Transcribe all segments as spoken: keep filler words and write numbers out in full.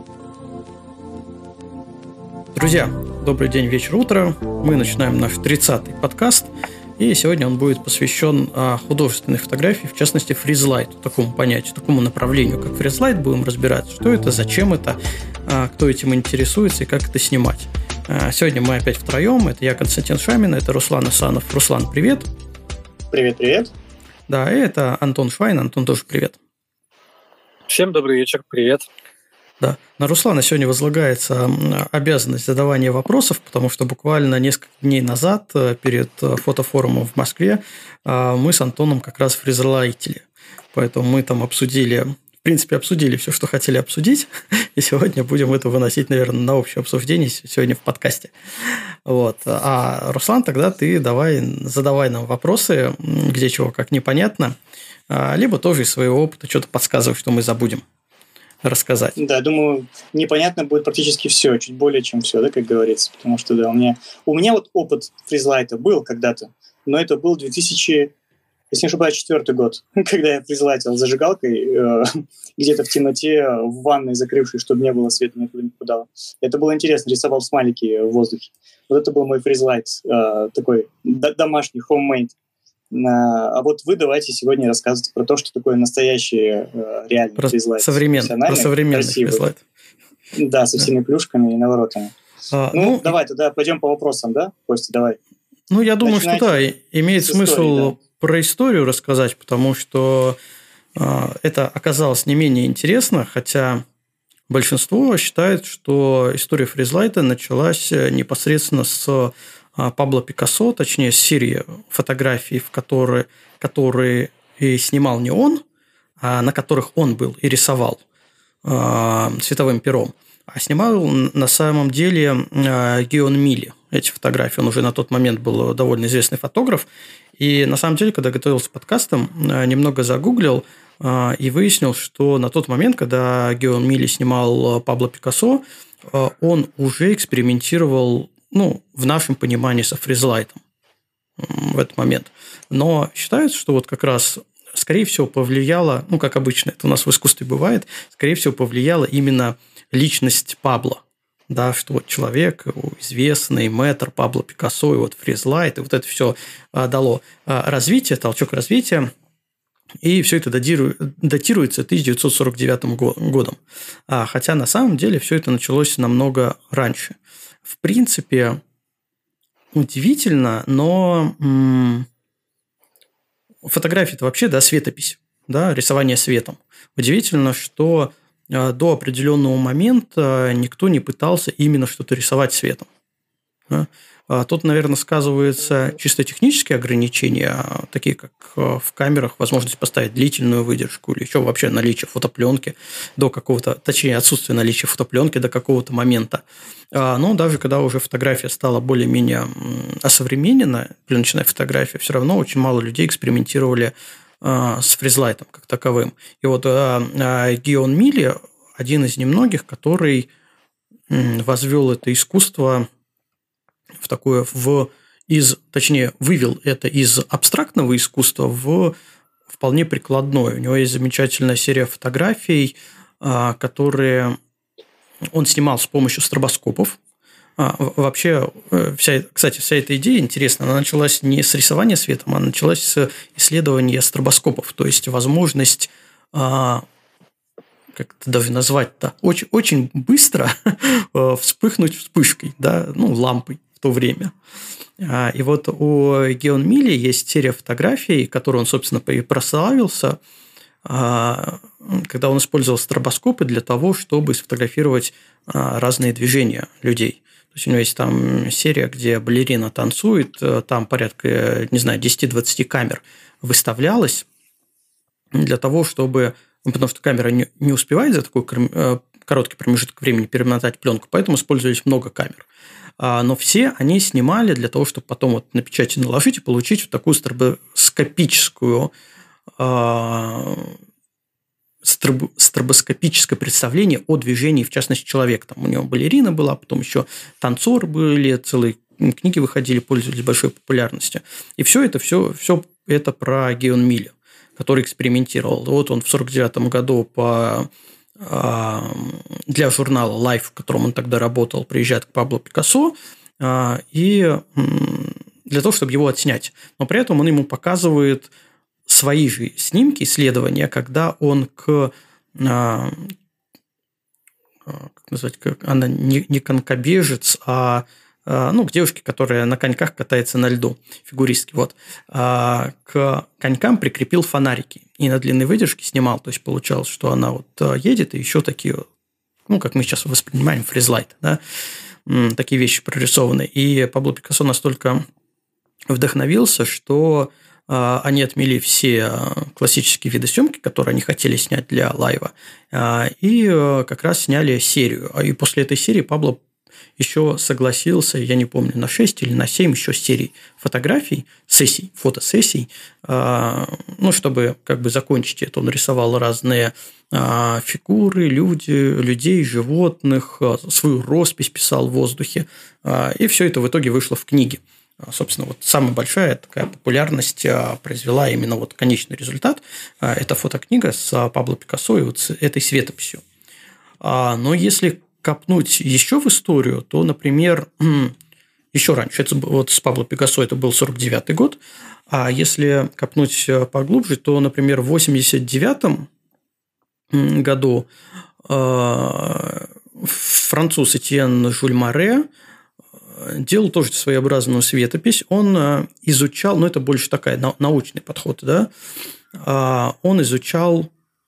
Друзья, добрый день, вечер, утро. Мы начинаем наш тридцатый подкаст, и сегодня он будет посвящен художественной фотографии, в частности, фризлайту, такому понятию, такому направлению, как фризлайт. Будем разбирать, что это, зачем это, кто этим интересуется и как это снимать. Сегодня мы опять втроем. Это я, Константин Шамин, это Руслан Асанов. Руслан, привет. Привет-привет. Да, и это Антон Швайн. Антон, тоже привет. Всем добрый вечер, привет. Да. На Руслана сегодня возлагается обязанность задавания вопросов, потому что буквально несколько дней назад, перед фотофорумом в Москве, мы с Антоном как раз фризлайтили. Поэтому мы там обсудили, в принципе, обсудили все, что хотели обсудить, и сегодня будем это выносить, наверное, на общее обсуждение сегодня в подкасте. Вот. А, Руслан, тогда ты давай задавай нам вопросы, где чего как непонятно, либо тоже из своего опыта что-то подсказывай, что мы забудем рассказать. Да, думаю, непонятно будет практически все, чуть более чем все, да, как говорится, потому что, да, у меня, у меня вот опыт фризлайта был когда-то, но это был две тысячи, если не ошибаюсь, четвёртый год, когда я фризлайтил зажигалкой э, где-то в темноте, в ванной закрывшей, чтобы не было света, никуда не попадало. Это было интересно, рисовал смайлики в воздухе. Вот это был мой фризлайт, э, такой д- домашний, homemade. А вот вы давайте сегодня рассказывать про то, что такое настоящий реальный про фризлайт. Современный, про современный фризлайт. Да, со всеми плюшками и наворотами. А, ну, ну, давай тогда пойдем по вопросам, да, Костя, давай. Ну, я думаю, Начинайте что да, имеет смысл истории, да. про историю рассказать, потому что э, это оказалось не менее интересно, хотя большинство считает, что история фризлайта началась непосредственно с Пабло Пикассо, точнее, с серии фотографий, в которые, которые и снимал не он, а на которых он был и рисовал э, цветовым пером, а снимал на самом деле э, Гион Милли эти фотографии. Он уже на тот момент был довольно известный фотограф. И на самом деле, когда готовился к подкастам, э, немного загуглил э, и выяснил, что на тот момент, когда Гион Милли снимал Пабло Пикассо, э, он уже экспериментировал, ну, в нашем понимании, со фризлайтом в этот момент. Но считается, что вот как раз, скорее всего, повлияло, ну, как обычно это у нас в искусстве бывает, скорее всего, повлияла именно личность Пабло. Да, что вот человек известный, мэтр Пабло Пикассо, и вот фризлайт, и вот это все дало развитие, толчок развития. И все это датируется тысяча девятьсот сорок девятым годом. Хотя на самом деле все это началось намного раньше. В принципе, удивительно, но м- фотография – это вообще, да, светопись, да, рисование светом. Удивительно, что э, до определенного момента никто не пытался именно что-то рисовать светом. Да? А тут, наверное, сказываются чисто технические ограничения, такие как в камерах возможность поставить длительную выдержку или еще вообще наличие фотопленки до какого-то, точнее, отсутствие наличия фотопленки до какого-то момента. Но даже когда уже фотография стала более-менее осовременена, пленочная фотография, все равно очень мало людей экспериментировали с фризлайтом как таковым. И вот Гион Милли один из немногих, который возвел это искусство в такое, в, из, точнее, вывел это из абстрактного искусства в вполне прикладное. У него есть замечательная серия фотографий, которые он снимал с помощью стробоскопов. Вообще, вся, кстати, вся эта идея интересна. Она началась не с рисования светом, а началась с исследования стробоскопов, то есть возможность, как это даже назвать-то, очень, очень быстро вспыхнуть вспышкой, да, ну, лампой. То время. И вот у Гион Милли есть серия фотографий, которую он, собственно, и прославился, когда он использовал стробоскопы для того, чтобы сфотографировать разные движения людей. То есть у него есть там серия, где балерина танцует, там порядка, не знаю, десять-двадцать камер выставлялось для того, чтобы... Потому что камера не успевает за такой короткий промежуток времени перемотать пленку, поэтому использовались много камер. Но все они снимали для того, чтобы потом вот на печати наложить и получить вот такую стробоскопическую, стробоскопическое представление о движении, в частности, человека. Там у него балерина была, потом еще танцор были, целые книги выходили, пользовались большой популярностью. И все это, все, все это про Гион Милли, который экспериментировал. Вот он в сорок девятом году по для журнала Life, в котором он тогда работал, приезжает к Пабло Пикассо, и для того, чтобы его отснять. Но при этом он ему показывает свои же снимки, исследования, когда он к... Как назвать? Она не, не конькобежец, а ну, к девушке, которая на коньках катается на льду, фигуристки. Вот. К конькам прикрепил фонарики и на длинной выдержке снимал. То есть, получалось, что она вот едет, и еще такие, ну, как мы сейчас воспринимаем, фризлайт, да, такие вещи прорисованы. И Пабло Пикассо настолько вдохновился, что они отмели все классические виды съемки, которые они хотели снять для лайва, и как раз сняли серию. И после этой серии Пабло еще согласился, я не помню, на шесть или на семь еще серий фотографий, сессий, фотосессий, ну, чтобы как бы закончить это. Он рисовал разные фигуры, люди, людей, животных, свою роспись писал в воздухе, и все это в итоге вышло в книге. Собственно, вот самая большая такая популярность произвела именно вот конечный результат. Это фотокнига с Пабло Пикассо и вот с этой светописью. Но если копнуть еще в историю, то, например, еще раньше, это вот с Пабло Пикассо это был сорок девятый год, а если копнуть поглубже, то, например, в восемьдесят девятом году француз Этьен Жюль Море делал тоже своеобразную светопись. Он изучал, ну, это больше такой научный подход, да, он изучал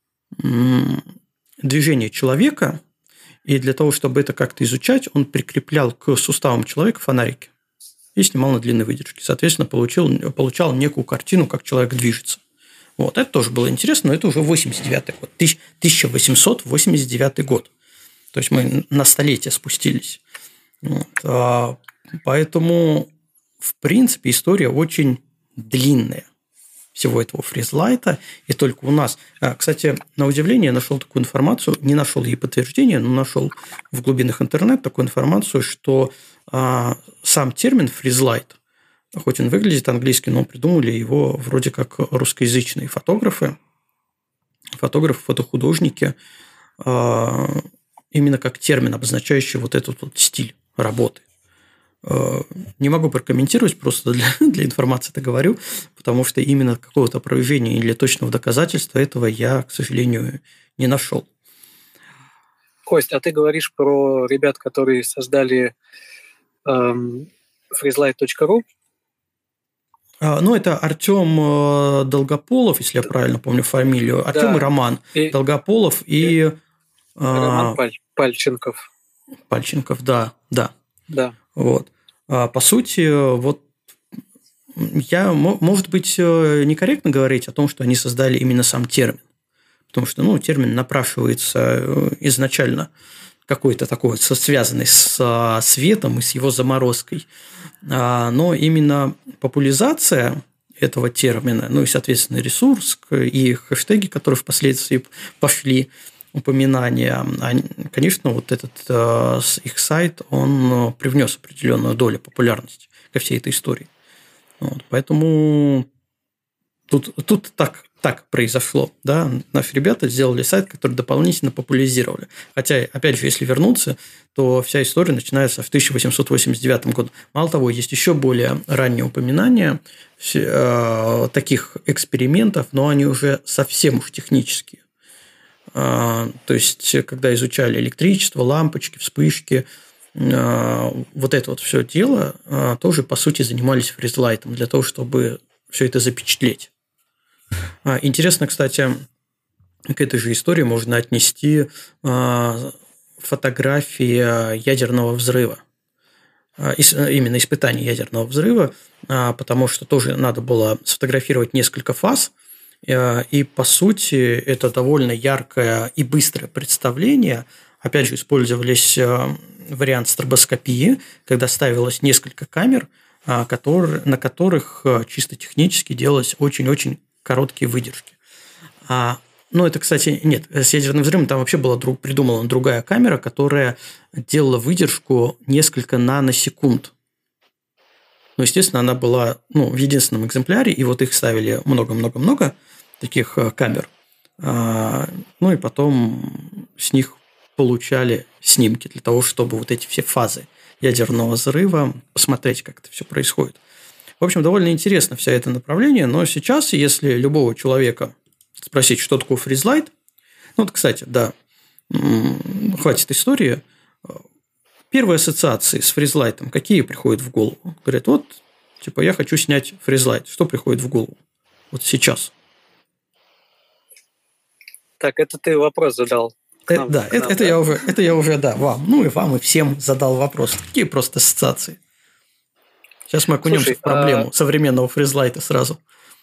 движение человека, и для того, чтобы это как-то изучать, он прикреплял к суставам человека фонарики и снимал на длинной выдержке. Соответственно, получил, получал некую картину, как человек движется. Вот, это тоже было интересно, но это уже восемьдесят девятый год, тысяча восемьсот восемьдесят девятый год. То есть, мы на столетие спустились. Вот. Поэтому, в принципе, история очень длинная всего этого фризлайта, и только у нас. Кстати, на удивление, я нашел такую информацию, не нашел ей подтверждения, но нашел в глубинах интернета такую информацию, что а, сам термин фризлайт, хоть он выглядит английски, но придумали его вроде как русскоязычные фотографы, фотографы, фотохудожники, а, именно как термин, обозначающий вот этот вот стиль работы. Не могу прокомментировать, просто для, для информации это говорю, потому что именно какого-то опровержения или точного доказательства этого я, к сожалению, не нашел. Кость, а ты говоришь про ребят, которые создали эм, фризлайт точка ру? Ну, это Артем Долгополов, если я правильно помню фамилию. Артем да. и Роман и... Долгополов и... и... Роман Паль... Пальченков. Пальченков, да, да. Да. Вот. По сути, вот я, может быть, некорректно говорить о том, что они создали именно сам термин, потому что, ну, термин напрашивается изначально какой-то такой, связанный с светом и с его заморозкой, но именно популяризация этого термина, ну и, соответственно, ресурс и хэштеги, которые впоследствии пошли, упоминания, конечно, вот этот их сайт, он привнес определенную долю популярности ко всей этой истории. Вот, поэтому тут, тут так, так произошло. Да? Наши ребята сделали сайт, который дополнительно популяризировали. Хотя, опять же, если вернуться, то вся история начинается в тысяча восемьсот восемьдесят девятом году. Мало того, есть еще более ранние упоминания э, таких экспериментов, но они уже совсем уж технические. То есть, когда изучали электричество, лампочки, вспышки, вот это вот все дело тоже, по сути, занимались фризлайтом для того, чтобы все это запечатлеть. Интересно, кстати, к этой же истории можно отнести фотографии ядерного взрыва. Именно испытания ядерного взрыва, потому что тоже надо было сфотографировать несколько фаз. И, по сути, это довольно яркое и быстрое представление. Опять же, использовались вариант стробоскопии, когда ставилось несколько камер, которые, на которых чисто технически делались очень-очень короткие выдержки. Ну, это, кстати, нет, с ядерным взрывом там вообще была друг, придумана другая камера, которая делала выдержку несколько наносекунд. Ну, естественно, она была ну, в единственном экземпляре, и вот их ставили много-много-много таких камер. Ну, и потом с них получали снимки для того, чтобы вот эти все фазы ядерного взрыва посмотреть, как это все происходит. В общем, довольно интересно все это направление, но сейчас, если любого человека спросить, что такое фризлайт, ну вот, кстати, да, хватит истории. Первые ассоциации с фризлайтом какие приходят в голову? Говорят, вот, типа, я хочу снять фризлайт. Что приходит в голову? Вот сейчас. Так, это ты вопрос задал. Нам, да, это, нам, это, да? Я уже, это я уже, да, вам. Ну и вам, и всем задал вопрос. Какие просто ассоциации? Сейчас мы окунемся Слушай, в проблему а... современного фризлайта сразу.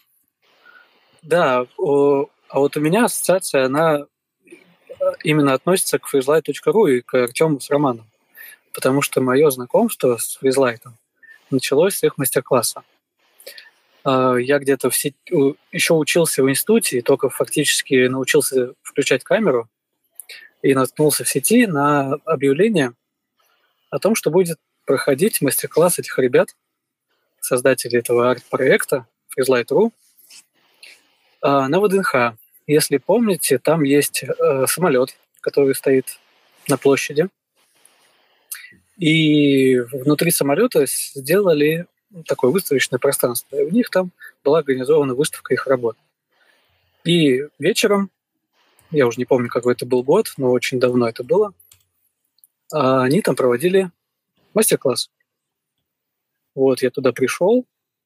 Да, о, а вот у меня ассоциация, она именно относится к фризлайт точка ру и к Артему с Романом. Потому что мое знакомство с фризлайтом началось с их мастер-класса. Я где-то в сети, еще учился в институте, и только фактически научился включать камеру, и наткнулся в сети на объявление о том, что будет проходить мастер-класс этих ребят, создателей этого арт-проекта фризлайт точка ру, на ВДНХ. Если помните, там есть самолет, который стоит на площади, и внутри самолета сделали такое выставочное пространство. И у них там была организована выставка их работ. И вечером, я уже не помню, какой это был год, но очень давно это было, они там проводили мастер-класс. Вот, я туда пришел,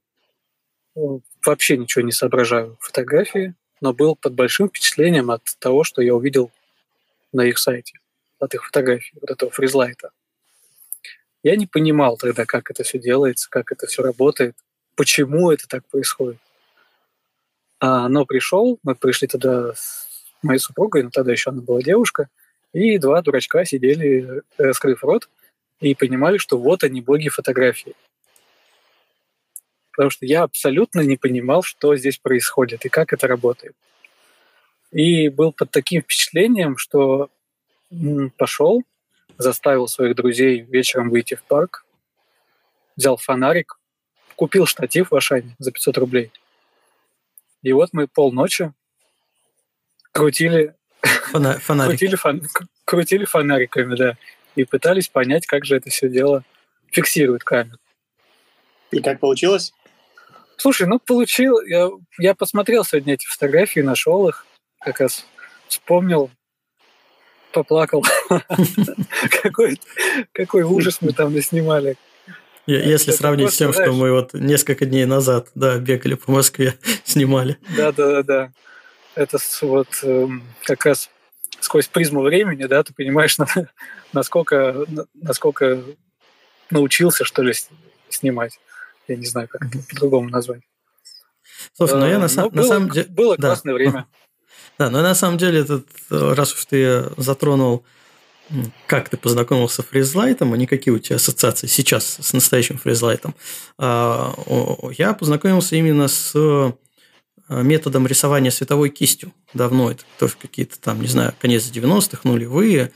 вообще ничего не соображаю в фотографии, но был под большим впечатлением от того, что я увидел на их сайте, от их фотографий, вот этого фризлайта. Я не понимал тогда, как это все делается, как это все работает, почему это так происходит. А, но пришел, мы пришли тогда с моей супругой, но тогда еще она была девушка, и два дурачка сидели, раскрыв рот, и понимали, что вот они, боги фотографии. Потому что я абсолютно не понимал, что здесь происходит и как это работает. И был под таким впечатлением, что м, пошел, заставил своих друзей вечером выйти в парк, взял фонарик, купил штатив в Ашане за пятьсот рублей. И вот мы полночи крутили, Фона- крутили, фон- крутили фонариками, да, и пытались понять, как же это все дело фиксирует камеру. И как получилось? Слушай, ну получил. Я, я посмотрел сегодня эти фотографии, нашел их, как раз вспомнил, поплакал. какой, какой ужас мы там наснимали. Если это сравнить с тем, знаешь, что мы вот несколько дней назад, да, бегали по Москве, снимали. Да, да, да, да. Это вот э, как раз сквозь призму времени, да, ты понимаешь, насколько, насколько научился, что ли, снимать. Я не знаю, как это по-другому назвать. Слушай, ну я на, но на было, самом деле... Было да. классное время. Да, но на самом деле, этот, раз уж ты затронул, как ты познакомился с фризлайтом, а не какие у тебя ассоциации сейчас с настоящим фризлайтом, я познакомился именно с методом рисования световой кистью. Давно, это тоже какие-то там, не знаю, конец девяностых, нулевые,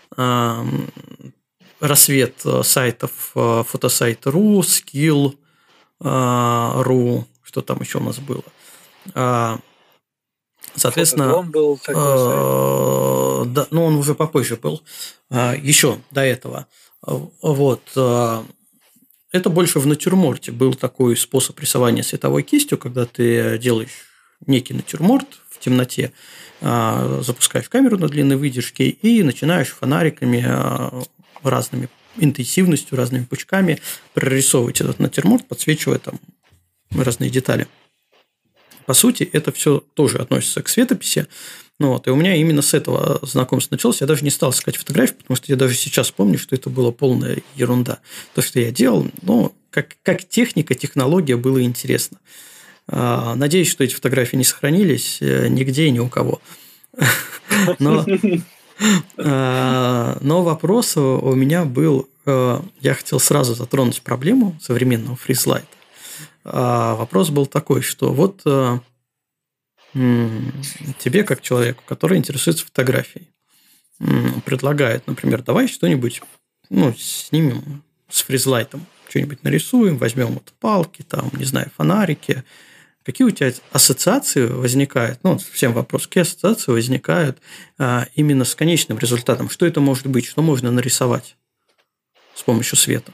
рассвет сайтов фотосайт точка ру, скилл точка ру, что там еще у нас было. Соответственно, он был такой э, да, ну, он уже попозже был, э, еще до этого. Вот. Э, это больше в натюрморте был такой способ рисования световой кистью, когда ты делаешь некий натюрморт в темноте, э, запускаешь камеру на длинной выдержке и начинаешь фонариками э, разными интенсивностью, разными пучками прорисовывать этот натюрморт, подсвечивая там разные детали. По сути, это все тоже относится к светописи. Ну, вот, и у меня именно с этого знакомство началось. Я даже не стал искать фотографии, потому что я даже сейчас помню, что это была полная ерунда. То, что я делал, ну, как, как техника, технология было интересно. Надеюсь, что эти фотографии не сохранились нигде и ни у кого. Но, но вопрос у меня был... Я хотел сразу затронуть проблему современного фризлайта. Вопрос был такой, что вот э, тебе, как человеку, который интересуется фотографией, предлагают, например, давай что-нибудь, ну, снимем с фризлайтом, что-нибудь нарисуем, возьмем вот палки, там, не знаю, фонарики, Какие у тебя ассоциации возникают, ну, всем вопрос, какие ассоциации возникают а, именно с конечным результатом? Что это может быть? Что можно нарисовать с помощью света?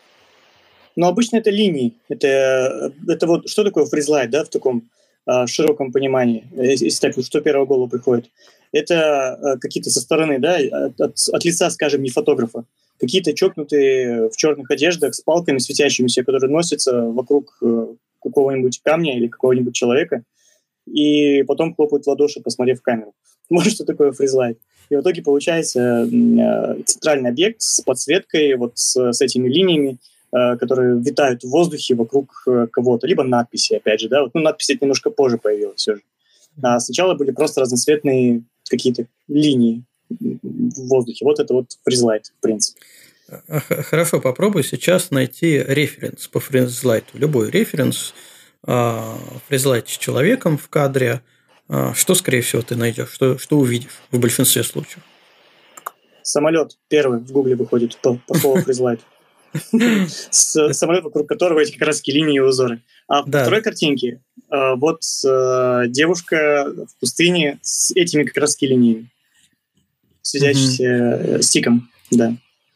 Но обычно это линии. Это, это вот что такое фризлайт, да, в таком а, широком понимании, если так, что первого в голову приходит. Это а, какие-то со стороны, да, от, от, от лица, скажем, не фотографа. Какие-то чокнутые в черных одеждах с палками светящимися, которые носятся вокруг какого-нибудь камня или какого-нибудь человека, и потом хлопают в ладоши, посмотрев в камеру. Вот что такое фризлайт. И в итоге получается центральный объект с подсветкой, вот с, с этими линиями, которые витают в воздухе вокруг кого-то, либо надписи, опять же, да, вот, ну, надписи немножко позже появилась все же. А сначала были просто разноцветные какие-то линии в воздухе. Вот это вот фризлайт, в принципе. Хорошо, попробуй сейчас найти референс по фризлайту. Любой референс фризлайт с человеком в кадре. Что, скорее всего, ты найдешь? Что, что увидишь в большинстве случаев? Самолет первый в Гугле выходит по, по слову фризлайт. Самолет, вокруг которого эти как раз линии и узоры. А во второй картинке вот девушка в пустыне с этими как раз линиями, светящимся стиком, да.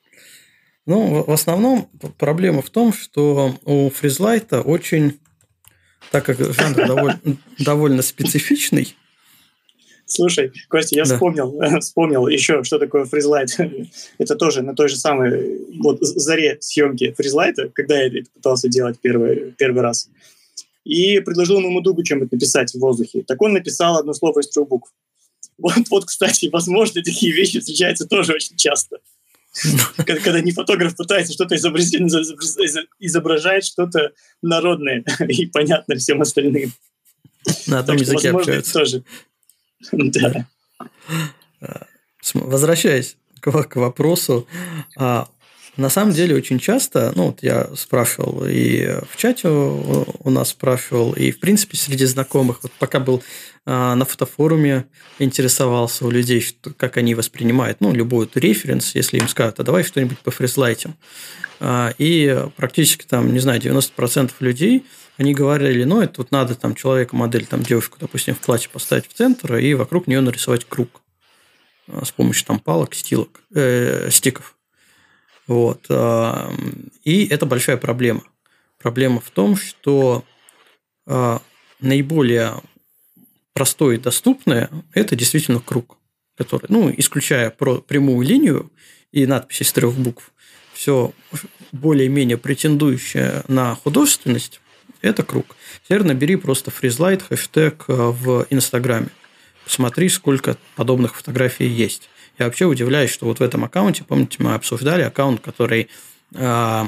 Ну, в основном проблема в том, что у фризлайта очень, так как жанр довольно, довольно специфичный. Слушай, Костя, я да. вспомнил, вспомнил еще, что такое фризлайт. Это тоже на той же самой вот, заре съемки фризлайта, когда я это пытался делать первый, первый раз. И предложил моему другу чем-то написать в воздухе. Так он написал одно слово из трех букв. Вот, вот, кстати, возможно, такие вещи встречаются тоже очень часто. Когда не фотограф пытается что-то изобразить, изображает что-то народное и понятно всем остальным. На одном языке общаются. Тоже. Да. Возвращаясь к вопросу, на самом деле очень часто, ну вот я спрашивал и в чате у нас спрашивал, и в принципе среди знакомых, вот пока был на фотофоруме, интересовался у людей, что, как они воспринимают, ну, любой референс, если им скажут, а давай что-нибудь по фризлайтим. И практически там, не знаю, девяносто процентов людей, они говорили, ну, это вот надо там человека-модель, там девушку, допустим, в платье поставить в центр и вокруг нее нарисовать круг с помощью там палок, стилок, э, стиков. Вот. И это большая проблема. Проблема в том, что наиболее простое и доступное – это действительно круг, который, ну, исключая прямую линию и надписи из трех букв, все более-менее претендующее на художественность – это круг. Теперь набери просто фризлайт, хэштег в Инстаграме. Посмотри, сколько подобных фотографий есть. Я вообще удивляюсь, что вот в этом аккаунте, помните, мы обсуждали аккаунт, который э,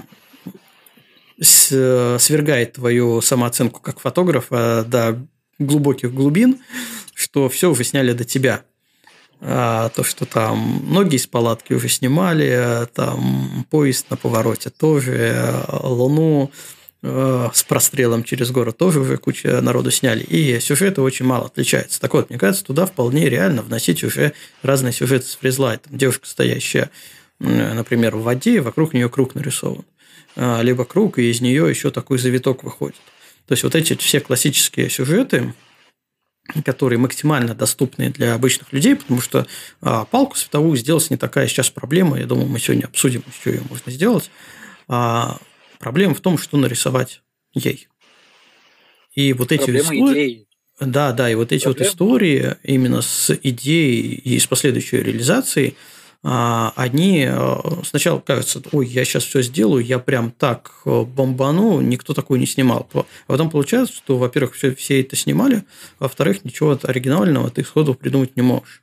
свергает твою самооценку как фотографа до глубоких глубин, что все уже сняли до тебя. А то, что там ноги из палатки уже снимали, там поезд на повороте тоже, Луну э, с прострелом через город тоже уже куча народу сняли. И сюжеты очень мало отличаются. Так вот, мне кажется, туда вполне реально вносить уже разные сюжеты с фризлайтом. Девушка, стоящая, например, в воде, вокруг нее круг нарисован. Либо круг, и из нее еще такой завиток выходит. То есть, вот эти все классические сюжеты, которые максимально доступны для обычных людей, потому что а, палку световую сделать не такая сейчас проблема. Я думаю, мы сегодня обсудим, что ее можно сделать. А, проблема в том, что нарисовать ей. И вот эти Проблема истории... идеи. Да, да, и вот эти Проблема. вот истории именно с идеей и с последующей реализацией, а, они сначала кажется, ой, я сейчас все сделаю, я прям так бомбану, никто такой не снимал. А потом получается, что, во-первых, все, все это снимали, а во-вторых, ничего оригинального ты сходу придумать не можешь.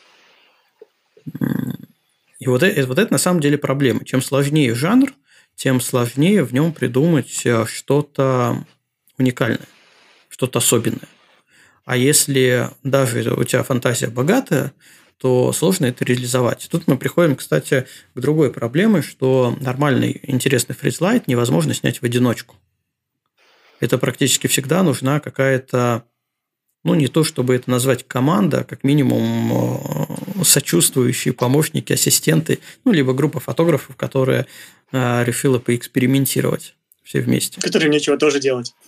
И вот это, вот это на самом деле проблема. Чем сложнее жанр, тем сложнее в нем придумать что-то уникальное, что-то особенное. А если даже у тебя фантазия богатая, то сложно это реализовать. Тут мы приходим, кстати, к другой проблеме, что нормальный, интересный фризлайт невозможно снять в одиночку. Это практически всегда нужна какая-то, ну, не то, чтобы это назвать команда, а как минимум сочувствующие помощники, ассистенты, ну, либо группа фотографов, которая решила поэкспериментировать все вместе. Которым нечего тоже делать.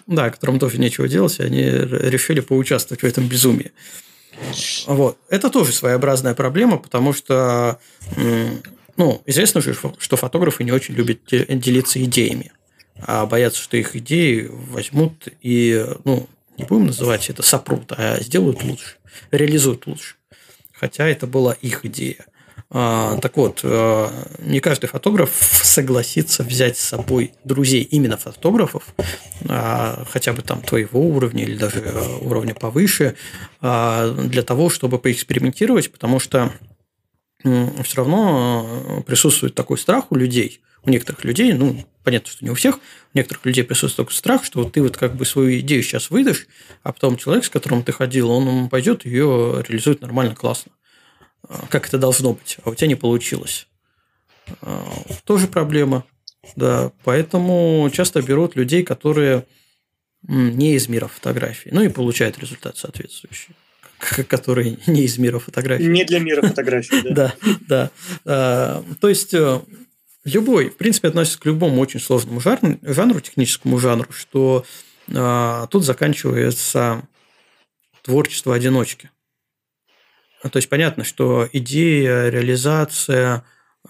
Да, которым тоже нечего делать, и они решили поучаствовать в этом безумии. Вот. Это тоже своеобразная проблема, потому что ну, известно же, что фотографы не очень любят делиться идеями, а боятся, что их идеи возьмут и, ну, не будем называть это сопрут, а сделают лучше, реализуют лучше. Хотя это была их идея. А, так вот, не каждый фотограф согласится взять с собой друзей именно фотографов, а, хотя бы там твоего уровня или даже уровня повыше, а, для того, чтобы поэкспериментировать, потому что все равно присутствует такой страх у людей, у некоторых людей, ну, понятно, что не у всех, у некоторых людей присутствует такой страх, что ты вот как бы свою идею сейчас выдашь, а потом человек, с которым ты ходил, он пойдет и ее реализует нормально, классно. Как это должно быть, а у тебя не получилось. Тоже проблема, да. Поэтому часто берут людей, которые не из мира фотографии, ну и получают результат соответствующий, которые не из мира фотографии. Не для мира фотографии, да. Да, да. То есть любой, в принципе, относится к любому очень сложному жанру, жанру техническому жанру, что тут заканчивается творчество одиночки. То есть понятно, что идея, реализация,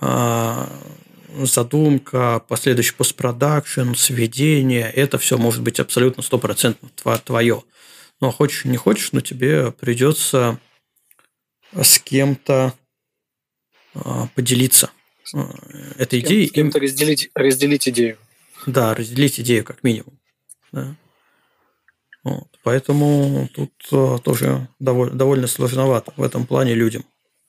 задумка, последующий постпродакшн, сведение – это все может быть абсолютно стопроцентно твое. Но хочешь не хочешь, но тебе придется с кем-то поделиться этой с идеей. С кем-то разделить, разделить идею. Да, разделить идею как минимум. Да. Вот. Поэтому тут тоже довольно, довольно сложновато в этом плане людям.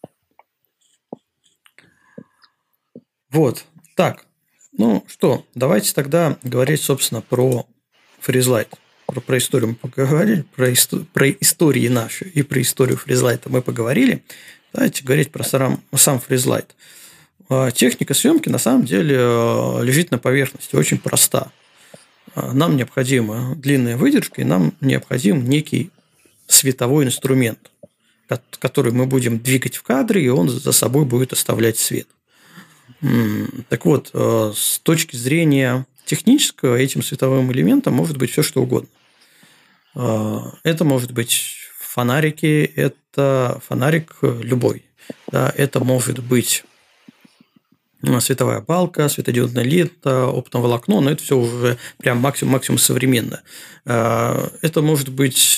Вот. Так. Ну что, давайте тогда говорить, собственно, про фризлайт. Про, про историю мы поговорили, про, исто, про истории наши и про историю фризлайта мы поговорили. Давайте говорить про сам, сам фризлайт. Техника съемки на самом деле лежит на поверхности, очень проста. Нам необходима длинная выдержка, и нам необходим некий световой инструмент, который мы будем двигать в кадре, и он за собой будет оставлять свет. Так вот, с точки зрения технического, этим световым элементом может быть все, что угодно. Это может быть фонарики, это фонарик любой. Да, это может быть световая балка, светодиодная лента, оптоволокно, но это все уже прям максимум-максимум современное. Это может быть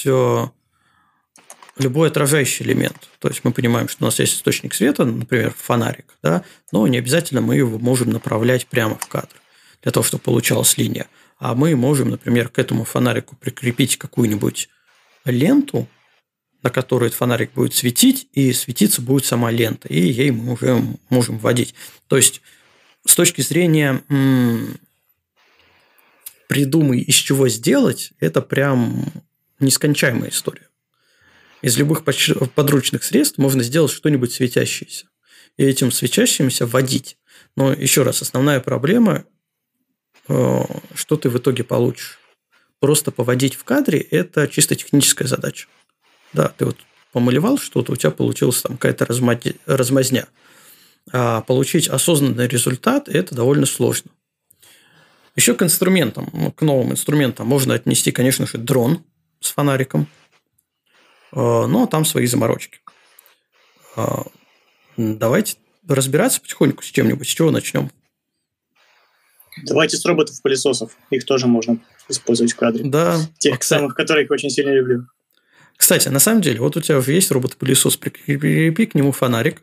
любой отражающий элемент. То есть мы понимаем, что у нас есть источник света, например, фонарик, да, но не обязательно мы его можем направлять прямо в кадр для того, чтобы получалась линия. А мы можем, например, к этому фонарику прикрепить какую-нибудь ленту, на которой этот фонарик будет светить, и светиться будет сама лента, и ей мы уже можем вводить. То есть, с точки зрения м- придумай, из чего сделать, это прям нескончаемая история. Из любых подручных средств можно сделать что-нибудь светящееся, и этим светящимся вводить. Но, еще раз, основная проблема, что ты в итоге получишь. Просто поводить в кадре – это чисто техническая задача. Да, ты вот помалевал что-то, у тебя получилась там какая-то размазня. А получить осознанный результат – это довольно сложно. Еще к инструментам, к новым инструментам можно отнести, конечно же, дрон с фонариком, но там свои заморочки. Давайте разбираться потихоньку с чем-нибудь. С чего начнем? Давайте с роботов-пылесосов. Их тоже можно использовать в кадре. Да. Тех самых, которых очень сильно люблю. Кстати, на самом деле, вот у тебя уже есть робот-пылесос, прикрепи к нему фонарик,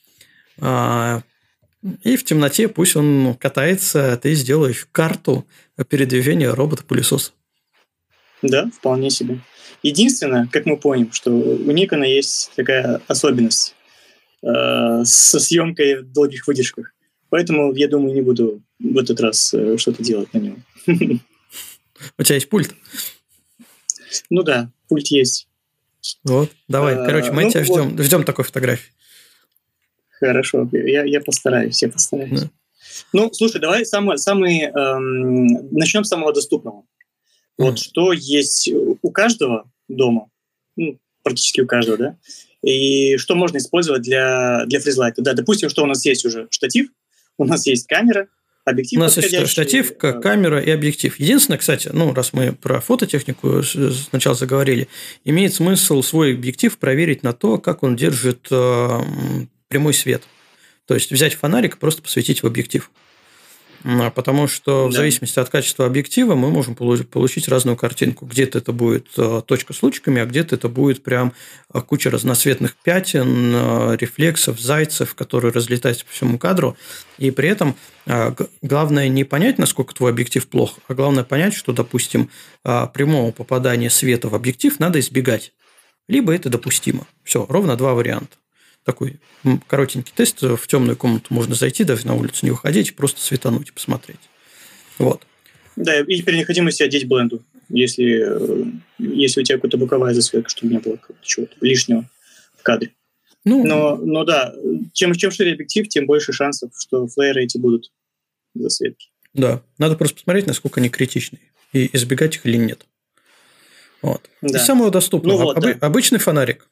и в темноте пусть он катается, ты сделаешь карту передвижения робота-пылесоса. Да, вполне себе. Единственное, как мы поняли, что у Никона есть такая особенность э, со съемкой в долгих выдержках. Поэтому, я думаю, не буду в этот раз э, что-то делать на нем. У тебя есть пульт? Ну да, пульт есть. Вот, давай. Короче, мы тебя ждем, ждем такой фотографии. Хорошо, я, я постараюсь, я постараюсь. Да. Ну, слушай, давай самый, самый, эм, начнем с самого доступного. Вот mm. что есть у каждого дома, ну, практически у каждого, да, и что можно использовать для, для фризлайта. Да, допустим, что у нас есть уже штатив, у нас есть камера, Объектив У нас есть подходящий. штатив, камера и объектив. Единственное, кстати, ну, раз мы про фототехнику сначала заговорили, имеет смысл свой объектив проверить на то, как он держит прямой свет. То есть взять фонарик и просто посветить в объектив. Потому что в да. зависимости от качества объектива мы можем получить разную картинку. Где-то это будет точка с лучиками, а где-то это будет прям куча разноцветных пятен, рефлексов, зайцев, которые разлетаются по всему кадру. И при этом главное не понять, насколько твой объектив плох, а главное понять, что, допустим, прямого попадания света в объектив надо избегать. Либо это допустимо. Все, ровно два варианта. Такой коротенький тест. В темную комнату можно зайти, даже на улицу не выходить, просто светануть и посмотреть. Вот. Да, и при необходимости одеть бленду, если, если у тебя какая-то боковая засветка, чтобы не было чего-то лишнего в кадре. Ну, но, но да, чем, чем шире объектив, тем больше шансов, что флееры эти будут засветки. Да, надо просто посмотреть, насколько они критичны, и избегать их или нет. Вот. Да. И самое доступное. Ну, вот, Об, да. Обычный фонарик.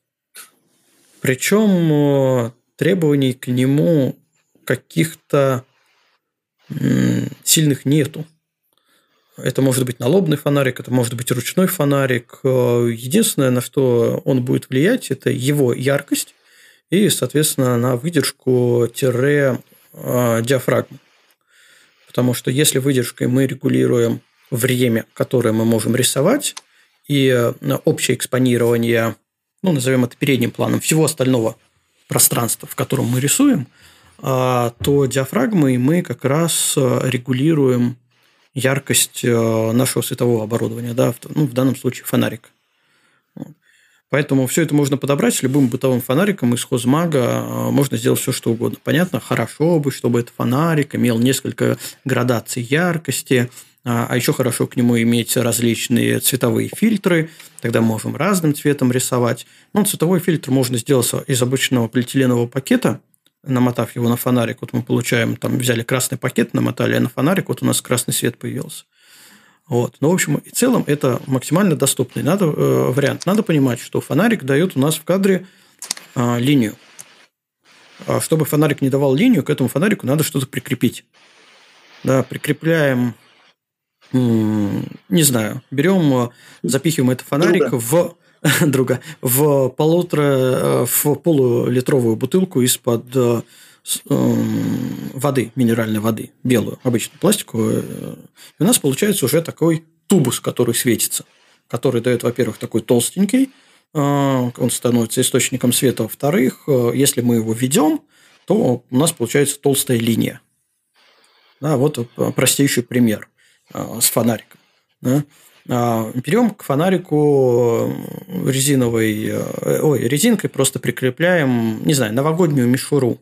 Причем требований к нему каких-то сильных нету. Это может быть налобный фонарик, это может быть ручной фонарик. Единственное, на что он будет влиять, это его яркость и, соответственно, на выдержку-диафрагму. Потому что если выдержкой мы регулируем время, которое мы можем рисовать, и общее экспонирование, ну, назовем это передним планом, всего остального пространства, в котором мы рисуем, то диафрагмой мы как раз регулируем яркость нашего светового оборудования, да, ну, в данном случае фонарик. Поэтому все это можно подобрать с любым бытовым фонариком из хозмага, можно сделать все, что угодно. Понятно, хорошо бы, чтобы этот фонарик имел несколько градаций яркости, а еще хорошо к нему иметь различные цветовые фильтры, тогда можем разным цветом рисовать. Ну, цветовой фильтр можно сделать из обычного полиэтиленового пакета, намотав его на фонарик. Вот мы получаем, там взяли красный пакет, намотали на фонарик, вот у нас красный свет появился. Вот. Но, в общем и целом, это максимально доступный надо, э, вариант. Надо понимать, что фонарик дает у нас в кадре э, линию. А чтобы фонарик не давал линию, к этому фонарику надо что-то прикрепить. Да, прикрепляем, м- не знаю, берем, запихиваем этот фонарик друга. в друга в полутора, в полулитровую бутылку из-под э, воды, минеральной воды, белую, обычную пластиковую. И у нас получается уже такой тубус, который светится, который дает, во-первых, такой толстенький, он становится источником света, во-вторых, если мы его ведем, то у нас получается толстая линия. Да, вот простейший пример с фонариком. Да. Берем к фонарику резиновой, ой, резинкой просто прикрепляем, не знаю, новогоднюю мишуру.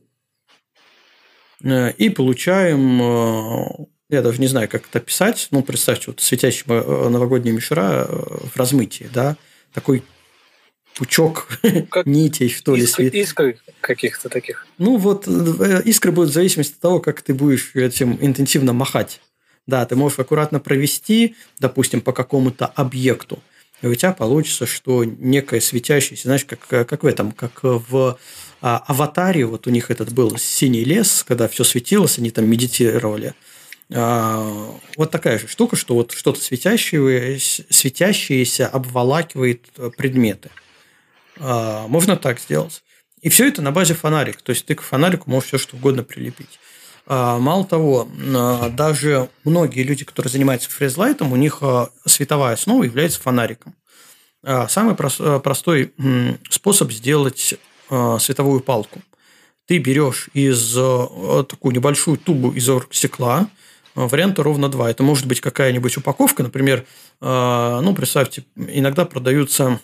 И получаем, я даже не знаю, как это описать, ну, представьте, вот светящая новогодняя мишура в размытии, да, такой пучок как нитей, что ли. Искры, искры каких-то таких. Ну, вот искры будут в зависимости от того, как ты будешь этим интенсивно махать. Да, ты можешь аккуратно провести, допустим, по какому-то объекту, и у тебя получится, что некое светящееся, знаешь, как, как в этом, как в а, «Аватаре», вот у них этот был синий лес, когда все светилось, они там медитировали. А, вот такая же штука, что вот что-то светящееся, светящееся обволакивает предметы. А, можно так сделать. И все это на базе фонарика. То есть ты к фонарику можешь все что угодно прилепить. Мало того, даже многие люди, которые занимаются фрезлайтом, у них световая основа является фонариком. Самый простой способ сделать световую палку. Ты берешь из такую небольшую тубу из оргстекла, варианта ровно два. Это может быть какая-нибудь упаковка, например, ну, представьте, иногда продаются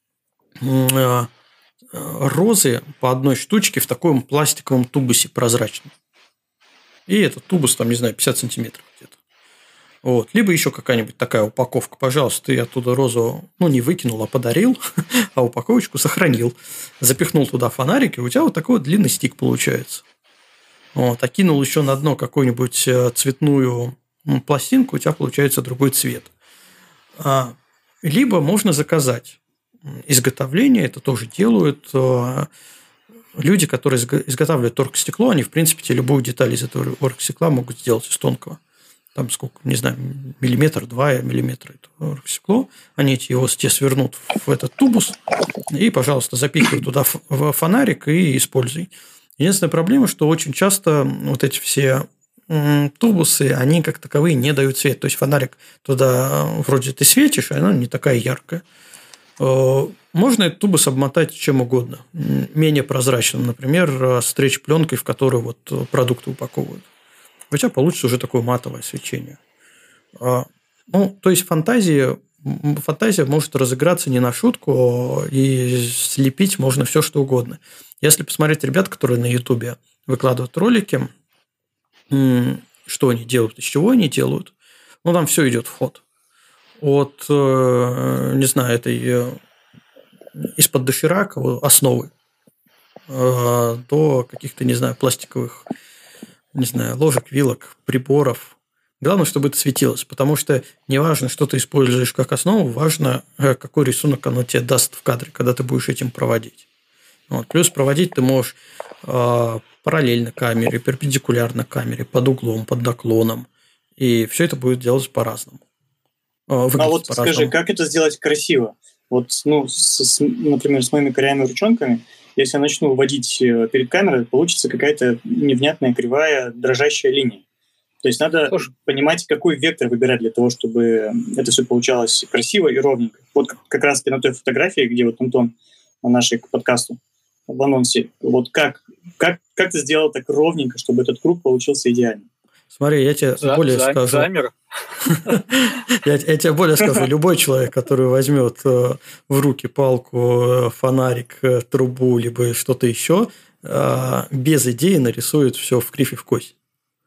розы по одной штучке в таком пластиковом тубусе прозрачном. И этот тубус, там, не знаю, пятьдесят сантиметров где-то. Вот. Либо еще какая-нибудь такая упаковка. Пожалуйста, ты оттуда розу, ну, не выкинул, а подарил, а упаковочку сохранил. Запихнул туда фонарик, и у тебя вот такой вот длинный стик получается. Вот. А кинул еще на дно какую-нибудь цветную пластинку, у тебя получается другой цвет. Либо можно заказать изготовление, это тоже делают. люди, которые изготавливают оргстекло, они, в принципе, тебе любую деталь из этого оргстекла могут сделать из тонкого. Там сколько, не знаю, миллиметр, два миллиметра это оргстекло. Они его те свернут в этот тубус и, пожалуйста, запихивай туда фонарик и используй. Единственная проблема, что очень часто вот эти все тубусы, они как таковые не дают свет. То есть фонарик туда вроде ты светишь, а она не такая яркая. Можно этот тубус обмотать чем угодно. Менее прозрачным, например, стрейч-пленкой, в которую вот продукты упаковывают. У тебя получится уже такое матовое свечение. Ну, то есть фантазия, фантазия может разыграться не на шутку, и слепить можно все, что угодно. Если посмотреть ребят, которые на Ютубе выкладывают ролики, что они делают, из чего они делают, ну, там все идет в ход. От, не знаю, этой из-под доширака основы до каких-то, не знаю, пластиковых, не знаю, ложек, вилок, приборов. Главное, чтобы это светилось, потому что не важно, что ты используешь как основу, важно, какой рисунок оно тебе даст в кадре, когда ты будешь этим проводить. Вот. Плюс проводить ты можешь э, параллельно камере, перпендикулярно камере, под углом, под наклоном. И все это будет делать по-разному. Э, а вот по-разному. Скажи, как это сделать красиво? Вот, ну, с, с, например, с моими корявыми ручонками, если я начну вводить перед камерой, получится какая-то невнятная, кривая, дрожащая линия. То есть надо Слушай. понимать, какой вектор выбирать для того, чтобы это все получалось красиво и ровненько. Вот как раз на той фотографии, где вот Антон на нашей к подкасту в анонсе, вот как, как, как ты сделал так ровненько, чтобы этот круг получился идеальным? Смотри, я тебе За, более за, скажу. Замер. я, я тебе более скажу. Любой человек, который возьмет в руки палку, фонарик, трубу, либо что-то еще, без идеи нарисует все в кривь и в кость.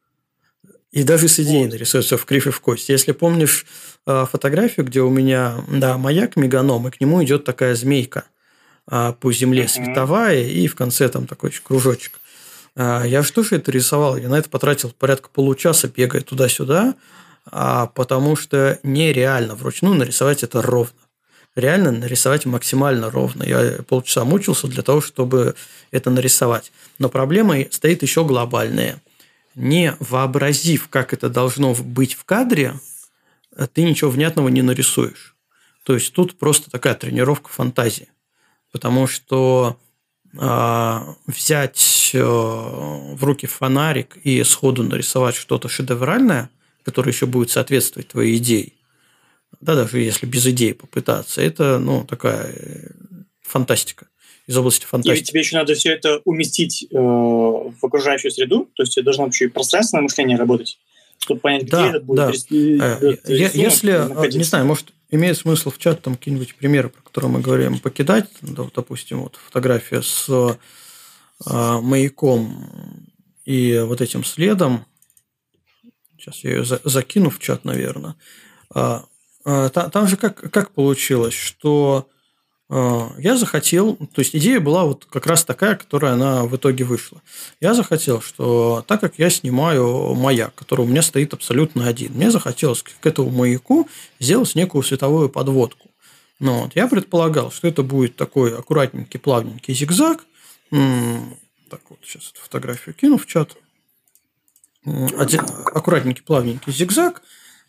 И даже с идеей вот. нарисует все в кривь и в кость. Если помнишь фотографию, где у меня да, маяк меганом, и к нему идет такая змейка по земле uh-huh. световая, и в конце там такой кружочек. Я что же это рисовал? Я на это потратил порядка получаса, бегая туда-сюда, потому что нереально вручную нарисовать это ровно. Реально нарисовать максимально ровно. Я полчаса мучился для того, чтобы это нарисовать. Но проблема стоит еще глобальная. Не вообразив, как это должно быть в кадре, ты ничего внятного не нарисуешь. То есть тут просто такая тренировка фантазии. Потому что э, взять э, в руки фонарик и сходу нарисовать что-то шедевральное, которое еще будет соответствовать твоей идее, да, даже если без идеи попытаться, это ну, такая фантастика. Из области фантастики. И тебе еще надо все это уместить э, в окружающую среду, то есть тебе должно еще и пространственное мышление работать, чтобы понять, где да, это будет. Да. Рис... Рисунок, если, находиться. Не знаю, может, имеет смысл в чат там какие-нибудь примеры, про которые мы говорим, покидать. Да, вот, допустим, вот фотография с э, маяком и вот этим следом. Сейчас я ее за, закину в чат, наверное. А, а, там, там же как, как получилось, что я захотел, то есть идея была вот как раз такая, которая она в итоге вышла. Я захотел, что так как я снимаю маяк, который у меня стоит абсолютно один, мне захотелось к этому маяку сделать некую световую подводку. Ну, вот, я предполагал, что это будет такой аккуратненький, плавненький зигзаг. Так вот, сейчас эту фотографию кину в чат. Аккуратненький, плавненький зигзаг.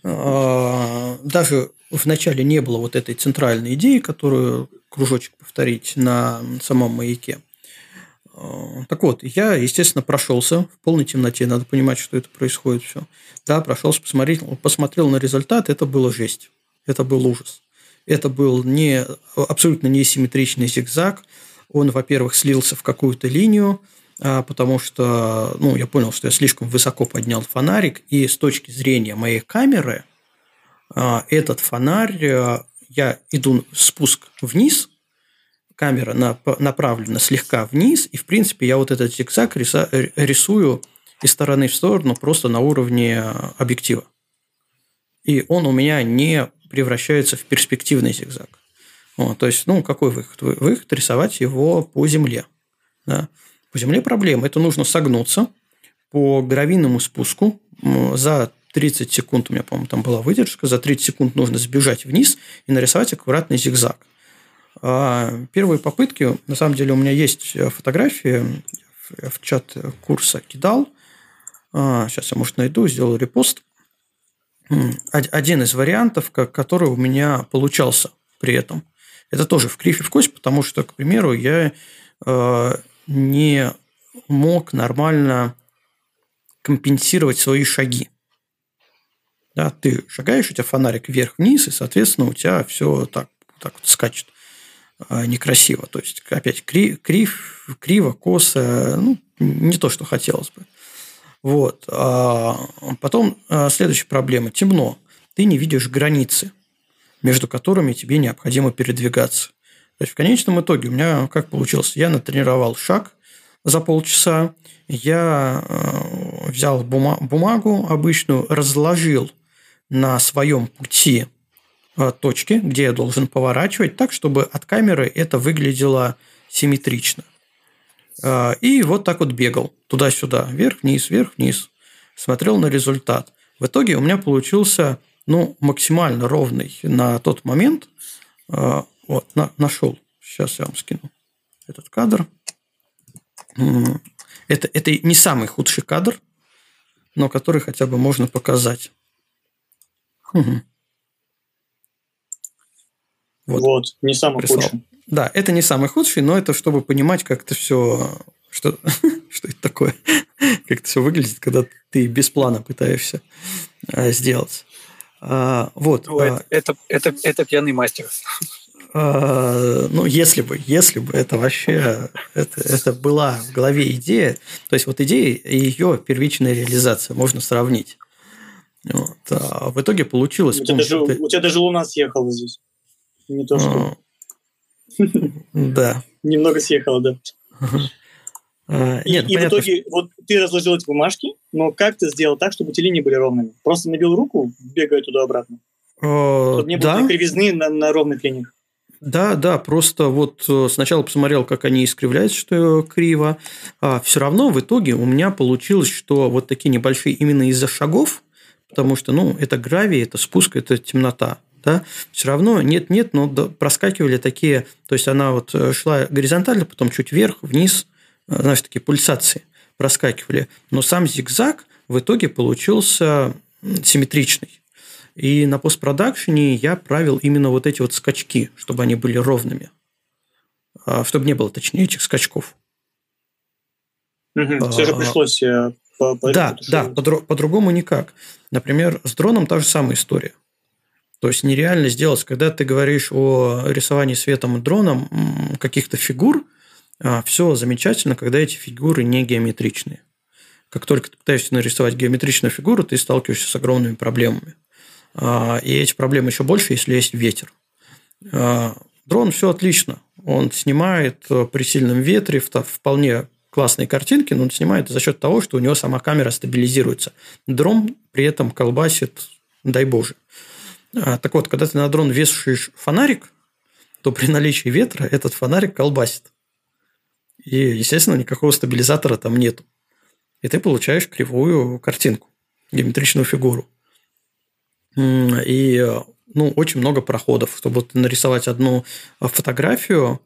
Даже вначале не было вот этой центральной идеи, которую кружочек повторить на самом маяке. Так вот, я, естественно, прошелся в полной темноте, надо понимать, что это происходит все. Да, прошелся, посмотрел, посмотрел на результат, это было жесть, это был ужас. Это был не, абсолютно несимметричный зигзаг, он, во-первых, слился в какую-то линию, потому что ну, я понял, что я слишком высоко поднял фонарик, и с точки зрения моей камеры этот фонарь, я иду спуск вниз, камера направлена слегка вниз, и, в принципе, я вот этот зигзаг рисую из стороны в сторону просто на уровне объектива. И он у меня не превращается в перспективный зигзаг. Вот, то есть, ну, какой выход? Выход – рисовать его по земле. Да? По земле проблема. Это нужно согнуться по гравийному спуску за тридцать секунд, у меня, по-моему, там была выдержка, за тридцать секунд нужно сбежать вниз и нарисовать аккуратный зигзаг. Первые попытки, на самом деле, у меня есть фотографии, в чат курса кидал. Сейчас я, может, найду, сделаю репост. Один из вариантов, который у меня получался при этом. Это тоже в кривь и в кость, потому что, к примеру, я не мог нормально компенсировать свои шаги. Да, ты шагаешь, у тебя фонарик вверх-вниз, и, соответственно, у тебя все так, так вот скачет некрасиво. То есть, опять, крив, крив, криво, косо, ну, не то, что хотелось бы. Вот. А потом следующая проблема. Темно. Ты не видишь границы, между которыми тебе необходимо передвигаться. То есть, в конечном итоге у меня как получилось? Я натренировал шаг за полчаса, я взял бумагу обычную, разложил на своем пути точки, где я должен поворачивать, так, чтобы от камеры это выглядело симметрично. И вот так вот бегал туда-сюда, вверх-вниз, вверх-вниз, смотрел на результат. В итоге у меня получился ну, максимально ровный на тот момент. Вот, на, нашел. Сейчас я вам скину этот кадр. Это, это не самый худший кадр, но который хотя бы можно показать. Угу. Вот. вот, не самый Прислал. худший. Да, это не самый худший, но это чтобы понимать, как это все, что, что это такое, как это все выглядит, когда ты без плана пытаешься сделать. А, вот. Ну, это, это, это, это пьяный мастер. А, ну, если бы, если бы это вообще, это, это была в голове идея, то есть вот идея и ее первичная реализация можно сравнить. Вот. А в итоге получилось... У тебя, даже, у тебя даже Луна съехала здесь. Не то, что... Да. Немного съехала, да. И, Нет, и понятно, в итоге что... вот ты разложил эти бумажки, но как ты сделал так, чтобы эти линии были ровными? Просто набил руку, бегая туда-обратно? Чтобы не было кривизны на, на ровных линиях? Да, да, просто вот сначала посмотрел, как они искривляются, что криво, а все равно в итоге у меня получилось, что вот такие небольшие именно из-за шагов, потому что, ну, это гравий, это спуск, это темнота, да, все равно нет-нет, но проскакивали такие, то есть она вот шла горизонтально, потом чуть вверх, вниз, знаешь, такие пульсации проскакивали, но сам зигзаг в итоге получился симметричный. И на постпродакшене я правил именно вот эти вот скачки, чтобы они были ровными. Чтобы не было, точнее, этих скачков. Угу, все же пришлось... По, по да, да, по- по-другому никак. Например, с дроном та же самая история. То есть, нереально сделать, когда ты говоришь о рисовании светом дроном каких-то фигур, все замечательно, когда эти фигуры не геометричные. Как только ты пытаешься нарисовать геометричную фигуру, ты сталкиваешься с огромными проблемами. И эти проблемы еще больше, если есть ветер. Дрон все отлично. Он снимает при сильном ветре вполне классные картинки, но он снимает за счет того, что у него сама камера стабилизируется. Дрон при этом колбасит, дай боже. Так вот, когда ты на дрон вешаешь фонарик, то при наличии ветра этот фонарик колбасит. И, естественно, никакого стабилизатора там нету. И ты получаешь кривую картинку, геометричную фигуру. И ну, очень много проходов. Чтобы нарисовать одну фотографию,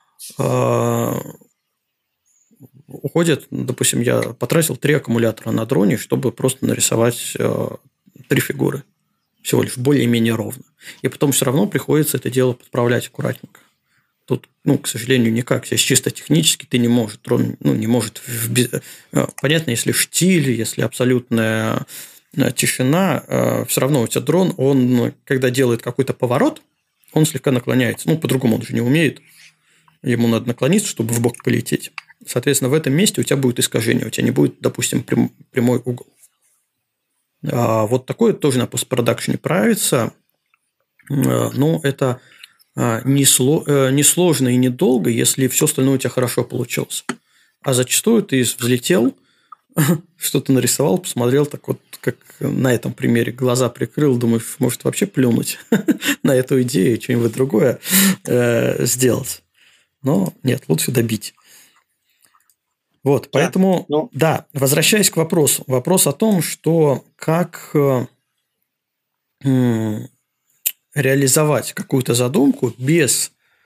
уходит, допустим, я потратил три аккумулятора на дроне, чтобы просто нарисовать три фигуры. Всего лишь более-менее ровно. И потом все равно приходится это дело подправлять аккуратненько. Тут, ну, к сожалению, никак. Здесь чисто технически ты не можешь. Дрон ну, не может... В... Понятно, если штиль, если абсолютная тишина, все равно у тебя дрон, он, когда делает какой-то поворот, он слегка наклоняется. Ну, по-другому он же не умеет. Ему надо наклониться, чтобы в бок полететь. Соответственно, в этом месте у тебя будет искажение. У тебя не будет, допустим, прям... прямой угол. А вот такое тоже на постпродакшене правится. Но это... несложно и недолго, если все остальное у тебя хорошо получилось. А зачастую ты взлетел, что-то нарисовал, посмотрел, так вот, как на этом примере, глаза прикрыл, думаешь, может вообще плюнуть на эту идею и что-нибудь другое э, сделать. Но нет, лучше добить. Вот, да, поэтому, ну... да, возвращаясь к вопросу. Вопрос о том, что как... Э, реализовать какую-то задумку без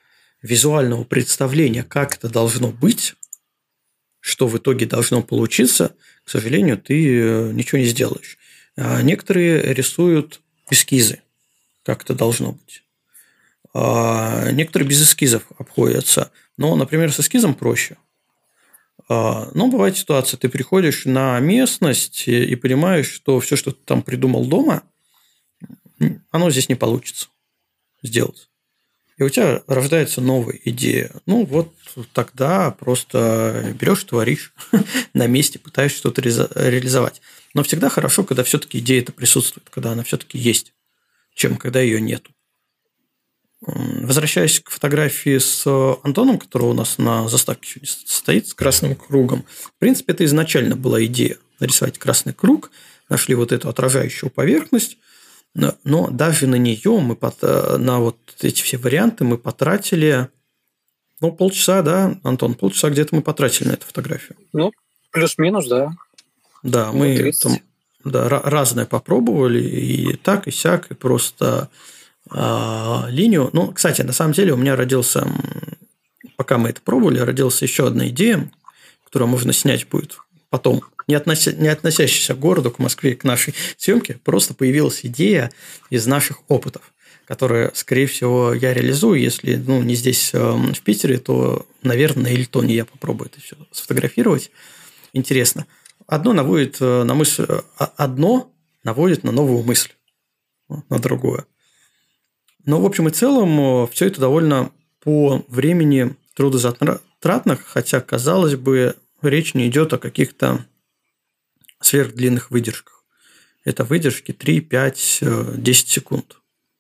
визуального представления, как это должно быть, что в итоге должно получиться, к сожалению, ты ничего не сделаешь. А некоторые рисуют эскизы, как это должно быть. А некоторые без эскизов обходятся. Но, например, с эскизом проще. Но бывает ситуация, ты приходишь на местность и понимаешь, что все, что ты там придумал дома, оно здесь не получится сделать. И у тебя рождается новая идея. Ну, вот тогда просто берешь, творишь на месте, пытаешься что-то реализовать. Но всегда хорошо, когда все-таки идея-то присутствует, когда она все-таки есть, чем когда ее нету. Возвращаясь к фотографии с Антоном, которая у нас на заставке сегодня стоит, с красным кругом. В принципе, это изначально была идея нарисовать красный круг. Нашли вот эту отражающую поверхность. Но даже на нее мы, на вот эти все варианты мы потратили, ну, полчаса, да, Антон, полчаса где-то мы потратили на эту фотографию. Ну, плюс-минус, да. Да, ну, мы там, да, разное попробовали, и так, и сяк, и просто а, линию. Ну, кстати, на самом деле у меня родился, пока мы это пробовали, родилась еще одна идея, которую можно снять будет потом. Не, относя, не относящаяся к городу, к Москве, к нашей съемке, просто появилась идея из наших опытов, которые, скорее всего, я реализую. Если ну, не здесь, в Питере, то, наверное, на Ильтоне я попробую это все сфотографировать. Интересно. Одно наводит на мысль, одно наводит на новую мысль, на другое. Но, в общем и целом, все это довольно по времени трудозатратных, хотя, казалось бы, речь не идет о каких-то сверхдлинных выдержках. Это выдержки три, пять, десять секунд.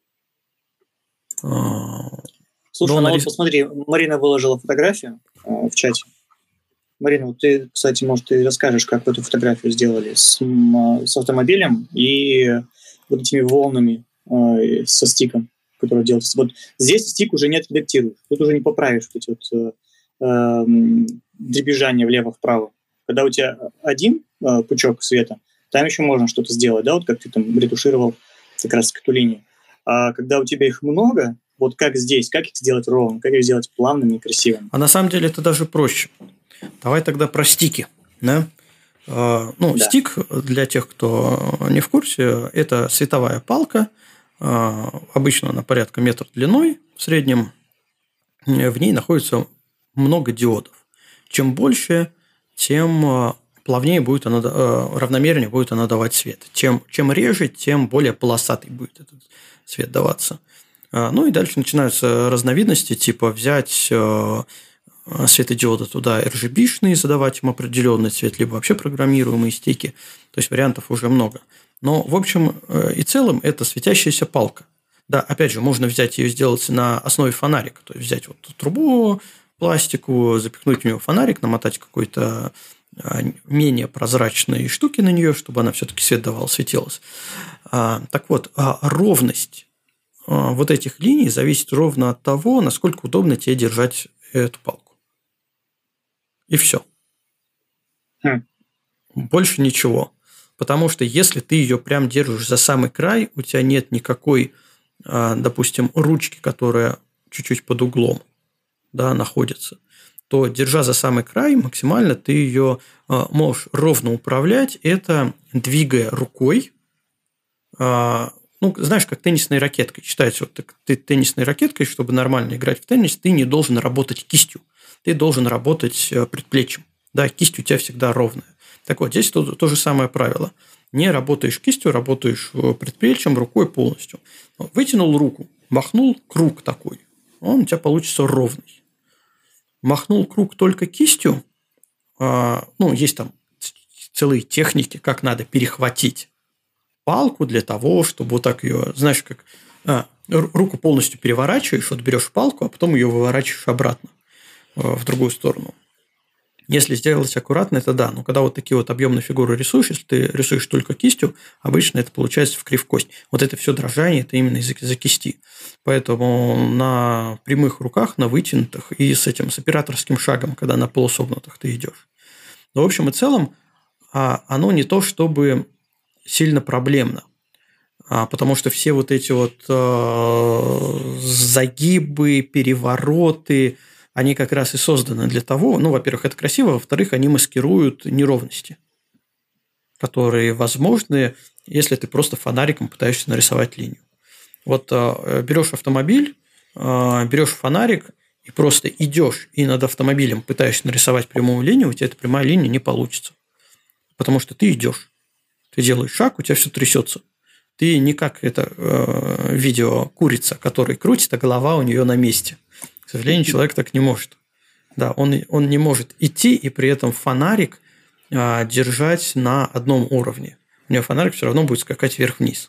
Слушай, ну вот посмотри, Марина выложила фотографию в чате. Марина, вот ты, кстати, может, ты расскажешь, как вы эту фотографию сделали с, с автомобилем и вот этими волнами э, со стиком, который делается. Вот здесь стик уже не отредактируешь, тут уже не поправишь вот эти вот э, дребезжания влево-вправо. Когда у тебя один э, пучок света, там еще можно что-то сделать, да, вот как ты там ретушировал как раз эту линию. А когда у тебя их много, вот как здесь, как их сделать ровно, как их сделать плавными и красивыми? А на самом деле это даже проще. Давай тогда про стики. Да? Ну, да. Стик, для тех, кто не в курсе, это световая палка. Обычно она порядка метра длиной в среднем. В ней находится много диодов. Чем больше, тем плавнее будет она, равномернее будет она давать свет. Чем, чем реже, тем более полосатый будет этот свет даваться. Ну и дальше начинаются разновидности, типа взять светодиоды туда эр джи би-шные, задавать им определенный цвет, либо вообще программируемые стики. То есть вариантов уже много. Но в общем и целом это светящаяся палка. Да, опять же, можно взять ее сделать на основе фонарика. То есть взять вот трубу, пластику, запихнуть в нее фонарик, намотать какой-то менее прозрачные штуки на нее, чтобы она все-таки свет давала, светилась. Так вот, ровность вот этих линий зависит ровно от того, насколько удобно тебе держать эту палку. И все. Хм. Больше ничего. Потому что если ты ее прям держишь за самый край, у тебя нет никакой, допустим, ручки, которая чуть-чуть под углом, да, находится, то, держа за самый край, максимально ты ее можешь ровно управлять, это двигая рукой. Ну, знаешь, как теннисной ракеткой. Считается, вот ты теннисной ракеткой, чтобы нормально играть в теннис, ты не должен работать кистью. Ты должен работать предплечьем. Да, кисть у тебя всегда ровная. Так вот, здесь то, то же самое правило. Не работаешь кистью, работаешь предплечьем, рукой полностью. Вытянул руку, махнул круг такой, он у тебя получится ровный. Махнул круг только кистью, ну, есть там целые техники, как надо перехватить палку для того, чтобы вот так ее, знаешь, как а, руку полностью переворачиваешь, вот берешь палку, а потом ее выворачиваешь обратно в другую сторону. Если сделать аккуратно, это да. Но когда вот такие вот объемные фигуры рисуешь, если ты рисуешь только кистью, обычно это получается в кривкость. Вот это все дрожание, это именно из-за кисти. Поэтому на прямых руках, на вытянутых и с этим, с операторским шагом, когда на полусогнутых ты идешь. Но в общем и целом, оно не то, чтобы сильно проблемно. А, потому что все вот эти вот э, загибы, перевороты, они как раз и созданы для того, ну, во-первых, это красиво, во-вторых, они маскируют неровности, которые возможны, если ты просто фонариком пытаешься нарисовать линию. Вот э, берешь автомобиль, э, берешь фонарик и просто идешь и над автомобилем пытаешься нарисовать прямую линию, у тебя эта прямая линия не получится. Потому что ты идешь, ты делаешь шаг, у тебя все трясется. Ты не как это э, видео курица, который крутит, а голова у нее на месте. К сожалению, человек так не может. Да, он, он не может идти и при этом фонарик э, держать на одном уровне. У него фонарик все равно будет скакать вверх-вниз.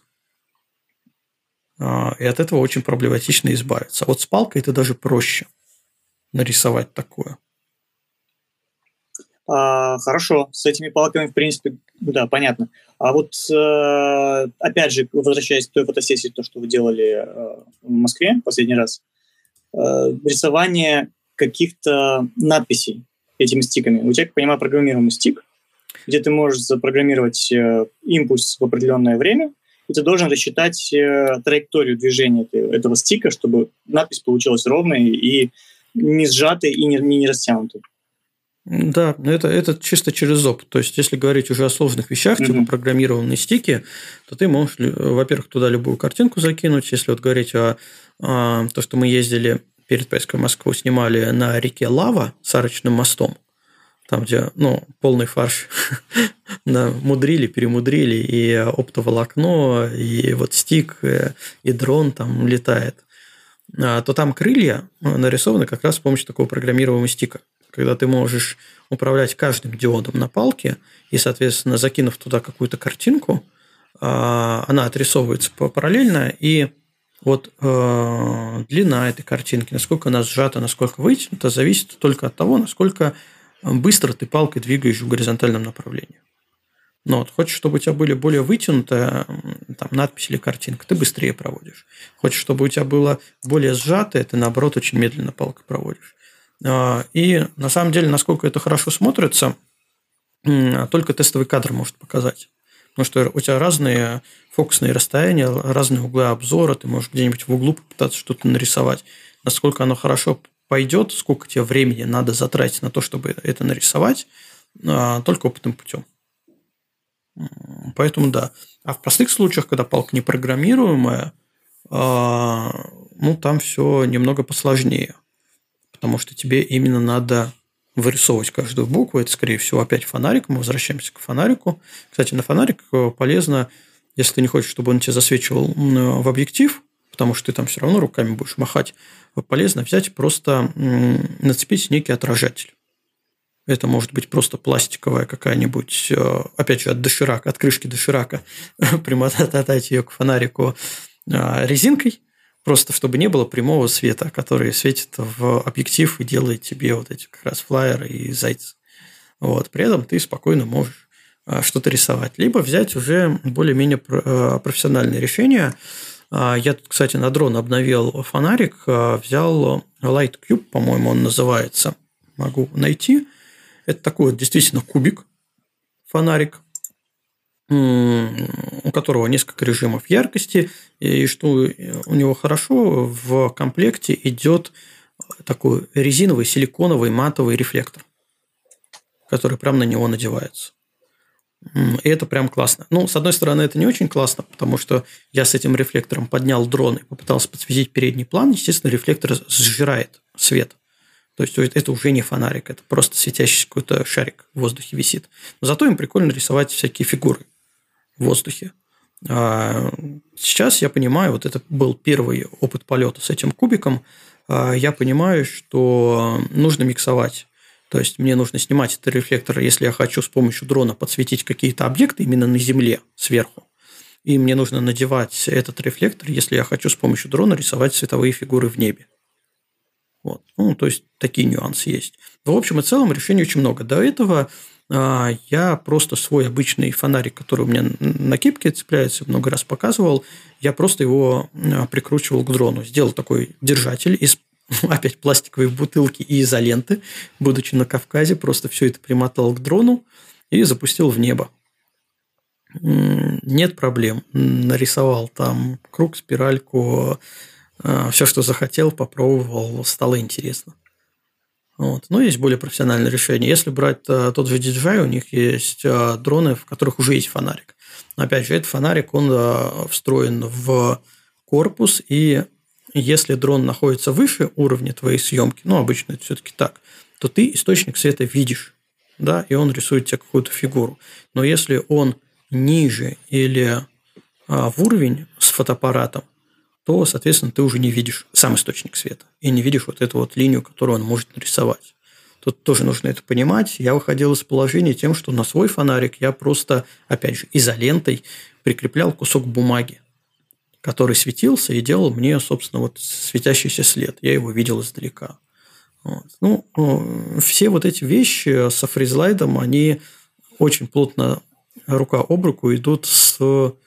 Э, и от этого очень проблематично избавиться. А вот с палкой это даже проще нарисовать такое. А, хорошо, с этими палками, в принципе, да, понятно. А вот, э, опять же, возвращаясь к той фотосессии, то, что вы делали э, в Москве в последний раз, э, рисование каких-то надписей этими стиками. У тебя, как я понимаю, программируемый стик, где ты можешь запрограммировать э, импульс в определенное время, и ты должен рассчитать э, траекторию движения этого стика, чтобы надпись получилась ровной и не сжатой, и не, не растянутой. Да, это, это чисто через опыт. То есть, если говорить уже о сложных вещах, mm-hmm. типа программированные стики, то ты можешь, во-первых, туда любую картинку закинуть. Если вот говорить о, о то, что мы ездили перед поездкой в Москву, снимали на реке Лава с арочным мостом, там, где ну, полный фарш мудрили, перемудрили, и оптоволокно, и вот стик, и дрон там летает, то там крылья нарисованы как раз с помощью такого программируемого стика. Когда ты можешь управлять каждым диодом на палке и, соответственно, закинув туда какую-то картинку, она отрисовывается параллельно, и вот длина этой картинки, насколько она сжата, насколько вытянута, зависит только от того, насколько быстро ты палкой двигаешь в горизонтальном направлении. Но вот хочешь, чтобы у тебя были более вытянутая там, надпись или картинка, ты быстрее проводишь. Хочешь, чтобы у тебя было более сжатое, ты, наоборот, очень медленно палкой проводишь. И на самом деле, насколько это хорошо смотрится, только тестовый кадр может показать. Потому что у тебя разные фокусные расстояния, разные углы обзора, ты можешь где-нибудь в углу попытаться что-то нарисовать. Насколько оно хорошо пойдет, сколько тебе времени надо затратить на то, чтобы это нарисовать, только опытным путем. Поэтому да. А в простых случаях, когда палка непрограммируемая, ну, там все немного посложнее. Потому что тебе именно надо вырисовывать каждую букву. Это, скорее всего, опять фонарик. Мы возвращаемся к фонарику. Кстати, на фонарик полезно, если ты не хочешь, чтобы он тебе засвечивал в объектив, потому что ты там все равно руками будешь махать, полезно взять и просто нацепить некий отражатель. Это может быть просто пластиковая какая-нибудь, опять же, от доширака, от крышки доширака, примотать ее к фонарику резинкой, просто чтобы не было прямого света, который светит в объектив и делает тебе вот эти как раз флайеры и зайцы. Вот. При этом ты спокойно можешь что-то рисовать. Либо взять уже более-менее профессиональные решения. Я тут, кстати, на дрон обновил фонарик, взял Light Cube, по-моему, он называется. Могу найти. Это такой вот действительно кубик, фонарик, у которого несколько режимов яркости, и что у него хорошо, в комплекте идет такой резиновый, силиконовый, матовый рефлектор, который прямо на него надевается. И это прям классно. Ну, с одной стороны, это не очень классно, потому что я с этим рефлектором поднял дрон и попытался подсветить передний план. Естественно, рефлектор сжирает свет. То есть, это уже не фонарик, это просто светящийся какой-то шарик в воздухе висит. Но зато им прикольно рисовать всякие фигуры в воздухе. Сейчас я понимаю, вот это был первый опыт полета с этим кубиком, я понимаю, что нужно миксовать. То есть, мне нужно снимать этот рефлектор, если я хочу с помощью дрона подсветить какие-то объекты именно на земле сверху. И мне нужно надевать этот рефлектор, если я хочу с помощью дрона рисовать световые фигуры в небе. Вот. Ну, то есть, такие нюансы есть. В общем и целом, решений очень много. До этого а, я просто свой обычный фонарик, который у меня на кепке цепляется, много раз показывал, я просто его а, прикручивал к дрону. Сделал такой держатель из опять пластиковой бутылки и изоленты. Будучи на Кавказе, просто все это примотал к дрону и запустил в небо. нет проблем. Нарисовал там круг, спиральку, все, что захотел, попробовал, стало интересно. Вот. Но есть более профессиональные решения. Если брать тот же ди джей ай, у них есть дроны, в которых уже есть фонарик. Но опять же, этот фонарик, он встроен в корпус, и если дрон находится выше уровня твоей съемки, ну, обычно это все-таки так, то ты источник света видишь, да, и он рисует тебе какую-то фигуру. Но если он ниже или а, в уровень с фотоаппаратом, то, соответственно, ты уже не видишь сам источник света и не видишь вот эту вот линию, которую он может нарисовать. Тут тоже нужно это понимать. Я выходил из положения тем, что на свой фонарик я просто, опять же, изолентой прикреплял кусок бумаги, который светился и делал мне, собственно, вот светящийся след. Я его видел издалека. Вот. Ну, все вот эти вещи со фризлайдом, они очень плотно рука об руку идут с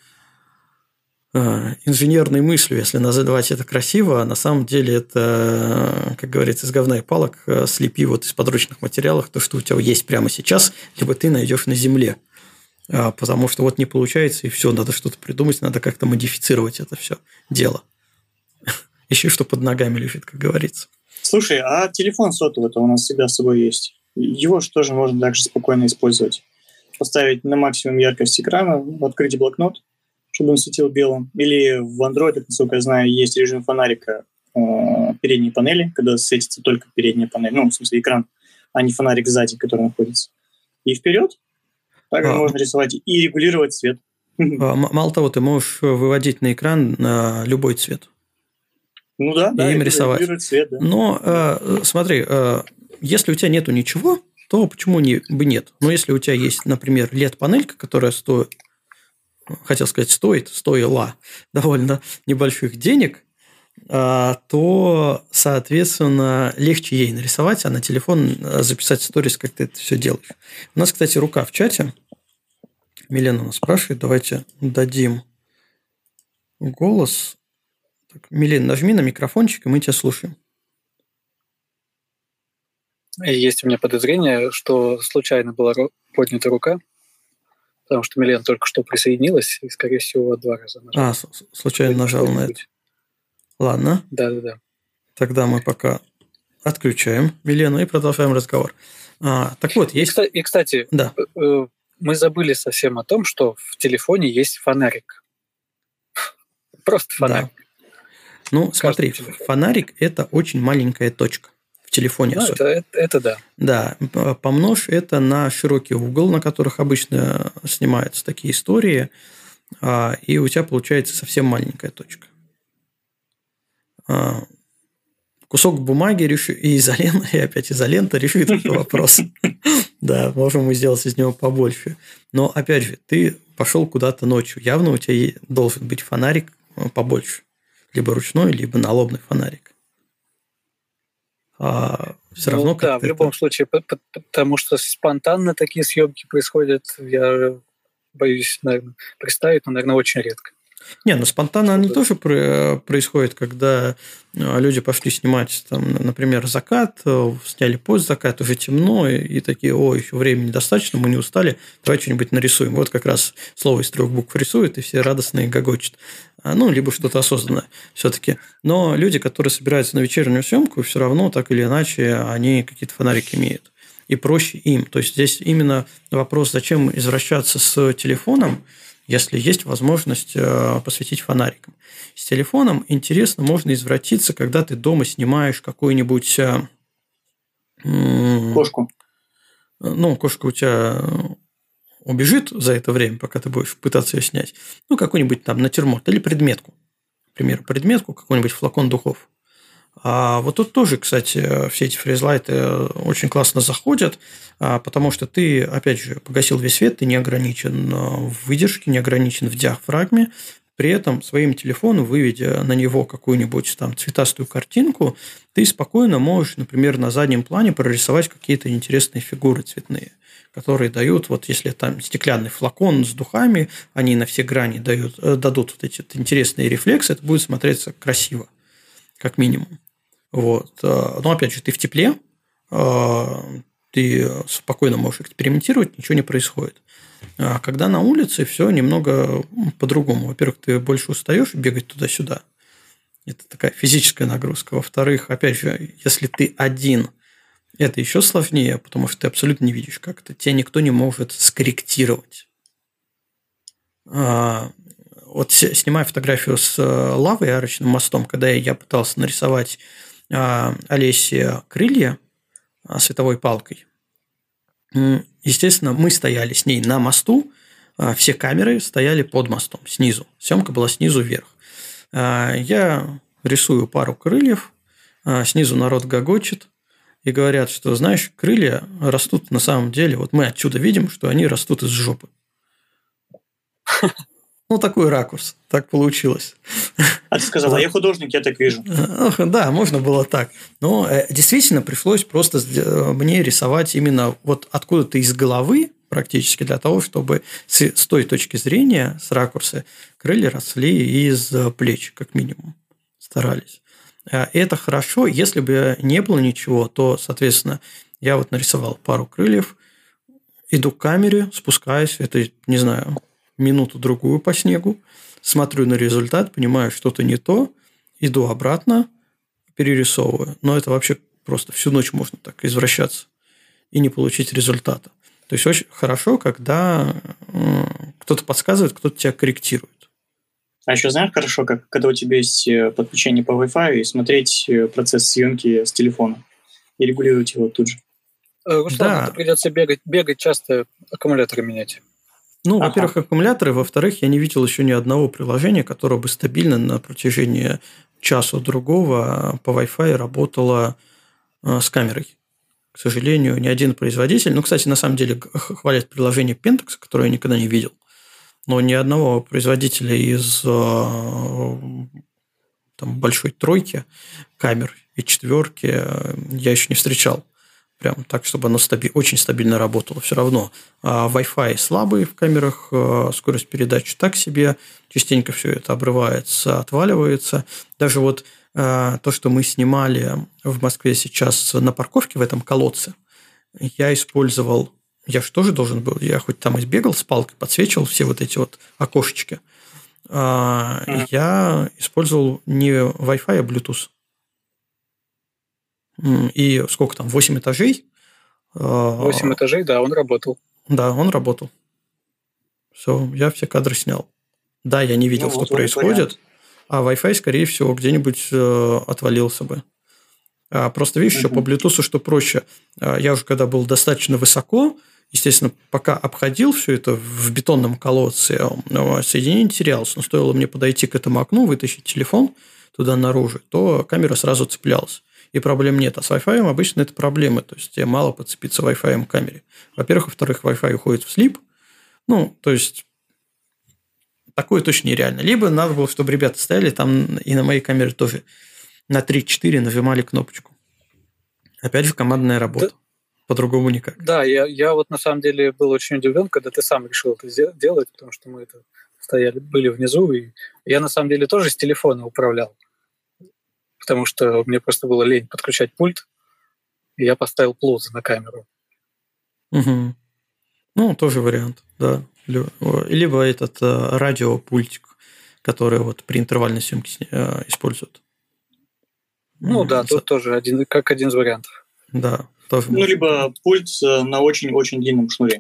инженерной мыслью, если называть это красиво, а на самом деле это, как говорится, из говна и палок слепи вот из подручных материалов то, что у тебя есть прямо сейчас, либо ты найдешь на земле. Потому что вот не получается, и все, надо что-то придумать, надо как-то модифицировать это все дело. Ищи, что под ногами лежит, как говорится. Слушай, а телефон сотовый-то у нас всегда с собой есть. Его же тоже можно также спокойно использовать. Поставить на максимум яркость экрана, открыть блокнот, чтобы он светил белым. Или в Android, насколько я знаю, есть режим фонарика э, передней панели, когда светится только передняя панель, ну, в смысле экран, а не фонарик сзади, который находится. И вперед также а. можно рисовать и регулировать цвет. Мало того, ты можешь выводить на экран на любой цвет. Ну да, да, и им рисовать. Цвет, да. Но э, смотри, э, если у тебя нету ничего, то почему не, бы нет? Но если у тебя есть, например, лед-панелька, которая стоит, хотел сказать, стоит, стоила довольно небольших денег, э, то, соответственно, легче ей нарисовать, а на телефон записать сторис, как ты это все делаешь. У нас, кстати, рука в чате. Милена нас спрашивает, давайте дадим голос. Так, Милен, нажми на микрофончик, и мы тебя слушаем. Есть у меня подозрение, что случайно была поднята рука, потому что Милен только что присоединилась и, скорее всего, два раза нажала. А, случайно нажал на это. Ладно. Да-да-да. Тогда мы пока отключаем Милену и продолжаем разговор. А, так вот, есть... И, кстати, да. мы забыли совсем о том, что в телефоне есть фонарик. Просто фонарик. Да. Ну, смотри, фонарик – это очень маленькая точка в телефоне. Ну, это, это, это да. Да, помножь это на широкий угол, на которых обычно снимаются такие истории, и у тебя получается совсем маленькая точка. Кусок бумаги и изолента, и опять изолента решит этот вопрос. Да, можем мы сделать из него побольше. Но, опять же, ты пошел куда-то ночью. Явно у тебя должен быть фонарик побольше. Либо ручной, либо налобный фонарик. А все равно ну, да, в любом это... случае, потому что спонтанно такие съемки происходят, я боюсь, наверное, представить, но, наверное, очень редко. Не, ну спонтанно они тоже происходят, когда люди пошли снимать, там, например, закат, сняли пост-закат, уже темно, и такие, о, еще времени достаточно, мы не устали, давай что-нибудь нарисуем. Вот как раз слово из трех букв рисует, и все радостные гогочат. Ну, либо что-то осознанное все-таки. Но люди, которые собираются на вечернюю съемку, все равно, так или иначе, они какие-то фонарики имеют. И проще им. То есть здесь именно вопрос, зачем извращаться с телефоном, если есть возможность посветить фонариком. С телефоном интересно можно извратиться, когда ты дома снимаешь какую-нибудь... Кошку. Ну, кошка у тебя убежит за это время, пока ты будешь пытаться ее снять. Ну, какой-нибудь там натюрморт или предметку. Например, предметку, какой-нибудь флакон духов. А вот тут тоже, кстати, все эти фризлайты очень классно заходят, потому что ты, опять же, погасил весь свет, ты не ограничен в выдержке, не ограничен в диафрагме, при этом своим телефоном, выведя на него какую-нибудь там цветастую картинку, ты спокойно можешь, например, на заднем плане прорисовать какие-то интересные фигуры цветные, которые дают, вот если там стеклянный флакон с духами, они на все грани дают, дадут вот эти интересные рефлексы, это будет смотреться красиво, как минимум. Вот. Но, опять же, ты в тепле, ты спокойно можешь экспериментировать, ничего не происходит. А когда на улице, все немного по-другому. Во-первых, ты больше устаешь бегать туда-сюда. Это такая физическая нагрузка. Во-вторых, опять же, если ты один, это еще сложнее, потому что ты абсолютно не видишь, как это. Тебя никто не может скорректировать. Вот снимая фотографию с лавой и арочным мостом, когда я пытался нарисовать Олесе крылья световой палкой, естественно, мы стояли с ней на мосту, все камеры стояли под мостом, снизу. Съемка была снизу вверх. Я рисую пару крыльев, снизу народ гогочет и говорят, что, знаешь, крылья растут на самом деле, вот мы отсюда видим, что они растут из жопы. Ну, такой ракурс, так получилось. А ты сказал, а я художник, я так вижу. Да, можно было так. Но действительно пришлось просто мне рисовать именно вот откуда-то из головы практически для того, чтобы с той точки зрения, с ракурса, крылья росли из плеч, как минимум. Старались. И это хорошо. Если бы не было ничего, то, соответственно, я вот нарисовал пару крыльев, иду к камере, спускаюсь, это, не знаю, минуту-другую по снегу, смотрю на результат, понимаю, что-то не то, иду обратно, перерисовываю. Но это вообще просто всю ночь можно так извращаться и не получить результата. То есть очень хорошо, когда кто-то подсказывает, кто-то тебя корректирует. А еще знаешь хорошо, как когда у тебя есть подключение по Wi-Fi и смотреть процесс съемки с телефона и регулировать его тут же. Руслан, да. Это придется бегать, бегать часто, аккумуляторы менять. Ну, ага. Во-первых, аккумуляторы, во-вторых, я не видел еще ни одного приложения, которое бы стабильно на протяжении часа-другого по Wi-Fi работало с камерой. К сожалению, ни один производитель. Ну, кстати, на самом деле хвалят приложение Pentax, которое я никогда не видел. Но ни одного производителя из там, большой тройки камер и четверки я еще не встречал. Прям так, чтобы оно стаби- очень стабильно работало. Все равно а Wi-Fi слабый в камерах, скорость передачи так себе, частенько все это обрывается, отваливается. Даже вот а, то, что мы снимали в Москве сейчас на парковке в этом колодце, я использовал, я же тоже должен был, я хоть там избегал с палкой, подсвечивал все вот эти вот окошечки, а, mm. я использовал не Wi-Fi, а Bluetooth. И сколько там, восемь этажей? восемь этажей, да, он работал. Да, он работал. Все, я все кадры снял. Да, я не видел, ну, что вот происходит, а Wi-Fi, скорее всего, где-нибудь отвалился бы. А просто, видишь, еще uh-huh. по Bluetooth, что проще. Я уже когда был достаточно высоко, естественно, пока обходил все это в бетонном колодце, соединение терялось. Но стоило мне подойти к этому окну, вытащить телефон туда наружу, то камера сразу цеплялась. И проблем нет. А с Wi-Fi обычно это проблемы. То есть, тебе мало подцепиться Wi-Fi к камере. Во-первых. Во-вторых, Wi-Fi уходит в слип. Ну, то есть, такое точно нереально. Либо надо было, чтобы ребята стояли там, и на моей камере тоже на три-четыре нажимали кнопочку. Опять же, командная работа. Да. По-другому никак. Да, я, я вот на самом деле был очень удивлен, когда ты сам решил это делать, потому что мы это стояли, были внизу, и я на самом деле тоже с телефона управлял. Потому что мне просто было лень подключать пульт, и я поставил плуз на камеру. Угу. Ну, тоже вариант, да. Либо этот радиопультик, который вот при интервальной съемке используют. Ну да, тут тоже один, как один из вариантов. Да. Тоже ну, либо пульт на очень-очень длинном шнуре.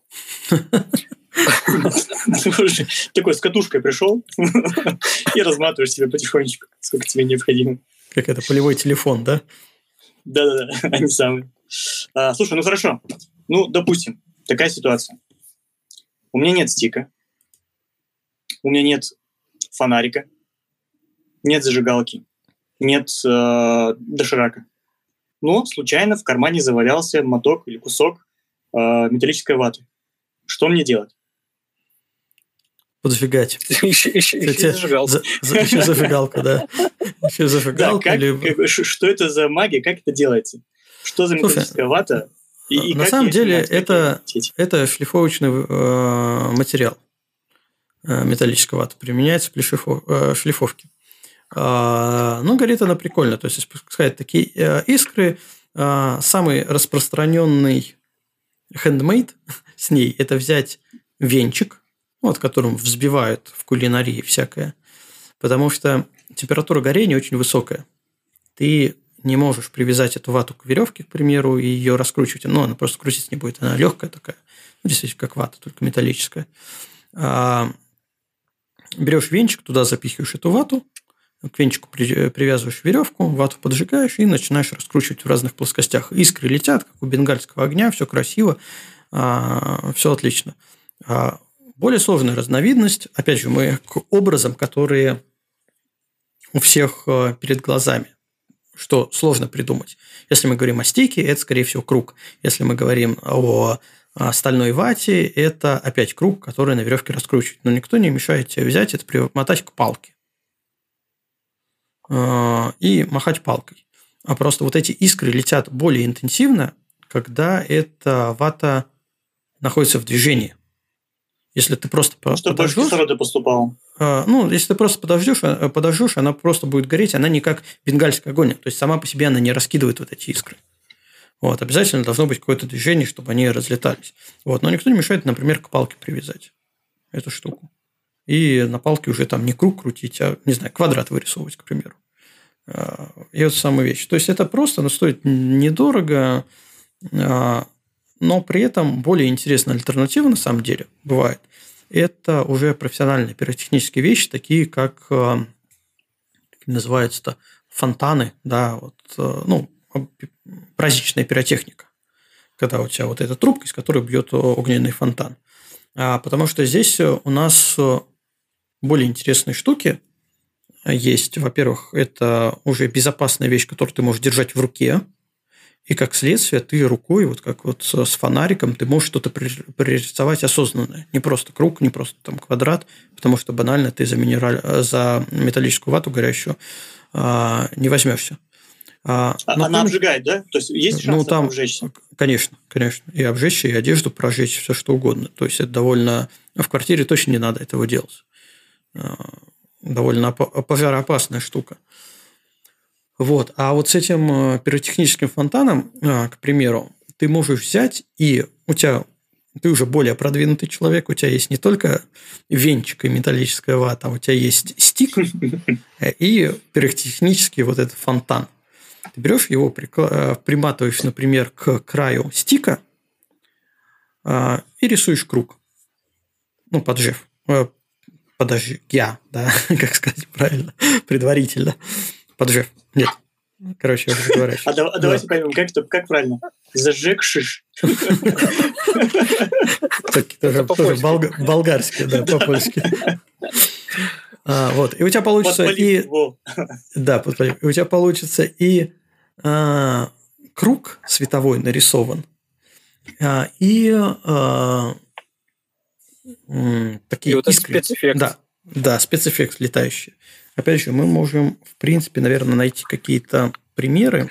Такой с катушкой пришел и разматываешь себе потихонечку, сколько тебе необходимо. Как это, полевой телефон, да? Да-да-да, они самые. А, слушай, ну хорошо. Ну, допустим, такая ситуация. У меня нет стика, у меня нет фонарика, нет зажигалки, нет э, доширака. Но случайно в кармане завалялся моток или кусок э, металлической ваты. Что мне делать? Поджигать. Еще зажигалка. Еще зажигалка, да. Еще зажигалка. Что это за магия? Как это делается? Что за металлическая вата? На самом деле это шлифовочный материал. Металлическая вата применяется при шлифовке. Ну, горит она прикольно. То есть, если пускать такие искры, самый распространенный handmade с ней – это взять венчик, вот, которым взбивают в кулинарии всякое, потому что температура горения очень высокая. Ты не можешь привязать эту вату к веревке, к примеру, и ее раскручивать. Ну, она просто крутиться не будет. Она легкая такая. Ну, действительно, как вата, только металлическая. А, берешь венчик, туда запихиваешь эту вату, к венчику привязываешь веревку, вату поджигаешь и начинаешь раскручивать в разных плоскостях. Искры летят, как у бенгальского огня, все красиво, а, все отлично. А, более сложная разновидность, опять же, мы к образам, которые у всех перед глазами, что сложно придумать. Если мы говорим о стике, это, скорее всего, круг. Если мы говорим о стальной вате, это опять круг, который на веревке раскручивать. Но никто не мешает тебе взять это, примотать к палке и махать палкой. А просто вот эти искры летят более интенсивно, когда эта вата находится в движении. Если ты просто ну, чтобы больше кислорода поступало. Ну, если ты просто подождешь, подождешь, она просто будет гореть, она не как бенгальский огонь. То есть, сама по себе она не раскидывает вот эти искры. Вот, обязательно должно быть какое-то движение, чтобы они разлетались. Вот, но никто не мешает, например, к палке привязать эту штуку. И на палке уже там не круг крутить, а, не знаю, квадрат вырисовывать, к примеру. И вот самая вещь. То есть, это просто, но стоит недорого, но при этом более интересная альтернатива, на самом деле, бывает. Это уже профессиональные пиротехнические вещи, такие как, как называется-то, фонтаны, да, вот, ну, праздничная пиротехника, когда у тебя вот эта трубка, из которой бьет огненный фонтан. А, потому что здесь у нас более интересные штуки есть. Во-первых, это уже безопасная вещь, которую ты можешь держать в руке, и как следствие ты рукой, вот как вот с фонариком, ты можешь что-то прорисовать осознанное. Не просто круг, не просто там квадрат, потому что банально ты за, минераль... за металлическую вату горящую а, не возьмешься. А, она кроме... обжигает, да? То есть есть шанс ну, там, обжечься? Конечно, конечно. И обжечься, и одежду прожечь, все что угодно. То есть, это довольно... В квартире точно не надо этого делать. Довольно пожароопасная штука. Вот. А вот с этим пиротехническим фонтаном, к примеру, ты можешь взять, и у тебя ты уже более продвинутый человек, у тебя есть не только венчик и металлическая вата, а у тебя есть стик и пиротехнический вот этот фонтан. Ты берешь его, приматываешь, например, к краю стика и рисуешь круг. Ну, поджив. Подожгя, да, как сказать правильно, предварительно. Поджив. Нет. Короче, я уже говорю. А, да, а давайте поймем, как, как правильно? Зажегшиш. Тоже болгарский, да, по-польски. Вот. И у тебя получится и... Да, и у тебя получится и круг световой нарисован, и такие искры. Да, да, спецэффект летающий. Опять же, мы можем, в принципе, наверное, найти какие-то примеры.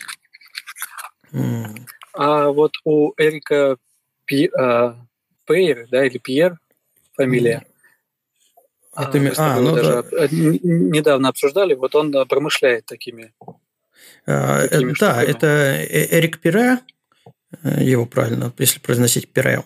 А вот у Эрика Пи... а, Пейер, да, или Пьер фамилия. Это... А, мы а, ну, даже да. недавно обсуждали, вот он промышляет такими. А, такими это, да, это Эрик Пире, его правильно, если произносить Пире.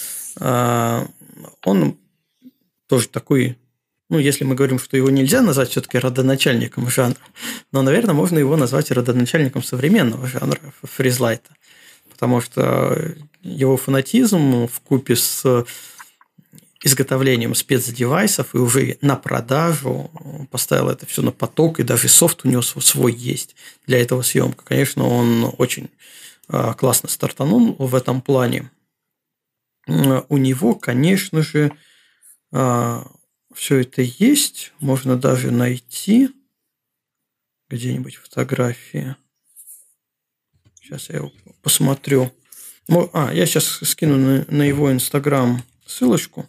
Он тоже такой... Ну, если мы говорим, что его нельзя назвать все-таки родоначальником жанра, но, наверное, можно его назвать родоначальником современного жанра фризлайта, потому что его фанатизм вкупе с изготовлением спецдевайсов и уже на продажу поставил это все на поток, и даже софт у него свой есть для этого съемка. Конечно, он очень классно стартанул в этом плане. У него, конечно же, все это есть, можно даже найти где-нибудь фотографии. Сейчас я его посмотрю. А, я сейчас скину на, на его Инстаграм ссылочку.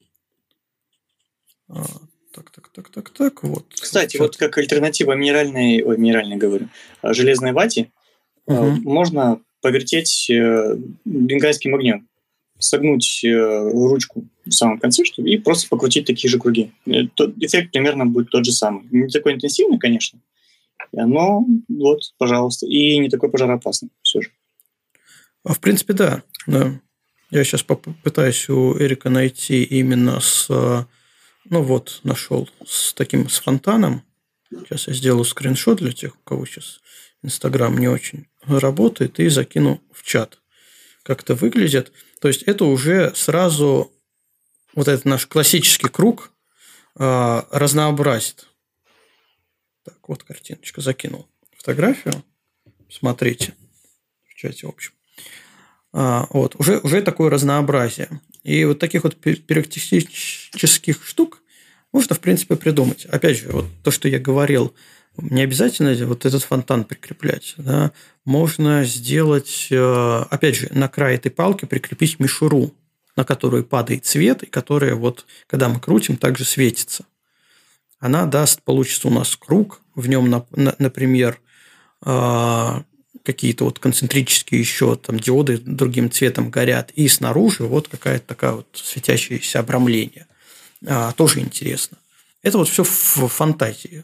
А, так, так, так, так, так, вот. Кстати, вот как альтернатива минеральной, ой, минеральной говорю, железной вате, угу. можно повертеть бенгальским огнем. Согнуть э, ручку в самом конце, чтобы, и просто покрутить такие же круги. Тот эффект примерно будет тот же самый. Не такой интенсивный, конечно, И оно, вот, пожалуйста, и не такой пожароопасный все же. А в принципе, да. да. Я сейчас попытаюсь у Эрика найти именно с... Ну вот, нашел с таким, с фонтаном. Сейчас я сделаю скриншот для тех, у кого сейчас Инстаграм не очень работает, и закину в чат. Как это выглядит. То есть, это уже сразу вот этот наш классический круг э, разнообразит. Так, вот картиночка. Закинул фотографию. Смотрите. В чате, в общем. А, вот, уже, уже такое разнообразие. И вот таких вот пиротехнических штук можно, в принципе, придумать. Опять же, вот то, что я говорил, не обязательно вот этот фонтан прикреплять. Да? Можно сделать, опять же, на край этой палки прикрепить мишуру, на которую падает свет, и которая, вот, когда мы крутим, также светится. Она даст, получится у нас круг, в нем, например, какие-то вот концентрические еще там диоды другим цветом горят, и снаружи вот какая-то такая вот светящееся обрамление. А, тоже интересно. Это вот все в фантазии.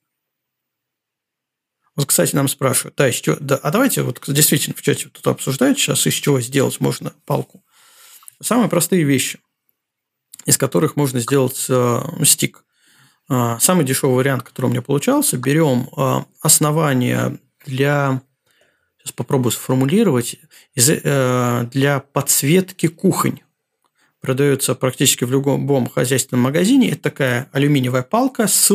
Вот, кстати, нам спрашивают, да, из чего, да, а давайте вот действительно в чате тут обсуждают сейчас, из чего сделать можно палку. Самые простые вещи, из которых можно сделать э, стик. Э, самый дешевый вариант, который у меня получался, берем э, основание для... Сейчас попробую сформулировать. Для подсветки кухонь. Продается практически в любом хозяйственном магазине. Это такая алюминиевая палка с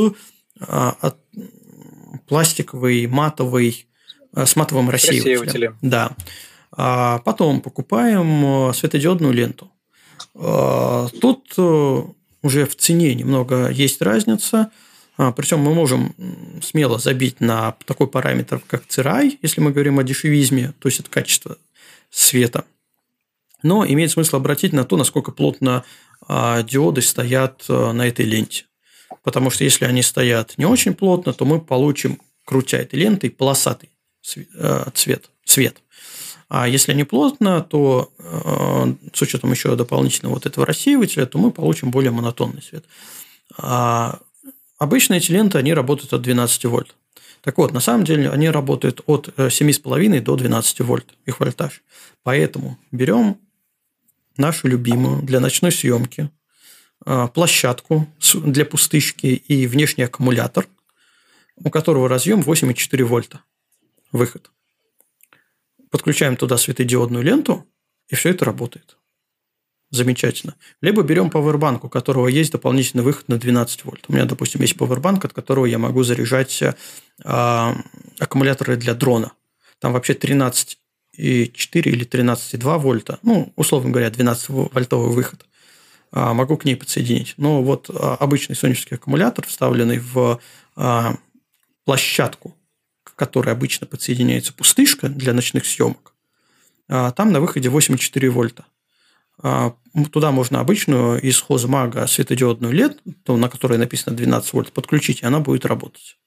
пластиковой, матовой, с матовым рассеивателем. рассеивателем. Да. Потом покупаем светодиодную ленту. Тут уже в цене немного есть разница. А, причем мы можем смело забить на такой параметр, как си эр ай, если мы говорим о дешевизме, то есть это качество света. Но имеет смысл обратить на то, насколько плотно а, диоды стоят а, на этой ленте. Потому что если они стоят не очень плотно, то мы получим, крутя этой лентой, полосатый цвет, цвет. А если они плотно, то а, с учетом еще дополнительного вот этого рассеивателя, то мы получим более монотонный цвет. А, Обычно эти ленты, они работают от двенадцати вольт. Так вот, на самом деле, они работают от семи с половиной до двенадцати вольт, их вольтаж. Поэтому берем нашу любимую для ночной съемки площадку для пустышки и внешний аккумулятор, у которого разъем восемь и четыре вольта. Выход. Подключаем туда светодиодную ленту, и все это работает. Замечательно. Либо берем пауэрбанк, у которого есть дополнительный выход на двенадцать вольт. У меня, допустим, есть пауэрбанк, от которого я могу заряжать э, аккумуляторы для дрона. Там вообще тринадцать и четыре или тринадцать и два вольта. Ну, условно говоря, двенадцативольтовый выход. А, могу к ней подсоединить. Но вот а, обычный сонечский аккумулятор, вставленный в а, площадку, к которой обычно подсоединяется пустышка для ночных съемок, а, там на выходе восемь и четыре вольта. Туда можно обычную из хозмага светодиодную ленту, на которой написано двенадцать вольт, подключить, и она будет работать.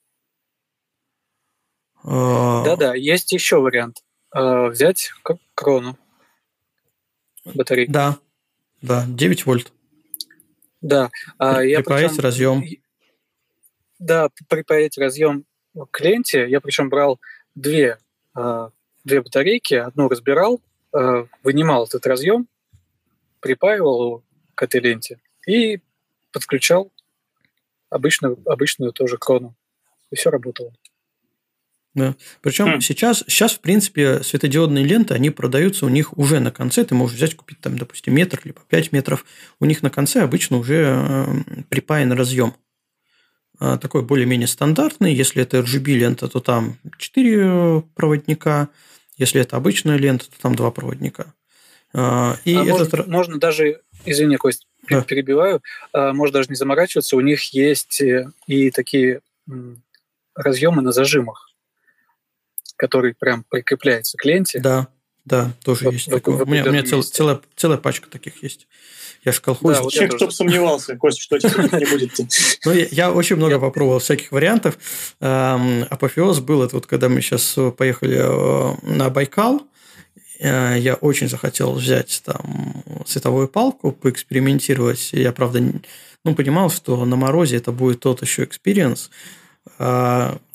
Да-да, есть еще вариант. Взять крону батареи. Да, да, девять вольт. Да. Я припаять причем... разъем. Да, припаять разъем к ленте. Я причем брал две, две батарейки, одну разбирал, вынимал этот разъем, припаивал к этой ленте и подключал обычную, обычную тоже крону. И все работало. Да. Причем mm. сейчас, сейчас, в принципе, светодиодные ленты, они продаются у них уже на конце. Ты можешь взять, купить там, допустим, метр, либо пять метров. У них на конце обычно уже припаян разъем. Такой более-менее стандартный. Если это эр джи би-лента, то там четыре проводника. Если это обычная лента, то там два проводника. И а этот... можно, можно даже, извини, Кость, да. перебиваю, можно даже не заморачиваться, у них есть и такие разъемы на зажимах, которые прям прикрепляются к ленте. Да, да, тоже вот, есть. В, такое. В, у меня, у меня цел, целая, целая пачка таких есть. Я же колхозник. Да, вот человек, кто бы сомневался, Костя, что теперь не будет. Ну, я, я очень много попробовал всяких вариантов. Апофеоз был, это вот когда мы сейчас поехали на Байкал, я очень захотел взять там световую палку, поэкспериментировать. Я, правда, ну, понимал, что на морозе это будет тот еще экспириенс. Но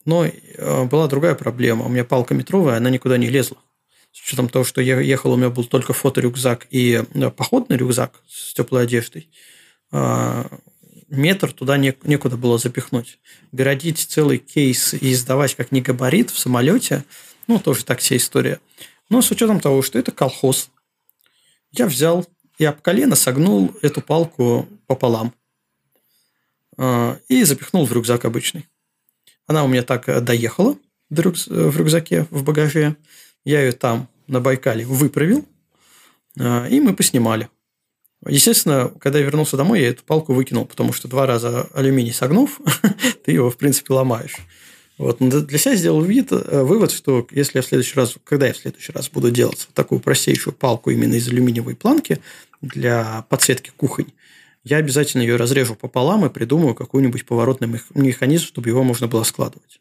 Но э, была другая проблема. У меня палка метровая, она никуда не лезла. С учетом того, что я ехал, у меня был только фоторюкзак и э, походный рюкзак с теплой одеждой. Э, метр туда не, некуда было запихнуть. Городить целый кейс и сдавать как не габарит в самолете, ну, тоже так вся история. Но с учетом того, что это колхоз, я взял и об колено согнул эту палку пополам э, и запихнул в рюкзак обычный. Она у меня так доехала в рюкзаке, в багаже. Я ее там на Байкале выправил, и мы поснимали. Естественно, когда я вернулся домой, я эту палку выкинул, потому что два раза алюминий согнув, ты его, в принципе, ломаешь. Вот. Но для себя сделал вид, вывод, что если я в следующий раз, когда я в следующий раз буду делать вот такую простейшую палку именно из алюминиевой планки для подсветки кухонь, я обязательно ее разрежу пополам и придумаю какой-нибудь поворотный механизм, чтобы его можно было складывать.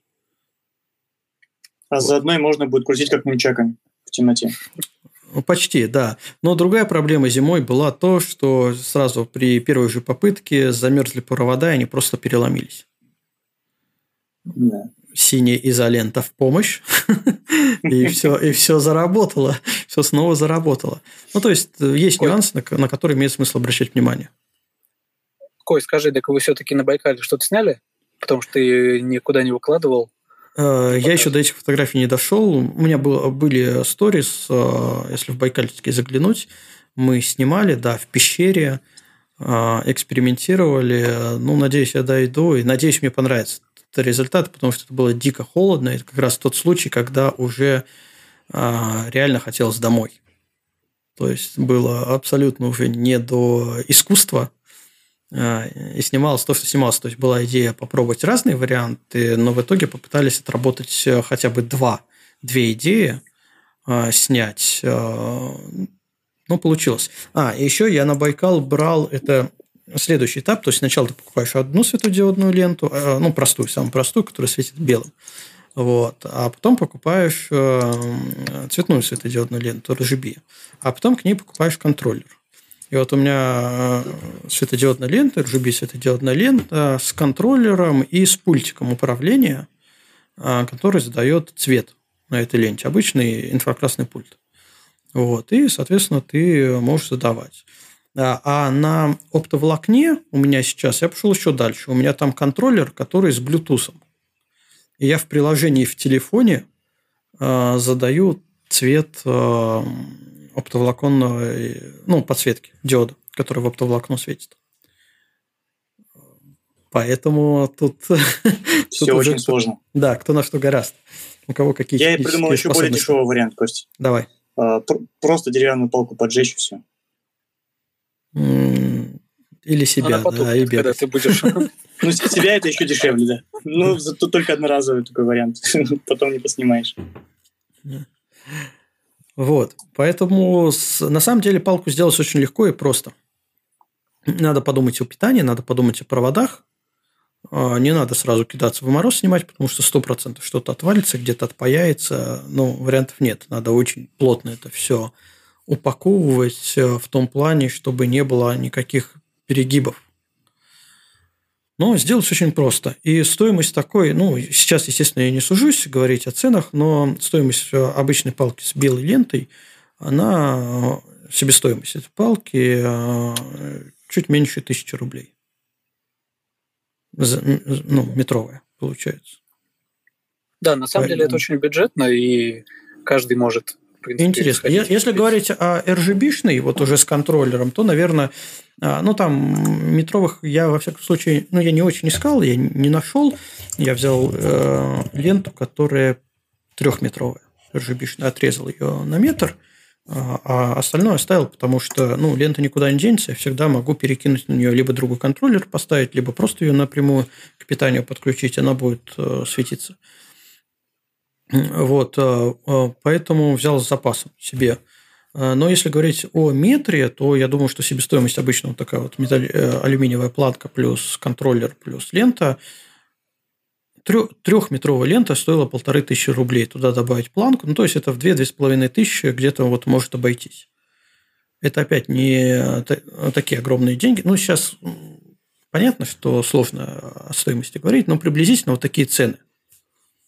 А вот. Заодно и можно будет крутить как нунчаками в темноте. Ну, почти, да. Но другая проблема зимой была то, что сразу при первой же попытке замерзли провода, и они просто переломились. Да. Синяя изолента в помощь, и все, и все заработало. Все снова заработало. Ну, то есть, есть нюансы, на которые имеет смысл обращать внимание. Кой, скажи, так вы все-таки на Байкале что-то сняли? Потому что ты никуда не выкладывал. Я еще до этих фотографий не дошел. У меня был, были сторис, если в Байкальске заглянуть. Мы снимали, да, в пещере, экспериментировали. Ну, надеюсь, я дойду. И надеюсь, мне понравится этот результат, потому что это было дико холодно. Это как раз тот случай, когда уже реально хотелось домой. То есть, было абсолютно уже не до искусства. И снималось то, что снималось. То есть, была идея попробовать разные варианты, но в итоге попытались отработать хотя бы два, две идеи э, снять. Э, ну, получилось. А, и еще я на Байкал брал, это следующий этап. То есть, сначала ты покупаешь одну светодиодную ленту, э, ну, простую, самую простую, которая светит белым. Вот. А потом покупаешь э, цветную светодиодную ленту, эр джи би. А потом к ней покупаешь контроллер. И вот у меня светодиодная лента, эр джи би светодиодная лента с контроллером и с пультиком управления, который задает цвет на этой ленте. Обычный инфракрасный пульт. Вот. И, соответственно, ты можешь задавать. А на оптоволокне у меня сейчас, я пошел еще дальше, у меня там контроллер, который с Bluetooth. И я в приложении в телефоне задаю цвет оптоволоконного, ну, подсветки диода, который в оптоволокно светит. Поэтому тут... Все тут очень сложно. Да, кто на что гораст. У кого какие Я придумал еще более дешевый вариант, Костя. Давай. А, просто деревянную палку поджечь, и все. Или себя, да, и когда ты будешь... Ну, себя это еще дешевле, да. Ну, зато только одноразовый такой вариант. Потом не поснимаешь. Вот, поэтому на самом деле палку сделать очень легко и просто. Надо подумать о питании, надо подумать о проводах. Не надо сразу кидаться в мороз снимать, потому что сто процентов что-то отвалится, где-то отпаяется. Ну, вариантов нет. Надо очень плотно это все упаковывать в том плане, чтобы не было никаких перегибов. Но сделать очень просто. И стоимость такой, ну, сейчас, естественно, я не сужусь говорить о ценах, но стоимость обычной палки с белой лентой, она, себестоимость этой палки чуть меньше тысячи рублей. Ну, метровая, получается. Да, на самом Поэтому... деле это очень бюджетно, и каждый может... Интересно. Если говорить о эр джи би-шной, вот уже с контроллером, то, наверное, ну, там метровых я, во всяком случае, ну, я не очень искал, я не нашел. Я взял э, ленту, которая трехметровая, эр джи би-шная, отрезал ее на метр, а остальное оставил, потому что, ну, лента никуда не денется, я всегда могу перекинуть на нее либо другой контроллер поставить, либо просто ее напрямую к питанию подключить, она будет э, светиться. Вот, поэтому взял с запасом себе. Но если говорить о метре, то я думаю, что себестоимость обычно вот такая вот металл... алюминиевая платка плюс контроллер плюс лента. Трехметровая лента стоила полторы тысячи рублей. Туда добавить планку, ну, то есть это в две-две с половиной тысячи где-то вот может обойтись. Это опять не такие огромные деньги. Ну, сейчас понятно, что сложно о стоимости говорить, но приблизительно вот такие цены.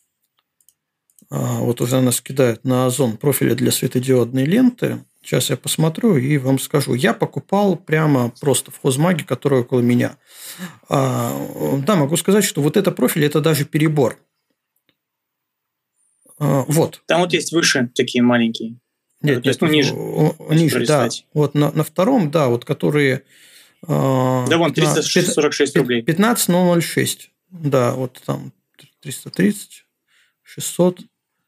Вот уже нас кидают на Озон профили для светодиодной ленты. Сейчас я посмотрю и вам скажу. Я покупал прямо просто в хозмаге, который около меня. Да, могу сказать, что вот это профиль, это даже перебор. Вот. Там вот есть выше такие маленькие. Нет, нет, ну, ниже. Ниже, да. Вот на, на втором, да, вот которые... Да, вон, триста сорок шесть рублей. пятнадцать ноль шесть. Да, вот там триста тридцать, шестьсот.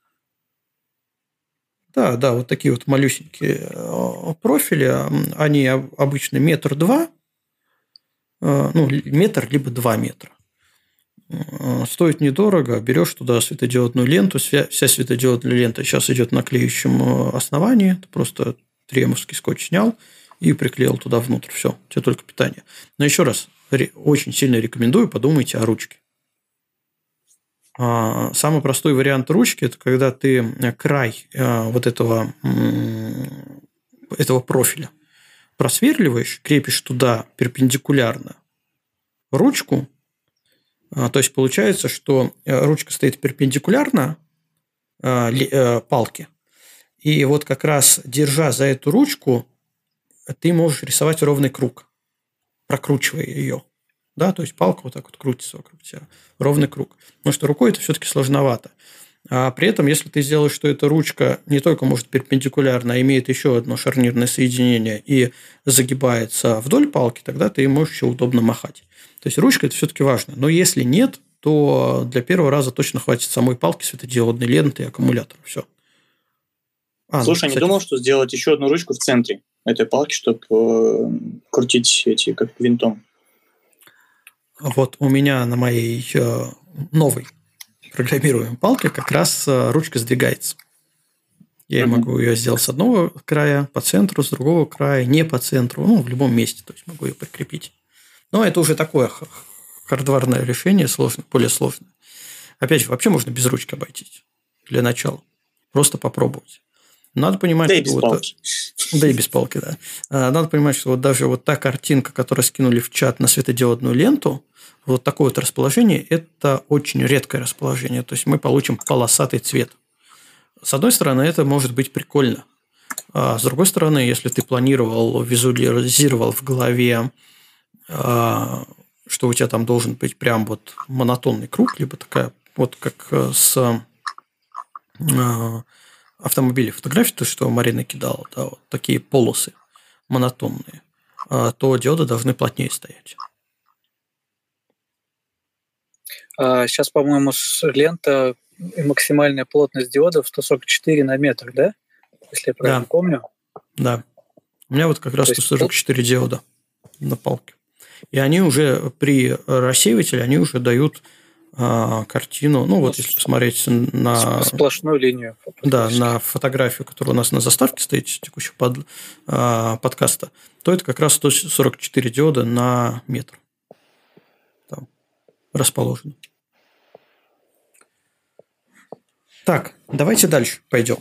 Да, да, вот такие вот малюсенькие профили. Они обычно метр два, ну, метр либо два метра. Стоит недорого, берешь туда светодиодную ленту, вся светодиодная лента сейчас идет на клеющем основании, ты просто триэмовский скотч снял и приклеил туда внутрь, все, у тебя только питание. Но еще раз, очень сильно рекомендую, подумайте о ручке. Самый простой вариант ручки – это когда ты край вот этого, этого профиля просверливаешь, крепишь туда перпендикулярно ручку. То есть получается, что ручка стоит перпендикулярно палке, и вот как раз держа за эту ручку, ты можешь рисовать ровный круг, прокручивая ее. Да, то есть палка вот так вот крутится вокруг тебя, ровный круг. Потому что рукой это все-таки сложновато. А при этом, если ты сделаешь, что эта ручка не только может перпендикулярно, а имеет еще одно шарнирное соединение и загибается вдоль палки, тогда ты можешь еще удобно махать. То есть ручка – это все-таки важно. Но если нет, то для первого раза точно хватит самой палки, светодиодной ленты и аккумулятора. Все. А, Слушай, ну, кстати... не думал, что сделать еще одну ручку в центре этой палки, чтобы э, крутить эти как винтом? Вот у меня на моей э, новой программируемой палке как раз э, ручка сдвигается. Я mm-hmm. могу ее сделать с одного края по центру, с другого края, не по центру, ну, в любом месте, то есть могу ее прикрепить. Но это уже такое хардварное решение, сложное, более сложное. Опять же, вообще можно без ручки обойтись для начала. Просто попробовать. Надо понимать, да что и без вот, палки. Да и без палки, да. Надо понимать, что вот даже вот та картинка, которую скинули в чат на светодиодную ленту, вот такое вот расположение – это очень редкое расположение. То есть мы получим полосатый цвет. С одной стороны, это может быть прикольно. А с другой стороны, если ты планировал, визуализировал в голове, что у тебя там должен быть прям вот монотонный круг, либо такая вот как с автомобилей фотографий, то, что Марина кидала, да, вот такие полосы монотонные, то диоды должны плотнее стоять. А сейчас, по-моему, лента и максимальная плотность диодов сто сорок четыре на метр, да? Если я правильно да. помню. Да. У меня вот как раз сто сорок четыре есть... диода на палке. И они уже при рассеивателе, они уже дают а, картину, ну, ну вот если посмотреть на... Сплошную линию. Да, на фотографию, которая у нас на заставке стоит текущего под, а, подкаста, то это как раз сто сорок четыре диода на метр. Там расположено. Так, давайте дальше пойдем.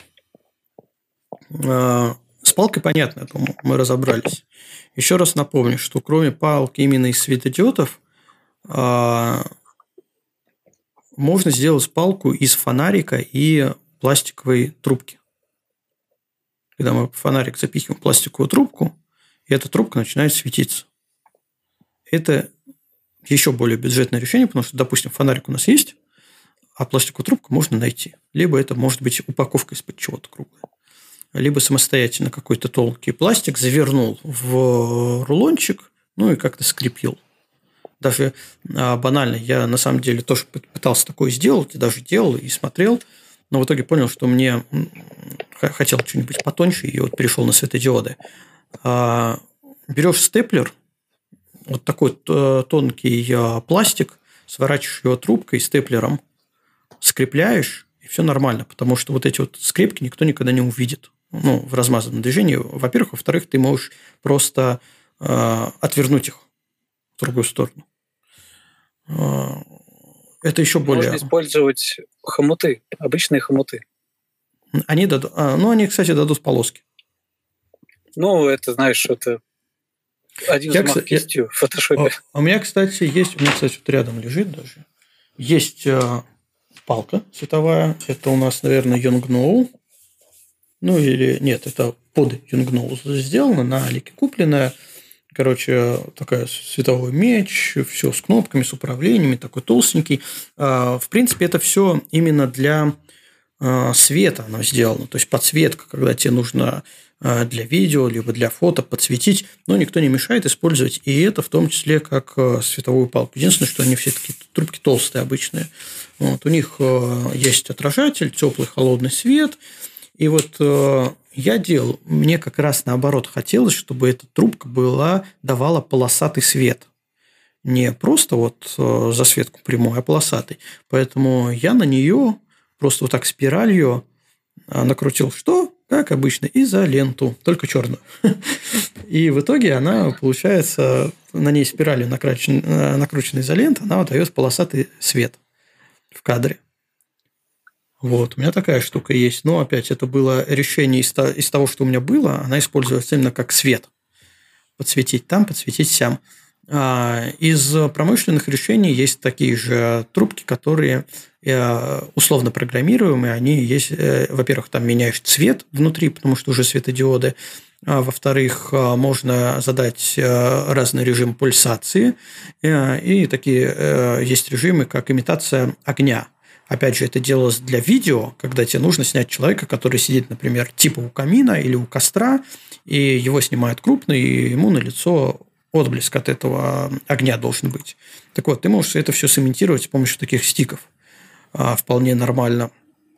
А, с палкой понятно, я думаю, мы разобрались. Еще раз напомню, что кроме палки именно из светодиодов а, можно сделать палку из фонарика и пластиковой трубки. Когда мы в фонарик запихиваем пластиковую трубку, и эта трубка начинает светиться. Это еще более бюджетное решение, потому что, допустим, фонарик у нас есть, а пластиковую трубку можно найти. Либо это может быть упаковка из-под чего-то круглая. Либо самостоятельно какой-то тонкий пластик завернул в рулончик, ну и как-то скрепил. Даже а, банально, я на самом деле тоже пытался такое сделать, и даже делал, и смотрел, но в итоге понял, что мне хотел что-нибудь потоньше, и вот перешел на светодиоды. А, берешь степлер, вот такой тонкий пластик, сворачиваешь его трубкой, степлером, скрепляешь, и все нормально, потому что вот эти вот скрепки никто никогда не увидит. Ну, в размазанном движении, во-первых. Во-вторых, ты можешь просто э, отвернуть их в другую сторону. Э, это еще более... Можно использовать хомуты, обычные хомуты. Они дадут... А, ну, они, кстати, дадут полоски. Ну, это, знаешь, это один я, взмах кистью в фотошопе. А у меня, кстати, есть... У меня, кстати, вот рядом лежит даже. Есть э, палка световая. Это у нас, наверное, Yongnuo. Ну, или нет, это под Yongnuo сделано, на Алике купленная. Короче, такая световой меч, все с кнопками, с управлениями, такой толстенький. В принципе, это все именно для света оно сделано. То есть подсветка, когда тебе нужно для видео, либо для фото подсветить, но никто не мешает использовать и это, в том числе, как световую палку. Единственное, что они все такие трубки толстые, обычные. Вот. У них есть отражатель, теплый, холодный свет. И вот я делал, мне как раз наоборот хотелось, чтобы эта трубка была, давала полосатый свет. Не просто вот засветку прямую, а полосатый. Поэтому я на нее просто вот так спиралью накрутил что? Как обычно, изоленту, только черную. И в итоге она, получается, на ней спиралью накручена, накручена изолента, она дает полосатый свет в кадре. Вот, у меня такая штука есть. Но, опять, это было решение из того, что у меня было. Она используется именно как свет. Подсветить там, подсветить сям. Из промышленных решений есть такие же трубки, которые условно программируемые. Они есть, во-первых, там меняешь цвет внутри, потому что уже светодиоды. А во-вторых, можно задать разный режим пульсации. И такие есть режимы, как имитация огня. Опять же, это делалось для видео, когда тебе нужно снять человека, который сидит, например, типа у камина или у костра, и его снимают крупно, и ему на лицо отблеск от этого огня должен быть. Так вот, ты можешь это все сымитировать с помощью таких стиков. Вполне нормально.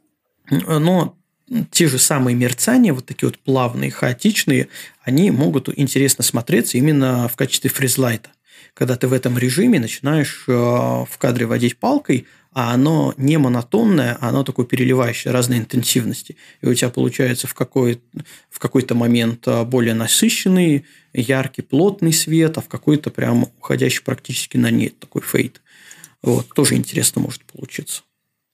Но те же самые мерцания, вот такие вот плавные, хаотичные, они могут интересно смотреться именно в качестве фризлайта. Когда ты в этом режиме начинаешь в кадре водить палкой, а оно не монотонное, а оно такое переливающее разной интенсивности. И у тебя получается в, какой, в какой-то момент более насыщенный, яркий, плотный свет, а в какой-то прям уходящий практически на нет такой фейд. Вот, тоже интересно может получиться.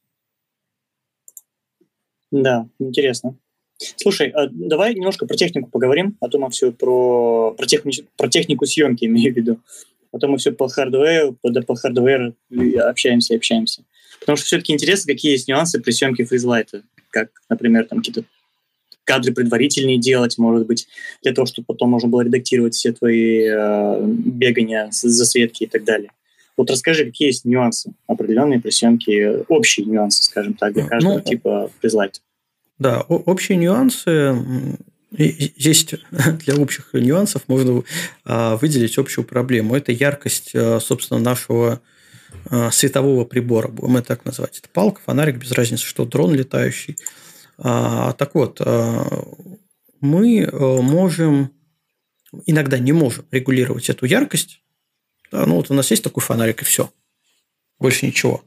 Да, интересно. Слушай, давай немножко про технику поговорим, а то мы все про, про, техни, про технику съемки имею в виду. Потом мы все по хардверу, по, по хардверу общаемся и общаемся. Потому что все-таки интересно, какие есть нюансы при съемке фризлайта. Как, например, там какие-то кадры предварительные делать, может быть, для того, чтобы потом можно было редактировать все твои э, бегания, засветки и так далее. Вот расскажи, какие есть нюансы определенные при съемке, общие нюансы, скажем так, для каждого ну, типа фризлайта. Да, общие нюансы... Есть для общих нюансов можно выделить общую проблему. Это яркость, собственно, нашего светового прибора, будем это так назвать. Это палка, фонарик, без разницы, что дрон летающий. Так вот, мы можем, иногда не можем регулировать эту яркость. Ну, вот у нас есть такой фонарик, и все. Больше ничего.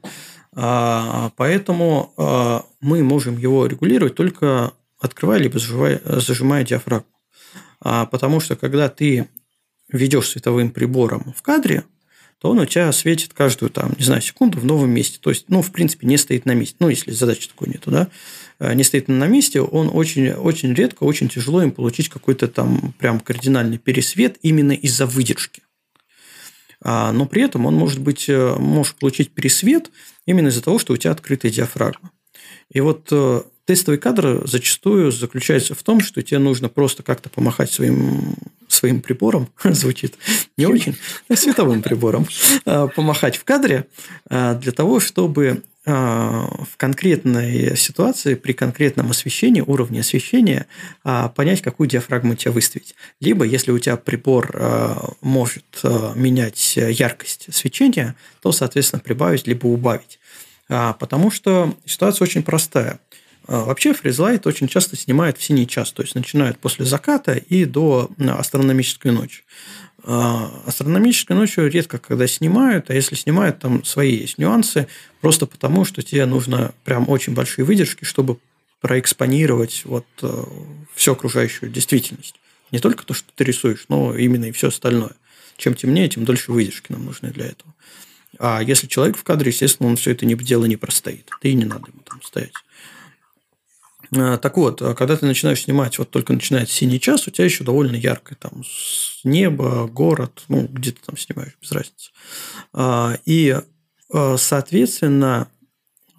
Поэтому мы можем его регулировать только открывая либо зажимая, зажимая диафрагму. А, потому что, когда ты ведешь световым прибором в кадре, то он у тебя светит каждую, там, не знаю, секунду в новом месте. То есть, ну, в принципе, не стоит на месте. Ну, если задачи такой нету, да. Не стоит на месте, он очень, очень редко, очень тяжело им получить какой-то там прям кардинальный пересвет именно из-за выдержки. А, но при этом он может быть, может получить пересвет именно из-за того, что у тебя открытая диафрагма. И вот тестовый кадр зачастую заключается в том, что тебе нужно просто как-то помахать своим, своим прибором, звучит не очень, световым прибором, помахать в кадре для того, чтобы в конкретной ситуации, при конкретном освещении, уровне освещения, понять, какую диафрагму у тебя выставить. Либо, если у тебя прибор может менять яркость свечения, то, соответственно, прибавить либо убавить. Потому что ситуация очень простая. Вообще фризлайт очень часто снимают в синий час, то есть начинают после заката и до астрономической ночи. Астрономической ночью редко когда снимают, а если снимают, там свои есть нюансы, просто потому, что тебе нужно прям очень большие выдержки, чтобы проэкспонировать вот всю окружающую действительность. Не только то, что ты рисуешь, но именно и все остальное. Чем темнее, тем дольше выдержки нам нужны для этого. А если человек в кадре, естественно, он все это дело не простоит. Да и не надо ему там стоять. Так вот, когда ты начинаешь снимать, вот только начинается синий час, у тебя еще довольно ярко. Там небо, город, ну, где ты там снимаешь, без разницы. И, соответственно,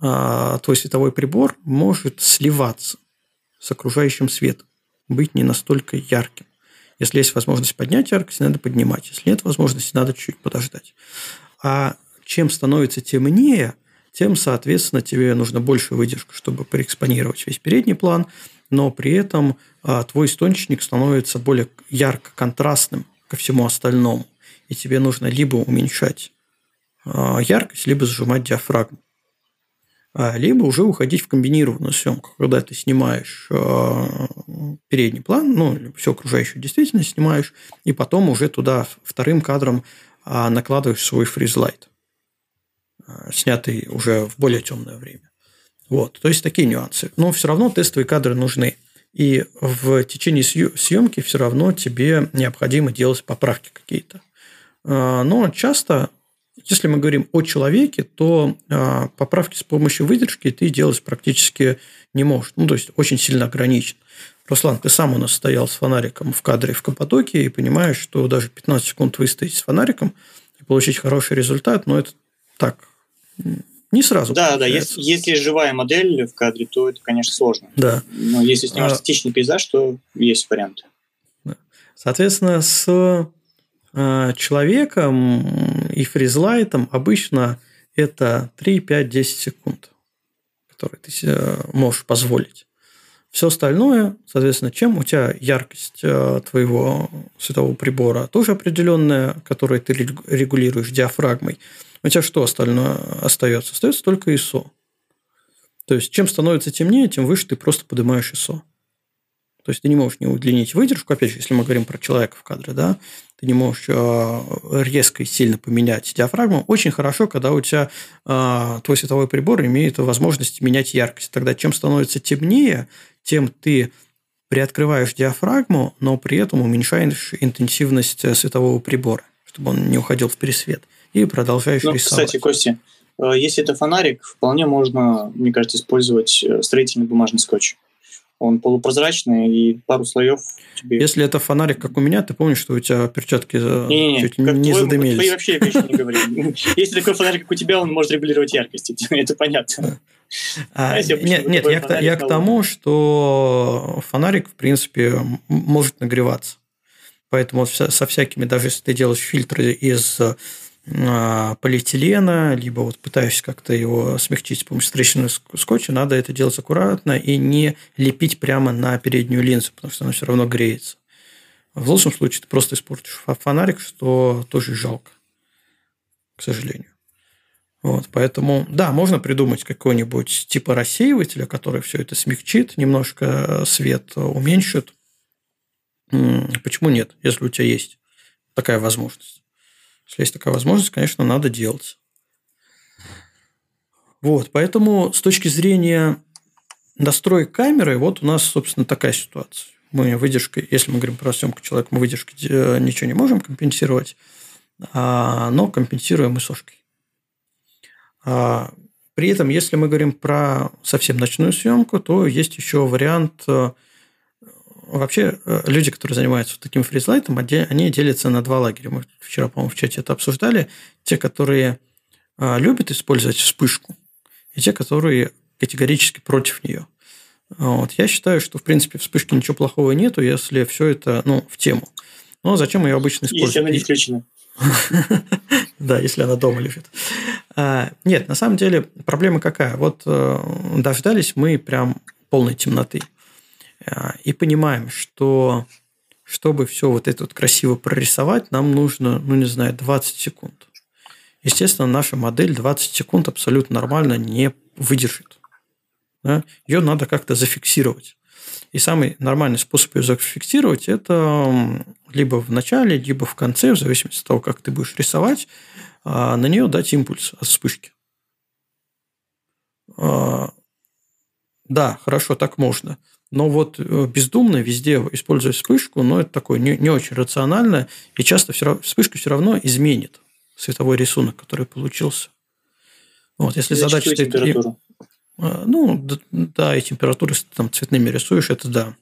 твой световой прибор может сливаться с окружающим светом, быть не настолько ярким. Если есть возможность поднять яркость, надо поднимать. Если нет возможности, надо чуть-чуть подождать. А чем становится темнее, тем, соответственно, тебе нужно больше выдержки, чтобы проэкспонировать весь передний план, но при этом а, твой источник становится более ярко контрастным ко всему остальному. И тебе нужно либо уменьшать а, яркость, либо сжимать диафрагму. А, либо уже уходить в комбинированную съемку, когда ты снимаешь а, передний план, ну, всю окружающую действительность снимаешь, и потом уже туда вторым кадром а, накладываешь свой фризлайт, снятый уже в более темное время. Вот, то есть такие нюансы. Но все равно тестовые кадры нужны. И в течение съемки все равно тебе необходимо делать поправки какие-то. Но часто, если мы говорим о человеке, то поправки с помощью выдержки ты делать практически не можешь. Ну, то есть очень сильно ограничен. Руслан, ты сам у нас стоял с фонариком в кадре в Каппадокии и понимаешь, что даже пятнадцать секунд выстоять с фонариком и получить хороший результат, но это так, не сразу. Да, да, если, если живая модель в кадре, то это, конечно, сложно. Да. Но если снимаешь а... статичный пейзаж, то есть варианты. Соответственно, с человеком и фризлайтом обычно это три, пять, десять секунд, которые ты себе можешь позволить. Все остальное, соответственно, чем у тебя яркость твоего светового прибора тоже определенная, которую ты регулируешь диафрагмой. У тебя что остальное остается? Остается только ай эс о. То есть, чем становится темнее, тем выше ты просто поднимаешь ай эс о. То есть, ты не можешь не удлинить выдержку. Опять же, если мы говорим про человека в кадре, да, ты не можешь резко и сильно поменять диафрагму. Очень хорошо, когда у тебя твой световой прибор имеет возможность менять яркость. Тогда, чем становится темнее, тем ты приоткрываешь диафрагму, но при этом уменьшаешь интенсивность светового прибора, чтобы он не уходил в пересвет. И продолжаешь ну, рисовать. Кстати, Костя, если это фонарик, вполне можно, мне кажется, использовать строительный бумажный скотч. Он полупрозрачный и пару слоев тебе... Если это фонарик, как у меня, ты помнишь, что у тебя перчатки не, чуть не, не твой, задымились. Твои вообще вещи не говори. Если такой фонарик, как у тебя, он может регулировать яркость. Это понятно. А, нет, нет я, к, я к тому, что фонарик, в принципе, может нагреваться. Поэтому со всякими, даже если ты делаешь фильтры из полиэтилена, либо вот пытаешься как-то его смягчить с помощью встречного скотча, надо это делать аккуратно и не лепить прямо на переднюю линзу, потому что она все равно греется. В лучшем случае ты просто испортишь фонарик, что тоже жалко, к сожалению. Вот, поэтому, да, можно придумать какой-нибудь типа рассеивателя, который все это смягчит, немножко свет уменьшит. Почему нет, если у тебя есть такая возможность? Если есть такая возможность, конечно, надо делать. Вот, поэтому с точки зрения настроек камеры, вот у нас, собственно, такая ситуация. Мы выдержкой, если мы говорим про съемку человека, мы выдержкой ничего не можем компенсировать, но компенсируем ай эс о-шкой. При этом, если мы говорим про совсем ночную съемку, то есть еще вариант. Вообще, люди, которые занимаются таким фризлайтом, они делятся на два лагеря. Мы вчера, по-моему, в чате это обсуждали. Те, которые любят использовать вспышку, и те, которые категорически против нее. Вот. Я считаю, что, в принципе, в вспышке ничего плохого нету, если все это ну, в тему. Но зачем ее обычно использовать? Если она не включена. Да, если она дома лежит. Нет, на самом деле, проблема какая? Вот дождались мы прям полной темноты. И понимаем, что чтобы все вот это вот красиво прорисовать, нам нужно, ну, не знаю, двадцать секунд. Естественно, наша модель двадцать секунд абсолютно нормально не выдержит. Да? Ее надо как-то зафиксировать. И самый нормальный способ ее зафиксировать – это либо в начале, либо в конце, в зависимости от того, как ты будешь рисовать, на нее дать импульс от вспышки. Да, хорошо, так можно. Но вот бездумно везде использовать вспышку, но это такое не, не очень рационально, и часто все равно, вспышка все равно изменит световой рисунок, который получился. Вот, если задача стоит... Ну, да, и температуры там цветными рисуешь, это да.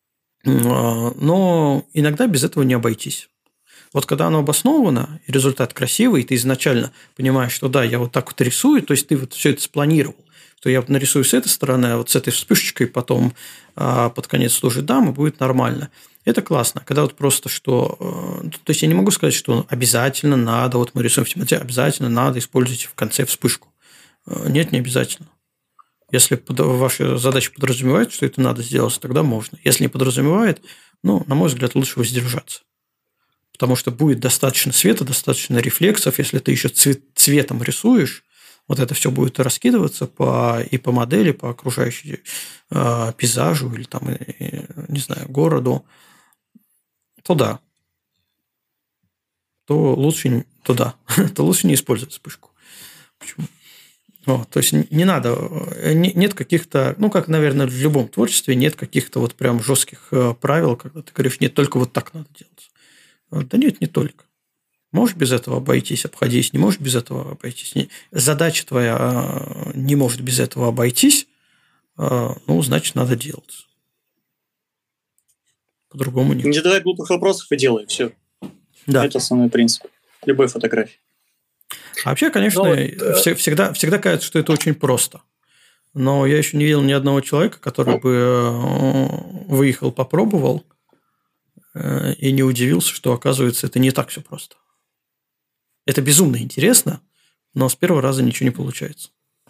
Но иногда без этого не обойтись. Вот когда оно обосновано, и результат красивый, и ты изначально понимаешь, что да, я вот так вот рисую, то есть ты вот все это спланировал, что я нарисую с этой стороны, а вот с этой вспышечкой потом а, под конец тоже дам, и будет нормально. Это классно. Когда вот просто что... То есть я не могу сказать, что обязательно надо, вот мы рисуем в темноте, обязательно надо использовать в конце вспышку. Нет, не обязательно. Если ваша задача подразумевает, что это надо сделать, тогда можно. Если не подразумевает, ну, на мой взгляд, лучше воздержаться. Потому что будет достаточно света, достаточно рефлексов. Если ты еще цвет, цветом рисуешь, вот это все будет раскидываться по, и по модели, по окружающему э, пейзажу или там, и, не знаю, городу, то да. То лучше, то да. то лучше не использовать вспышку. Почему? О, то есть не надо, нет каких-то, ну, как, наверное, в любом творчестве нет каких-то вот прям жестких правил, когда ты говоришь, нет, только вот так надо делать. Да нет, не только. Можешь без этого обойтись, обходись, не можешь без этого обойтись. Задача твоя не может без этого обойтись, ну, значит, надо делать. По-другому нет. Не задавай глупых вопросов и делай, все. Да. Это основной принцип любой фотографии. А вообще, конечно, ну, вс- всегда, всегда кажется, что это очень просто. Но я еще не видел ни одного человека, который бы выехал, попробовал и не удивился, что, оказывается, это не так все просто. Это безумно интересно, но с первого раза ничего не получается.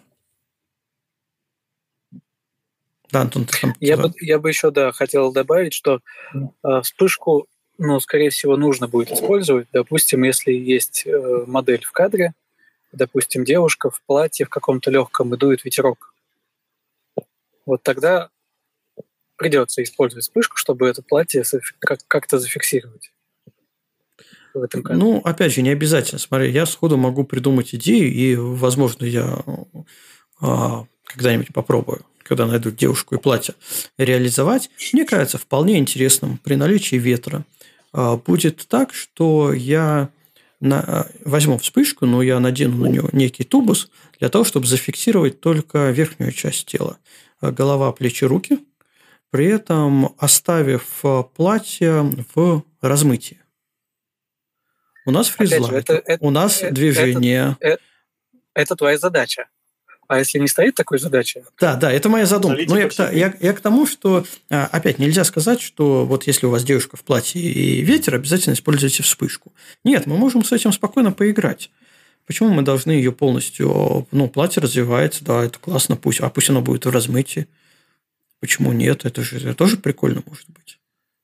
Да, Антон, ты там... Я бы, я бы еще, да, хотел добавить, что э, вспышку, ну, скорее всего, нужно будет использовать. Допустим, если есть э, модель в кадре, допустим, девушка в платье в каком-то легком и дует ветерок. Вот тогда придется использовать вспышку, чтобы это платье как-то зафиксировать. В этом кадре. Ну, опять же, не обязательно. Смотри, я сходу могу придумать идею, и, возможно, я а, когда-нибудь попробую, когда найду девушку и платье, реализовать. Мне кажется, вполне интересным при наличии ветра. А, будет так, что я на... возьму вспышку, но я надену на нее некий тубус для того, чтобы зафиксировать только верхнюю часть тела. Голова, плечи, руки, при этом оставив платье в размытии. У нас фризлайт, у нас это, движение. Это, это, это твоя задача. А если не стоит такой задачи? Да, да, это моя задумка. Но я, я, я к тому, что, опять, нельзя сказать, что вот если у вас девушка в платье и ветер, обязательно используйте вспышку. Нет, мы можем с этим спокойно поиграть. Почему мы должны ее полностью... Ну, платье развивается, да, это классно, пусть, а пусть оно будет в размытии. Почему нет? Это же это тоже прикольно может быть.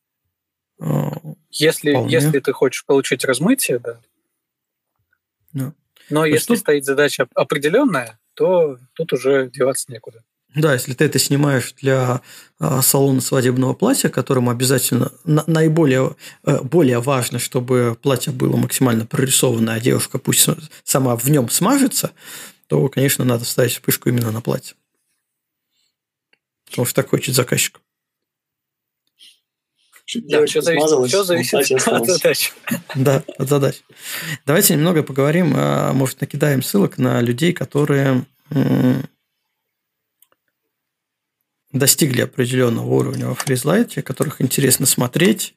Если, если ты хочешь получить размытие, да. да. Но то если тут... стоит задача определенная, то тут уже деваться некуда. Да, если ты это снимаешь для салона свадебного платья, которому обязательно наиболее более важно, чтобы платье было максимально прорисовано, а девушка пусть сама в нем смажется, то, конечно, надо ставить вспышку именно на платье. Потому что так хочет заказчик. Да, все зависит, все зависит от задач. Да, от задач. Давайте немного поговорим, может, накидаем ссылок на людей, которые достигли определенного уровня во фризлайте, которых интересно смотреть.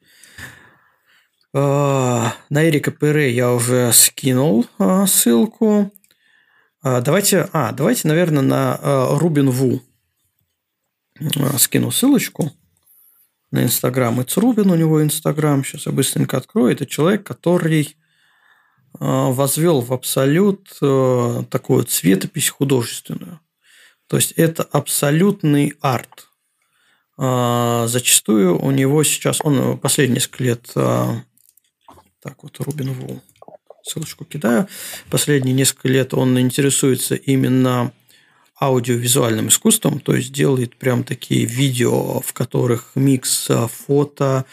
На Эрика Пере я уже скинул ссылку. Давайте, а, давайте, наверное, на Рубин Ву скину ссылочку. На Инстаграм. It's Рубин, у него Инстаграм. Сейчас я быстренько открою. Это человек, который возвел в абсолют такую цветопись художественную. То есть, это абсолютный арт. Зачастую у него сейчас... Он последние несколько лет... Так вот, Рубин Ву. Ссылочку кидаю. Последние несколько лет он интересуется именно... аудиовизуальным искусством, то есть делает прям такие видео, в которых микс фото,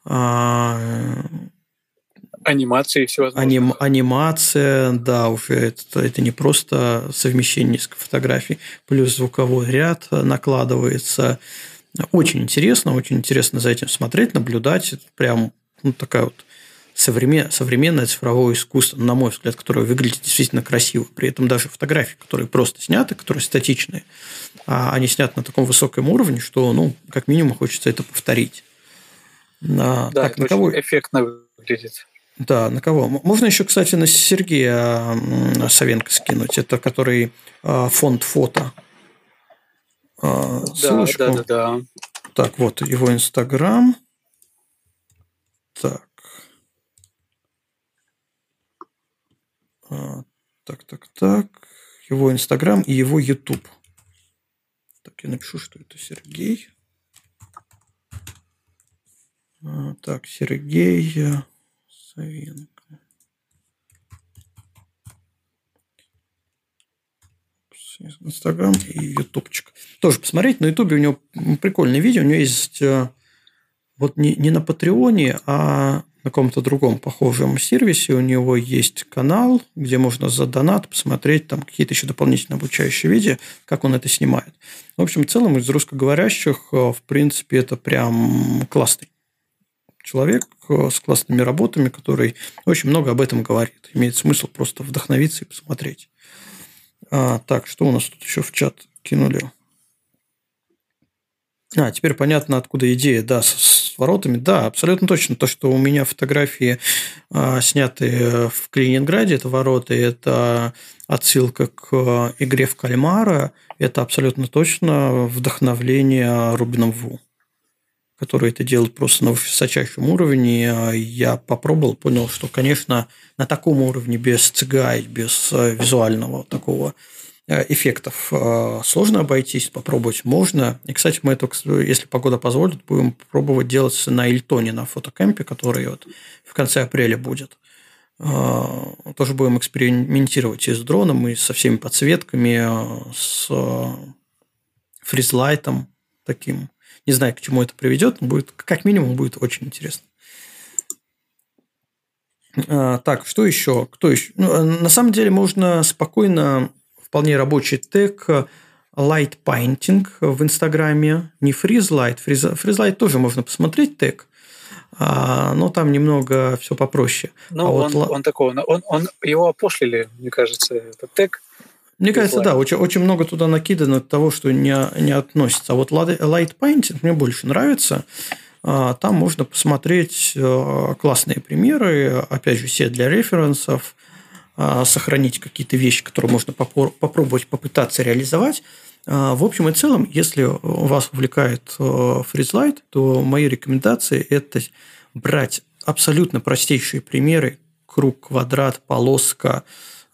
анимации, всевозможные. Аним, анимация, да, уже это, это не просто совмещение нескольких фотографий, плюс звуковой ряд накладывается. Очень интересно, очень интересно за этим смотреть, наблюдать. Это прям ну, такая вот современ, современное цифровое искусство, на мой взгляд, которое выглядит действительно красиво. При этом даже фотографии, которые просто сняты, которые статичные, они сняты на таком высоком уровне, что, ну, как минимум, хочется это повторить. Да, так, это на очень кого... эффектно выглядит. Да, на кого? Можно еще, кстати, на Сергея Савенко скинуть. Это который фонд фото. а, ссылочку. Да, да, да, да. Так, вот его Инстаграм. Так. А, так, так, так. Его Инстаграм и его Ютуб. Так, я напишу, что это Сергей. А, так, Сергей Савенко. Инстаграм и Ютубчик. Тоже посмотреть. На Ютубе у него прикольные видео. У него есть вот не, не на Патреоне, а на каком-то другом похожем сервисе. У него есть канал, где можно за донат посмотреть там какие-то еще дополнительные обучающие видео, как он это снимает. В общем, в целом из русскоговорящих, в принципе, это прям классный человек с классными работами, который очень много об этом говорит. Имеет смысл просто вдохновиться и посмотреть. А, так, что у нас тут еще в чат кинули? А, теперь понятно, откуда идея, да, с, с воротами. Да, абсолютно точно. То, что у меня фотографии а, сняты в Калининграде, это ворота, это отсылка к игре в кальмара, это абсолютно точно вдохновление Рубином Ву, который это делает просто на высочайшем уровне. Я попробовал, понял, что, конечно, на таком уровне без си джи ай, без визуального такого эффектов сложно обойтись, попробовать можно. И, кстати, мы это, если погода позволит, будем пробовать делать на Ильтоне, на фотокэмпе, который вот в конце апреля будет. Тоже будем экспериментировать и с дроном, и со всеми подсветками, с фризлайтом таким. Не знаю, к чему это приведет, но будет, как минимум, будет очень интересно. Так, что еще? Кто еще? Ну, на самом деле можно спокойно, вполне рабочий тег light painting в Инстаграме, не FreezeLight. FreezeLight тоже можно посмотреть тег, но там немного все попроще. Ну, а он, вот... он такой, он, он, его опошлили, мне кажется, этот тег. Мне кажется, да, очень, очень много туда накидано того, что не, не относится. А вот light painting мне больше нравится. Там можно посмотреть классные примеры, опять же, все для референсов, сохранить какие-то вещи, которые можно попробовать попытаться реализовать. В общем и целом, если вас увлекает FreezeLight, то мои рекомендации – это брать абсолютно простейшие примеры: круг, квадрат, полоска,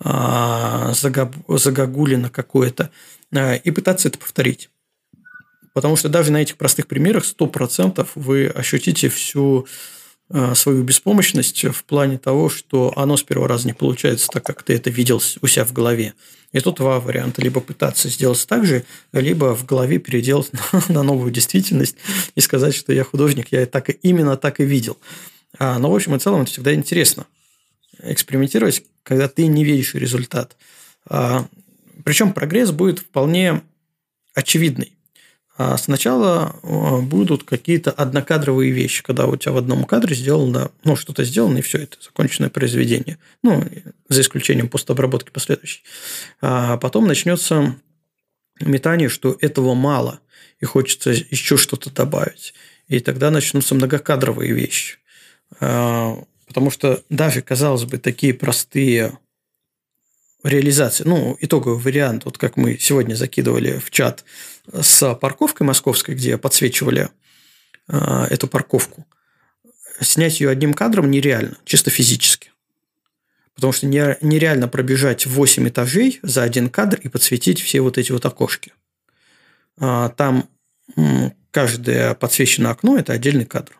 загогулина какое-то, и пытаться это повторить. Потому что даже на этих простых примерах сто процентов вы ощутите всю свою беспомощность в плане того, что оно с первого раза не получается так, как ты это видел у себя в голове. И тут два варианта. Либо пытаться сделать так же, либо в голове переделать на новую действительность и сказать, что я художник, я так, именно так и видел. Но, в общем и целом, это всегда интересно. Экспериментировать, когда ты не видишь результат. Причем прогресс будет вполне очевидный. Сначала будут какие-то однокадровые вещи, когда у тебя в одном кадре сделано, ну, что-то сделано, и все, это законченное произведение. Ну, за исключением постобработки последующей. А потом начнется метание, что этого мало, и хочется еще что-то добавить. И тогда начнутся многокадровые вещи. Потому что даже, казалось бы, такие простые реализации, ну, итоговый вариант, вот как мы сегодня закидывали в чат с парковкой московской, где подсвечивали э, эту парковку, снять ее одним кадром нереально, чисто физически. Потому что нереально пробежать восемь этажей за один кадр и подсветить все вот эти вот окошки. Там каждое подсвеченное окно – это отдельный кадр.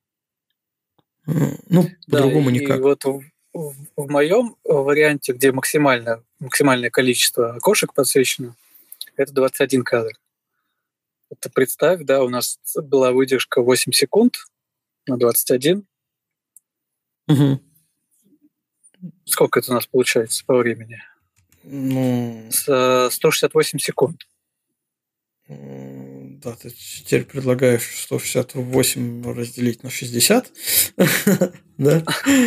Ну, по-другому да, никак. И вот в, в моем варианте, где максимально, максимальное количество окошек подсвечено, это двадцать один кадр. Это представь, да, у нас была выдержка восемь секунд на двадцать один. Угу. Сколько это у нас получается по времени? Ну... С сто шестьдесят восемь секунд. Да, ты теперь предлагаешь сто шестьдесят восемь разделить на шестьдесят, да?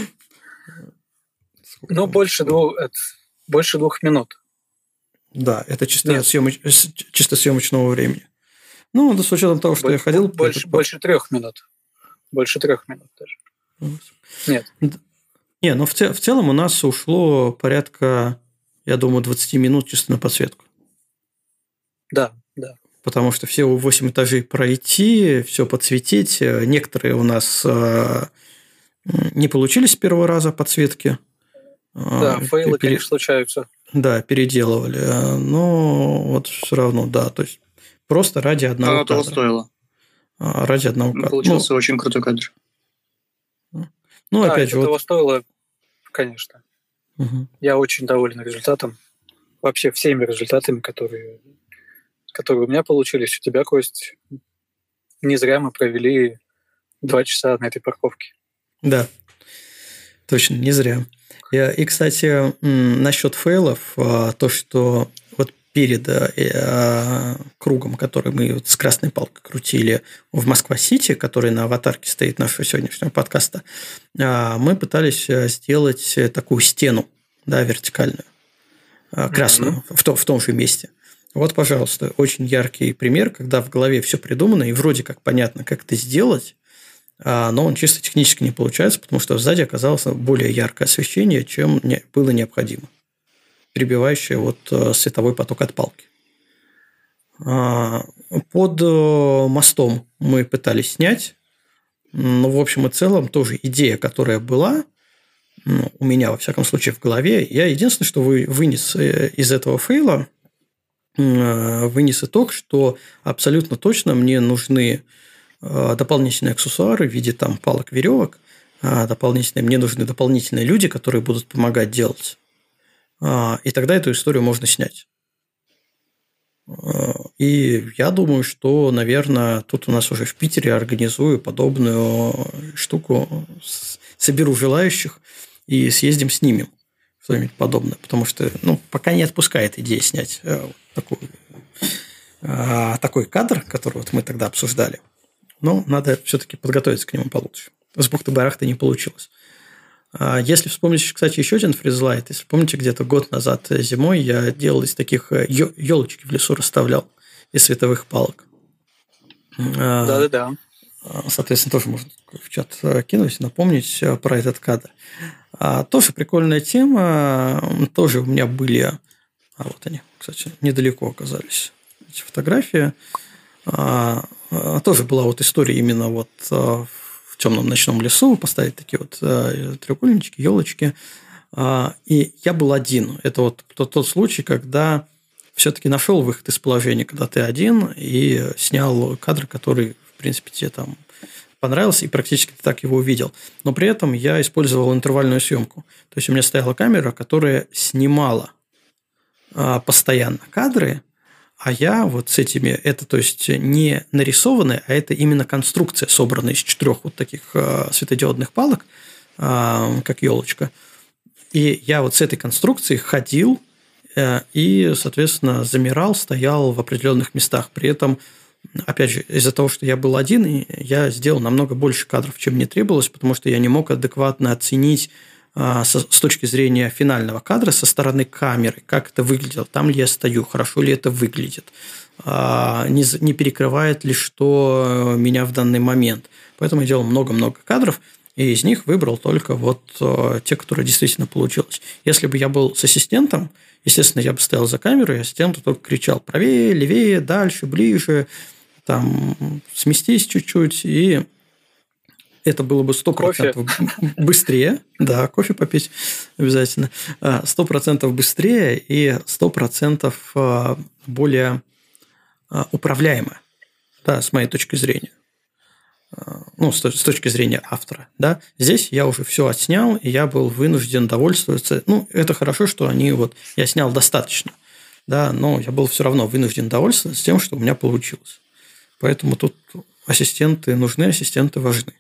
Ну, больше двух, больше двух минут. Да, это чисто, съемоч... чисто съемочного времени. Ну, да, с учетом того, что больше, я ходил... Больше, это... больше трех минут. Больше трех минут даже. Нет. Не, но в, ц... в целом у нас ушло порядка, я думаю, двадцать минут чисто на подсветку. Да, да. потому что все восемь этажей пройти, все подсветить. Некоторые у нас не получились с первого раза подсветки. Да, фейлы, Пере... конечно, случаются. Да, переделывали. Но вот все равно, да. То есть просто ради одного Оно кадра. того стоило. Ради одного кадра. Получился ну, очень крутой кадр. Ну, да, опять это же, того вот... стоило, конечно. Угу. Я очень доволен результатом. Вообще всеми результатами, которые, которые у меня получились. У тебя, Кость, не зря мы провели два часа на этой парковке. Да, точно, не зря. И, кстати, насчет фейлов, то, что вот перед кругом, который мы с красной палкой крутили в Москва-Сити, который на аватарке стоит нашего сегодняшнего подкаста, мы пытались сделать такую стену, да, вертикальную, красную, mm-hmm. в, том, в том же месте. Вот, пожалуйста, очень яркий пример, когда в голове все придумано, и вроде как понятно, как это сделать, но он чисто технически не получается, потому что сзади оказалось более яркое освещение, чем было необходимо, перебивающее вот световой поток от палки. Под мостом мы пытались снять, но в общем и целом тоже идея, которая была, ну, у меня, во всяком случае, в голове, я единственное, что вынес из этого фейла, вынес итог, что абсолютно точно мне нужны дополнительные аксессуары в виде там палок, веревок, дополнительные, мне нужны дополнительные люди, которые будут помогать делать. И тогда эту историю можно снять. И я думаю, что, наверное, тут у нас уже в Питере организую подобную штуку, соберу желающих и съездим снимем что-нибудь подобное, потому что, ну, пока не отпускает идея снять такой, такой кадр, который вот мы тогда обсуждали. Но надо все-таки подготовиться к нему получше. С бухты-барахты не получилось. Если вспомнить, кстати, еще один фризлайт, если помните, где-то год назад зимой я делал из таких елочки в лесу расставлял из световых палок. Да-да-да. Соответственно, тоже можно в чат кинуть, напомнить про этот кадр. Тоже прикольная тема. Тоже у меня были... А вот они, кстати, недалеко оказались эти фотографии. Тоже была вот история именно вот в темном ночном лесу, поставить такие вот треугольнички, елочки. И я был один. Это вот тот, тот случай, когда все-таки нашел выход из положения, когда ты один, и снял кадр, который, в принципе, тебе там понравился, и практически ты так его увидел. Но при этом я использовал интервальную съемку. То есть у меня стояла камера, которая снимала постоянно кадры, а я вот с этими, это то есть не нарисованные, а это именно конструкция, собранная из четырех вот таких светодиодных палок, как елочка. И я вот с этой конструкцией ходил и, соответственно, замирал, стоял в определенных местах. При этом, опять же, из-за того, что я был один, я сделал намного больше кадров, чем мне требовалось, потому что я не мог адекватно оценить с точки зрения финального кадра со стороны камеры, как это выглядело, там ли я стою, хорошо ли это выглядит, не перекрывает ли что меня в данный момент. Поэтому я делал много-много кадров, и из них выбрал только вот те, которые действительно получилось. Если бы я был с ассистентом, естественно, я бы стоял за камерой, и ассистенту только кричал правее, левее, дальше, ближе, там, сместись чуть-чуть, и это было бы сто процентов быстрее. Да, кофе попить обязательно. сто процентов быстрее и сто процентов более управляемо, да, с моей точки зрения. Ну, с точки зрения автора. Да. Здесь я уже все отснял, и я был вынужден довольствоваться. Ну, это хорошо, что они вот... Я снял достаточно, да, но я был все равно вынужден довольствоваться тем, что у меня получилось. Поэтому тут ассистенты нужны, ассистенты важны.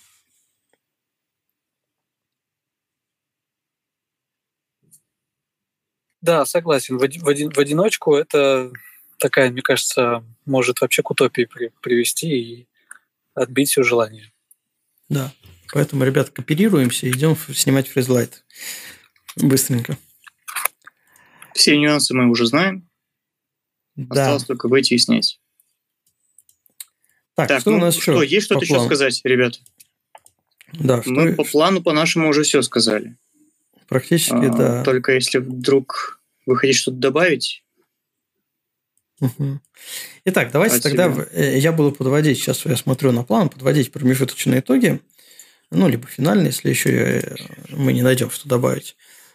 Да, согласен. В, один, в, один, в одиночку это такая, мне кажется, может вообще к утопии при, привести и отбить все желание. Да. Поэтому, ребят, кооперируемся, идем снимать фризлайт. Быстренько. Все нюансы мы уже знаем. Да. Осталось только выйти и снять. Так, так что ну, у нас что, еще? Есть что-то еще сказать, ребята? Да, мы что... по плану, по нашему уже все сказали. Практически, а, да. Только если вдруг вы хотите что-то добавить. Угу. Итак, давайте Спасибо. Тогда я буду подводить, сейчас я смотрю на план, подводить промежуточные итоги, ну, либо финальные, если еще мы не найдем, что добавить.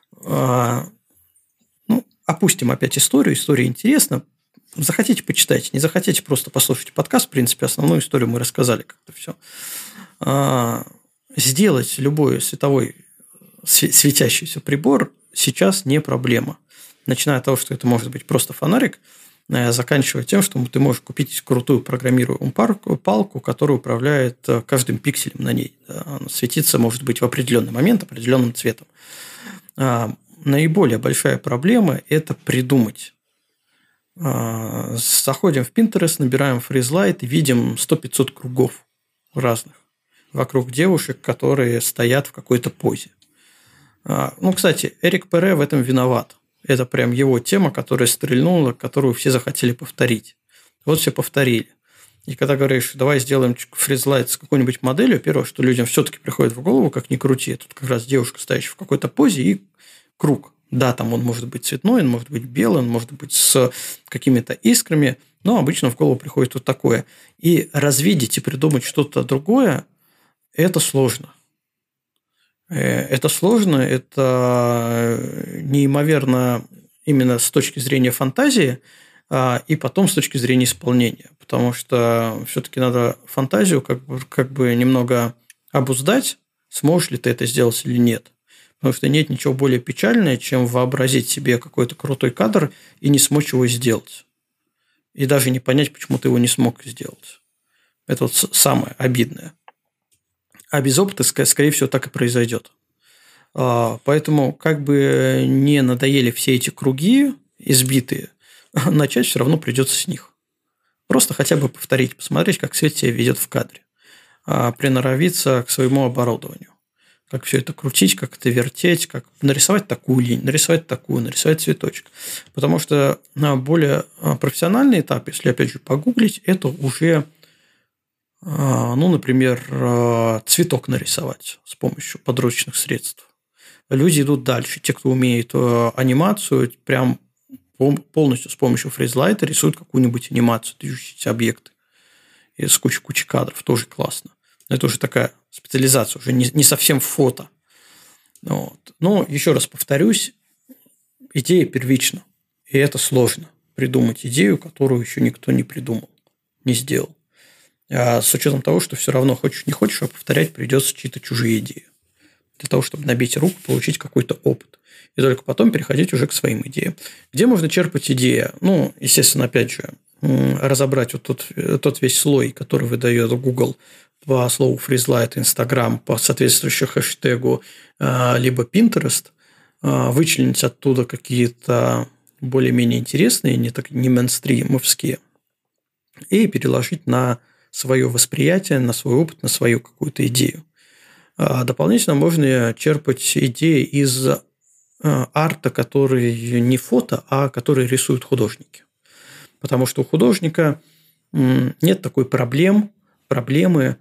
Ну, опустим опять историю, история интересна. Захотите, почитайте, не захотите, просто послушайте подкаст. В принципе, основную историю мы рассказали как-то все. Сделать любой световой светящийся прибор сейчас не проблема. Начиная от того, что это может быть просто фонарик, заканчивая тем, что ты можешь купить крутую программируемую палку, которая управляет каждым пикселем на ней. Она светится, может быть, в определенный момент определенным цветом. Наиболее большая проблема – это придумать. Заходим в Pinterest, набираем FreezeLight и видим сто-пятьсот кругов разных вокруг девушек, которые стоят в какой-то позе. Ну, кстати, Эрик Перре в этом виноват. Это прям его тема, которая стрельнула, которую все захотели повторить. Вот все повторили. И когда говоришь, давай сделаем FreezeLight с какой-нибудь моделью, первое, что людям все-таки приходит в голову, как ни крути, тут как раз девушка, стоящая в какой-то позе, и круг. Да, там он может быть цветной, он может быть белый, он может быть с какими-то искрами, но обычно в голову приходит вот такое. И развидеть и придумать что-то другое – это сложно. Это сложно, это неимоверно именно с точки зрения фантазии и потом с точки зрения исполнения. Потому что все-таки надо фантазию как бы, как бы немного обуздать, сможешь ли ты это сделать или нет. Потому что нет ничего более печального, чем вообразить себе какой-то крутой кадр и не смочь его сделать. И даже не понять, почему ты его не смог сделать. Это вот самое обидное. А без опыта, скорее всего, так и произойдет. Поэтому, как бы не надоели все эти круги избитые, начать все равно придется с них. Просто хотя бы повторить, посмотреть, как свет себя ведет в кадре. Приноровиться к своему оборудованию. Как все это крутить, как это вертеть, как нарисовать такую линию, нарисовать такую, нарисовать цветочек. Потому что на более профессиональный этап, если опять же погуглить, это уже, ну, например, цветок нарисовать с помощью подручных средств. Люди идут дальше. Те, кто умеет анимацию, прям полностью с помощью FreezeLight рисуют какую-нибудь анимацию, движущиеся объекты с кучей-кучей кадров. Тоже классно. Это уже такая специализация, уже не, не совсем фото. Вот. Но, еще раз повторюсь, идея первична. И это сложно. Придумать идею, которую еще никто не придумал, не сделал. А с учетом того, что все равно хочешь не хочешь, а повторять придется чьи-то чужие идеи. Для того, чтобы набить руку, получить какой-то опыт. И только потом переходить уже к своим идеям. Где можно черпать идеи? Ну, естественно, опять же, разобрать вот тот, тот весь слой, который выдает Google по слову FreezeLight, Instagram, по соответствующему хэштегу, либо Pinterest, вычленить оттуда какие-то более-менее интересные, не, так, не мейнстримовские, и переложить на свое восприятие, на свой опыт, на свою какую-то идею. Дополнительно можно черпать идеи из арта, который не фото, а который рисуют художники. Потому что у художника нет такой проблем, проблемы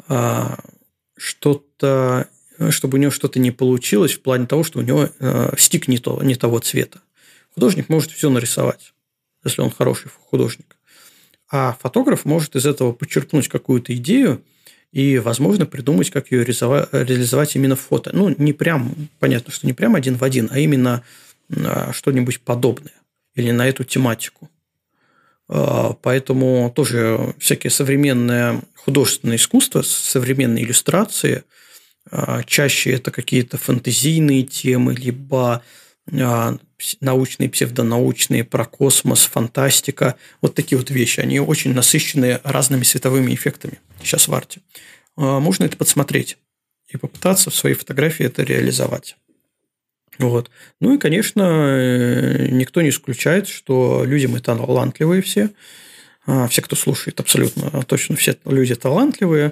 что-то, чтобы у него что-то не получилось в плане того, что у него стик не, то, не того цвета. Художник может все нарисовать, если он хороший художник. А фотограф может из этого почерпнуть какую-то идею и, возможно, придумать, как ее реализовать именно в фото. Ну, не прям, понятно, что не прям один в один, а именно что-нибудь подобное или на эту тематику. Поэтому тоже всякие современное художественное искусство, современные иллюстрации, чаще это какие-то фэнтезийные темы, либо научные, псевдонаучные, про космос, фантастика. Вот такие вот вещи. Они очень насыщены разными световыми эффектами сейчас в арте. Можно это подсмотреть и попытаться в своей фотографии это реализовать. Вот. Ну и, конечно, никто не исключает, что люди мы талантливые все. Все, кто слушает, абсолютно точно все люди талантливые.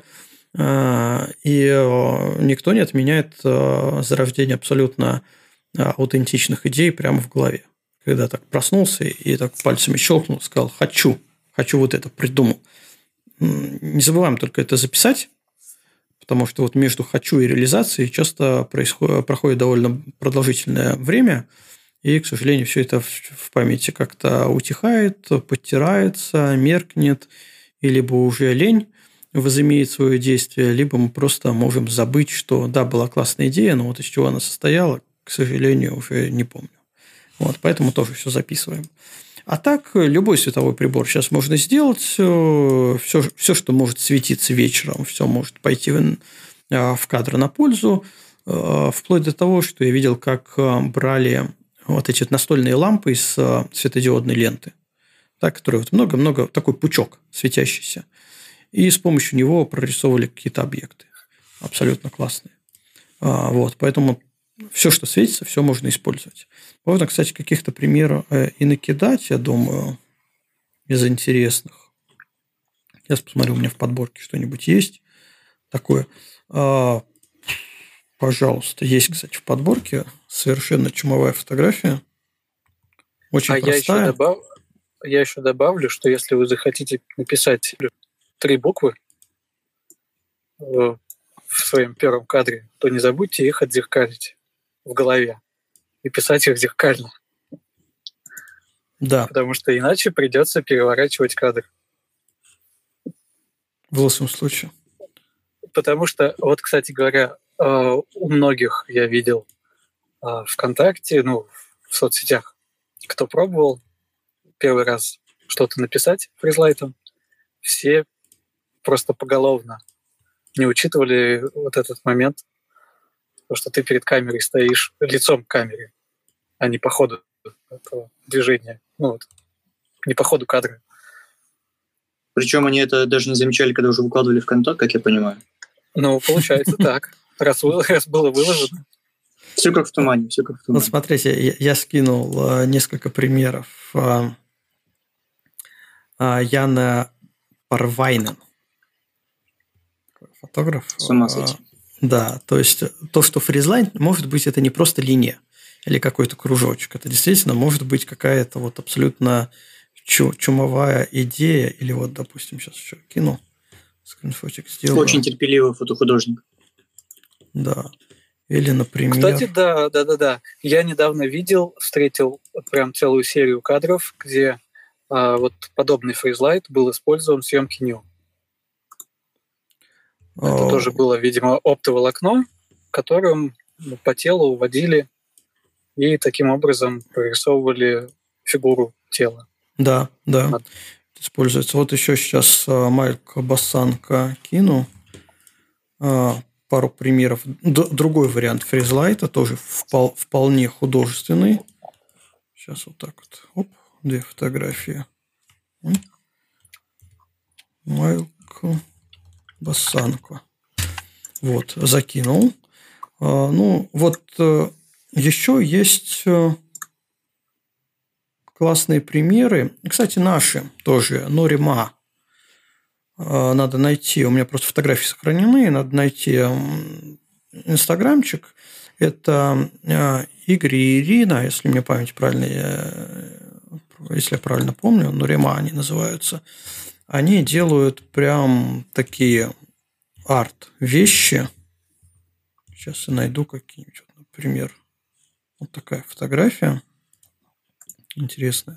И никто не отменяет зарождение абсолютно аутентичных идей прямо в голове. Когда так проснулся и так пальцами щелкнул, сказал «хочу, хочу вот это, придумал». Не забываем только это записать, потому что вот между «хочу» и реализацией часто происходит, проходит довольно продолжительное время, и, к сожалению, все это в памяти как-то утихает, подтирается, меркнет, и либо уже лень возымеет свое действие, либо мы просто можем забыть, что да, была классная идея, но вот из чего она состояла, к сожалению, уже не помню. Вот, поэтому тоже все записываем. А так, любой световой прибор сейчас можно сделать. Все, все что может светиться вечером, все может пойти в, в кадр на пользу. Вплоть до того, что я видел, как брали вот эти настольные лампы из светодиодной ленты, да, которые вот много-много, такой пучок светящийся, и с помощью него прорисовывали какие-то объекты. Абсолютно классные. Вот, поэтому все, что светится, все можно использовать. Можно, кстати, каких-то примеров и накидать, я думаю, из интересных. Сейчас посмотрю, у меня в подборке что-нибудь есть такое. Пожалуйста, есть, кстати, в подборке совершенно чумовая фотография. Очень а простая. Я еще, добав... я еще добавлю, что если вы захотите написать три буквы в своем первом кадре, то не забудьте их отзеркалить в голове и писать их зеркально. Да. Потому что иначе придется переворачивать кадр. В лучшем случае. Потому что, вот, кстати говоря, у многих я видел ВКонтакте, ну, в соцсетях, кто пробовал первый раз что-то написать фризлайтом, все просто поголовно не учитывали вот этот момент, потому что ты перед камерой стоишь лицом к камере, а не по ходу этого движения. Ну вот, не по ходу кадра. Причем они это даже не замечали, когда уже выкладывали в контакт, как я понимаю. Ну, получается так. Раз было выложено. Все как в тумане, все как в тумане. Вот смотрите, я скинул несколько примеров. Яна Парвайнен. Фотограф. С ума сойти. Да, то есть то, что фризлайн, может быть, это не просто линия или какой-то кружочек. Это действительно может быть какая-то вот абсолютно чумовая идея. Или вот, допустим, сейчас еще кину. Скриншотик сделаю. Очень терпеливый фотохудожник. Да. Или, например... Кстати, да, да, да, да. Я недавно видел, встретил прям целую серию кадров, где а, вот подобный фризлайт был использован в съемке Ню. Это тоже было, видимо, оптоволокно, которым по телу уводили и таким образом прорисовывали фигуру тела. Да, да. Над... Используется. Вот еще сейчас Майк Басанко кину пару примеров. Д- другой вариант фризлайта, тоже впол- вполне художественный. Сейчас вот так вот. Оп, две фотографии. Майк Басанко. Вот, закинул. А, ну, вот еще есть классные примеры. Кстати, наши тоже. Норима. Надо найти. У меня просто фотографии сохранены. Надо найти инстаграмчик. Это Игорь и Ирина, если мне память правильно, если я правильно помню, Норима они называются. Они делают прям такие арт-вещи. Сейчас я найду какие-нибудь. Например, вот такая фотография. Интересная.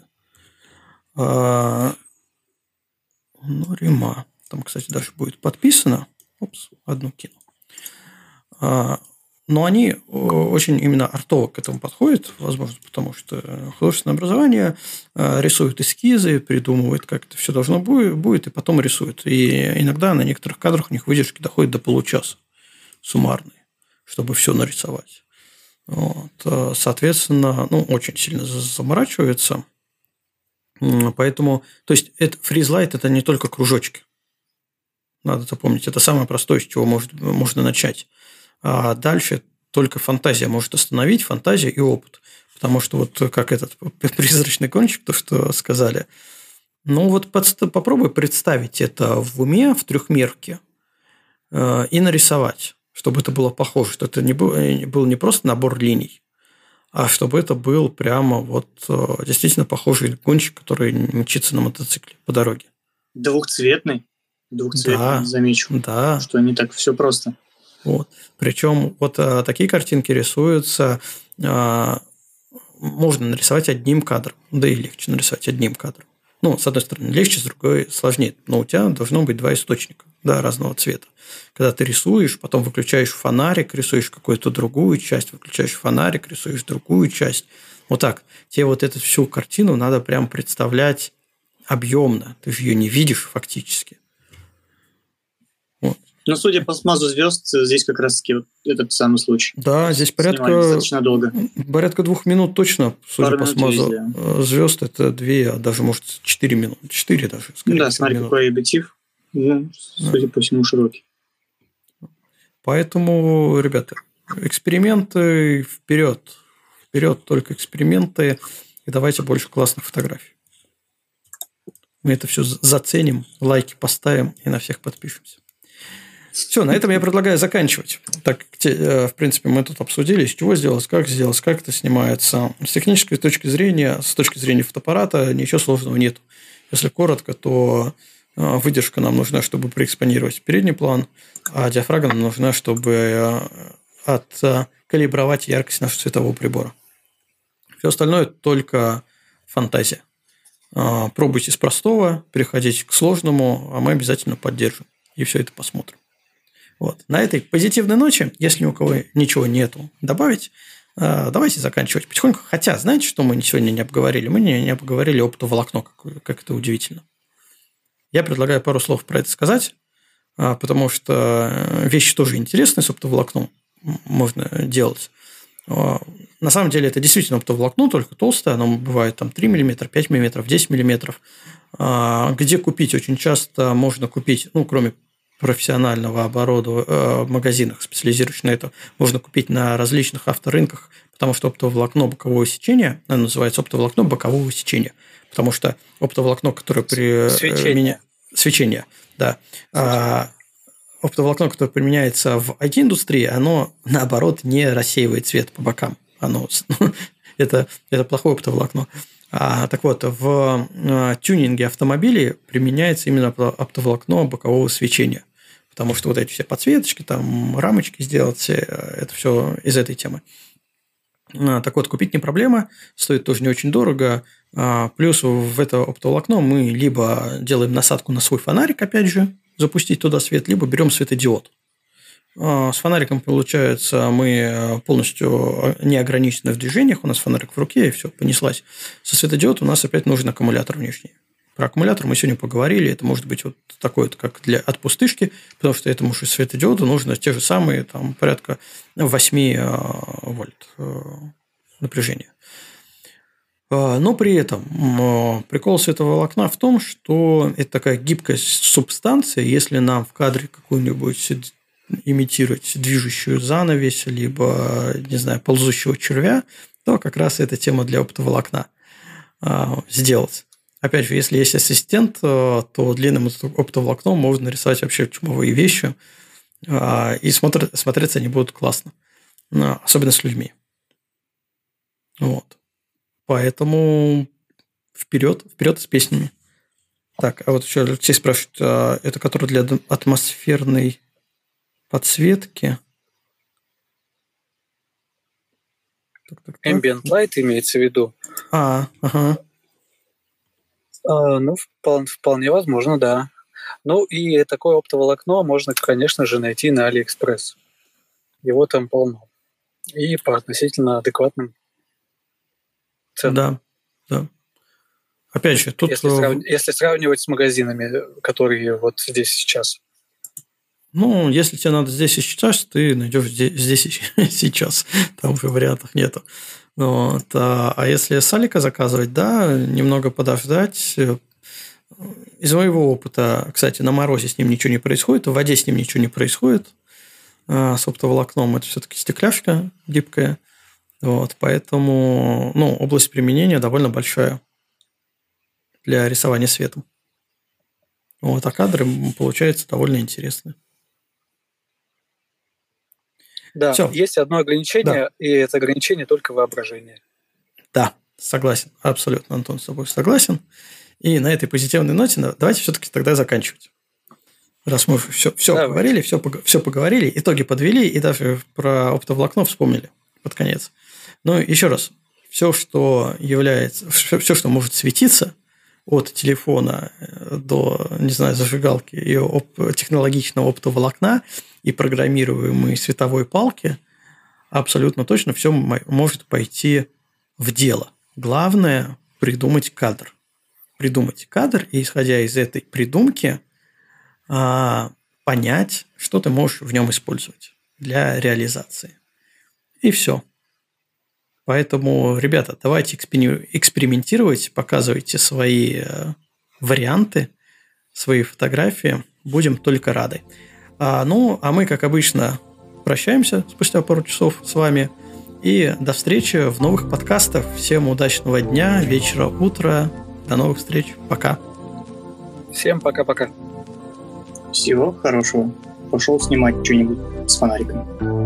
Норима. Там, кстати, даже будет подписано. Опс, одну кину. Но они очень именно артово к этому подходят, возможно, потому что художественное образование рисует эскизы, придумывает, как это все должно будет, и потом рисует. И иногда на некоторых кадрах у них выдержки доходят до получаса суммарные, чтобы все нарисовать. Вот. Соответственно, ну, очень сильно заморачивается. Поэтому, то есть, это, фризлайт – это не только кружочки. Надо это помнить. Это самое простое, с чего может, можно начать. А дальше только фантазия может остановить, фантазия и опыт. Потому что вот как этот призрачный кончик, то, что сказали. Ну, вот попробуй представить это в уме, в трехмерке и нарисовать, чтобы это было похоже, что это не был, был не просто набор линий, а чтобы это был прямо вот действительно похожий кончик, который мчится на мотоцикле по дороге. Двухцветный. Двухцветный, да, замечу. Да. Что не так все просто. Вот. Причем вот а, такие картинки рисуются а, можно нарисовать одним кадром, да и легче нарисовать одним кадром. Ну, с одной стороны, легче, с другой сложнее. Но у тебя должно быть два источника, да, разного цвета. Когда ты рисуешь, потом выключаешь фонарик, рисуешь какую-то другую часть, выключаешь фонарик, рисуешь другую часть. Вот так. Тебе вот эту всю картину надо прям представлять объемно. Ты же ее не видишь фактически. Вот. Но судя по смазу звезд, здесь как раз-таки вот этот самый случай. Да, здесь порядка, достаточно долго. порядка двух минут точно, судя Пару по минут смазу везде. звезд, это две, а даже, может, четыре минуты. Четыре даже, скорее Да, всего, смотри, минуты. какой объектив. Ну, судя по всему, широкий. Поэтому, ребята, эксперименты вперед. Вперед только эксперименты. И давайте больше классных фотографий. Мы это все заценим, лайки поставим и на всех подпишемся. Все, на этом я предлагаю заканчивать. Так, в принципе, мы тут обсудили, с чего сделать, как сделать, как это снимается. С технической точки зрения, с точки зрения фотоаппарата, ничего сложного нет. Если коротко, то выдержка нам нужна, чтобы проэкспонировать передний план, а диафрагма нам нужна, чтобы откалибровать яркость нашего цветового прибора. Все остальное только фантазия. Пробуйте с простого, переходите к сложному, а мы обязательно поддержим. И все это посмотрим. Вот. На этой позитивной ноте, если ни у кого ничего нету добавить, давайте заканчивать потихоньку. Хотя, знаете, что мы сегодня не обговорили? Мы не обговорили оптоволокно, как, как это удивительно. Я предлагаю пару слов про это сказать, потому что вещи тоже интересные с оптоволокном можно делать. На самом деле это действительно оптоволокно, только толстое, оно бывает там три миллиметра, пять миллиметров, десять миллиметров. Где купить? Очень часто можно купить, ну, кроме профессионального оборудования в магазинах, специализирующихся на это, можно купить на различных авторынках, потому что оптоволокно бокового сечения, оно называется оптоволокно бокового сечения, потому что оптоволокно, которое при... Свечение. Меня... Свечение, да. А, оптоволокно, которое применяется в ай ти-индустрии, оно, наоборот, не рассеивает свет по бокам. Оно... это, это плохое оптоволокно. А, так вот, в а, тюнинге автомобилей применяется именно оптоволокно бокового свечения, потому что вот эти все подсветочки, там рамочки сделать, это все из этой темы. А, так вот, купить не проблема, стоит тоже не очень дорого. А, плюс в это оптоволокно мы либо делаем насадку на свой фонарик, опять же, запустить туда свет, либо берем светодиод. С фонариком, получается, мы полностью не ограничены в движениях. У нас фонарик в руке, и все, понеслась. Со светодиод у нас опять нужен аккумулятор внешний. Про аккумулятор мы сегодня поговорили. Это может быть вот такой, как для от пустышки, потому что этому же светодиоду нужно те же самые, там, порядка восемь вольт напряжения. Но при этом прикол световолокна в том, что это такая гибкая субстанция. Если нам в кадре какую-нибудь имитировать движущую занавесь, либо, не знаю, ползущего червя, то как раз эта тема для оптоволокна а, сделать. Опять же, если есть ассистент, то длинным оптоволокном можно рисовать вообще чумовые вещи, а, и смотр, смотреться они будут классно. Особенно с людьми. Вот. Поэтому вперед, вперед с песнями. Так, а вот еще Алексей спрашивает, а это который для атмосферной подсветки. Так, так, так. Ambient Light имеется в виду. А, ага. А, ну, вполне, вполне возможно, да. Ну, и такое оптоволокно можно, конечно же, найти на AliExpress. Его там полно. И по относительно адекватным ценам. Да, да. Опять же, тут... Если, срав... если сравнивать с магазинами, которые вот здесь сейчас. Ну, если тебе надо здесь и сейчас, ты найдешь здесь, здесь и сейчас. Там уже вариантов нету. Вот. А, а если с Алика заказывать, да, немного подождать. Из моего опыта, кстати, на морозе с ним ничего не происходит, в воде с ним ничего не происходит. А с оптоволокном это все-таки стекляшка гибкая. Вот. Поэтому, ну, область применения довольно большая для рисования светом. Вот. А кадры получаются довольно интересные. Да, Всё. Есть одно ограничение, да. И это ограничение только воображение. Да, согласен. Абсолютно, Антон, с тобой согласен. И на этой позитивной ноте давайте все-таки тогда заканчивать. Раз мы все, все поговорили, все, все поговорили, итоги подвели и даже про оптоволокно вспомнили под конец. Ну, еще раз. все, что является, все, что может светиться, от телефона до, не знаю, зажигалки и оп- технологичного оптоволокна и программируемой световой палки, абсолютно точно все может пойти в дело. Главное – придумать кадр. Придумать кадр и, исходя из этой придумки, понять, что ты можешь в нем использовать для реализации. И все. Поэтому, ребята, давайте экспериментировать, показывайте свои варианты, свои фотографии. Будем только рады. А, ну, а мы, как обычно, прощаемся спустя пару часов с вами. И до встречи в новых подкастах. Всем удачного дня, вечера, утра. До новых встреч. Пока. Всем пока-пока. Всего хорошего. Пошел снимать что-нибудь с фонариком.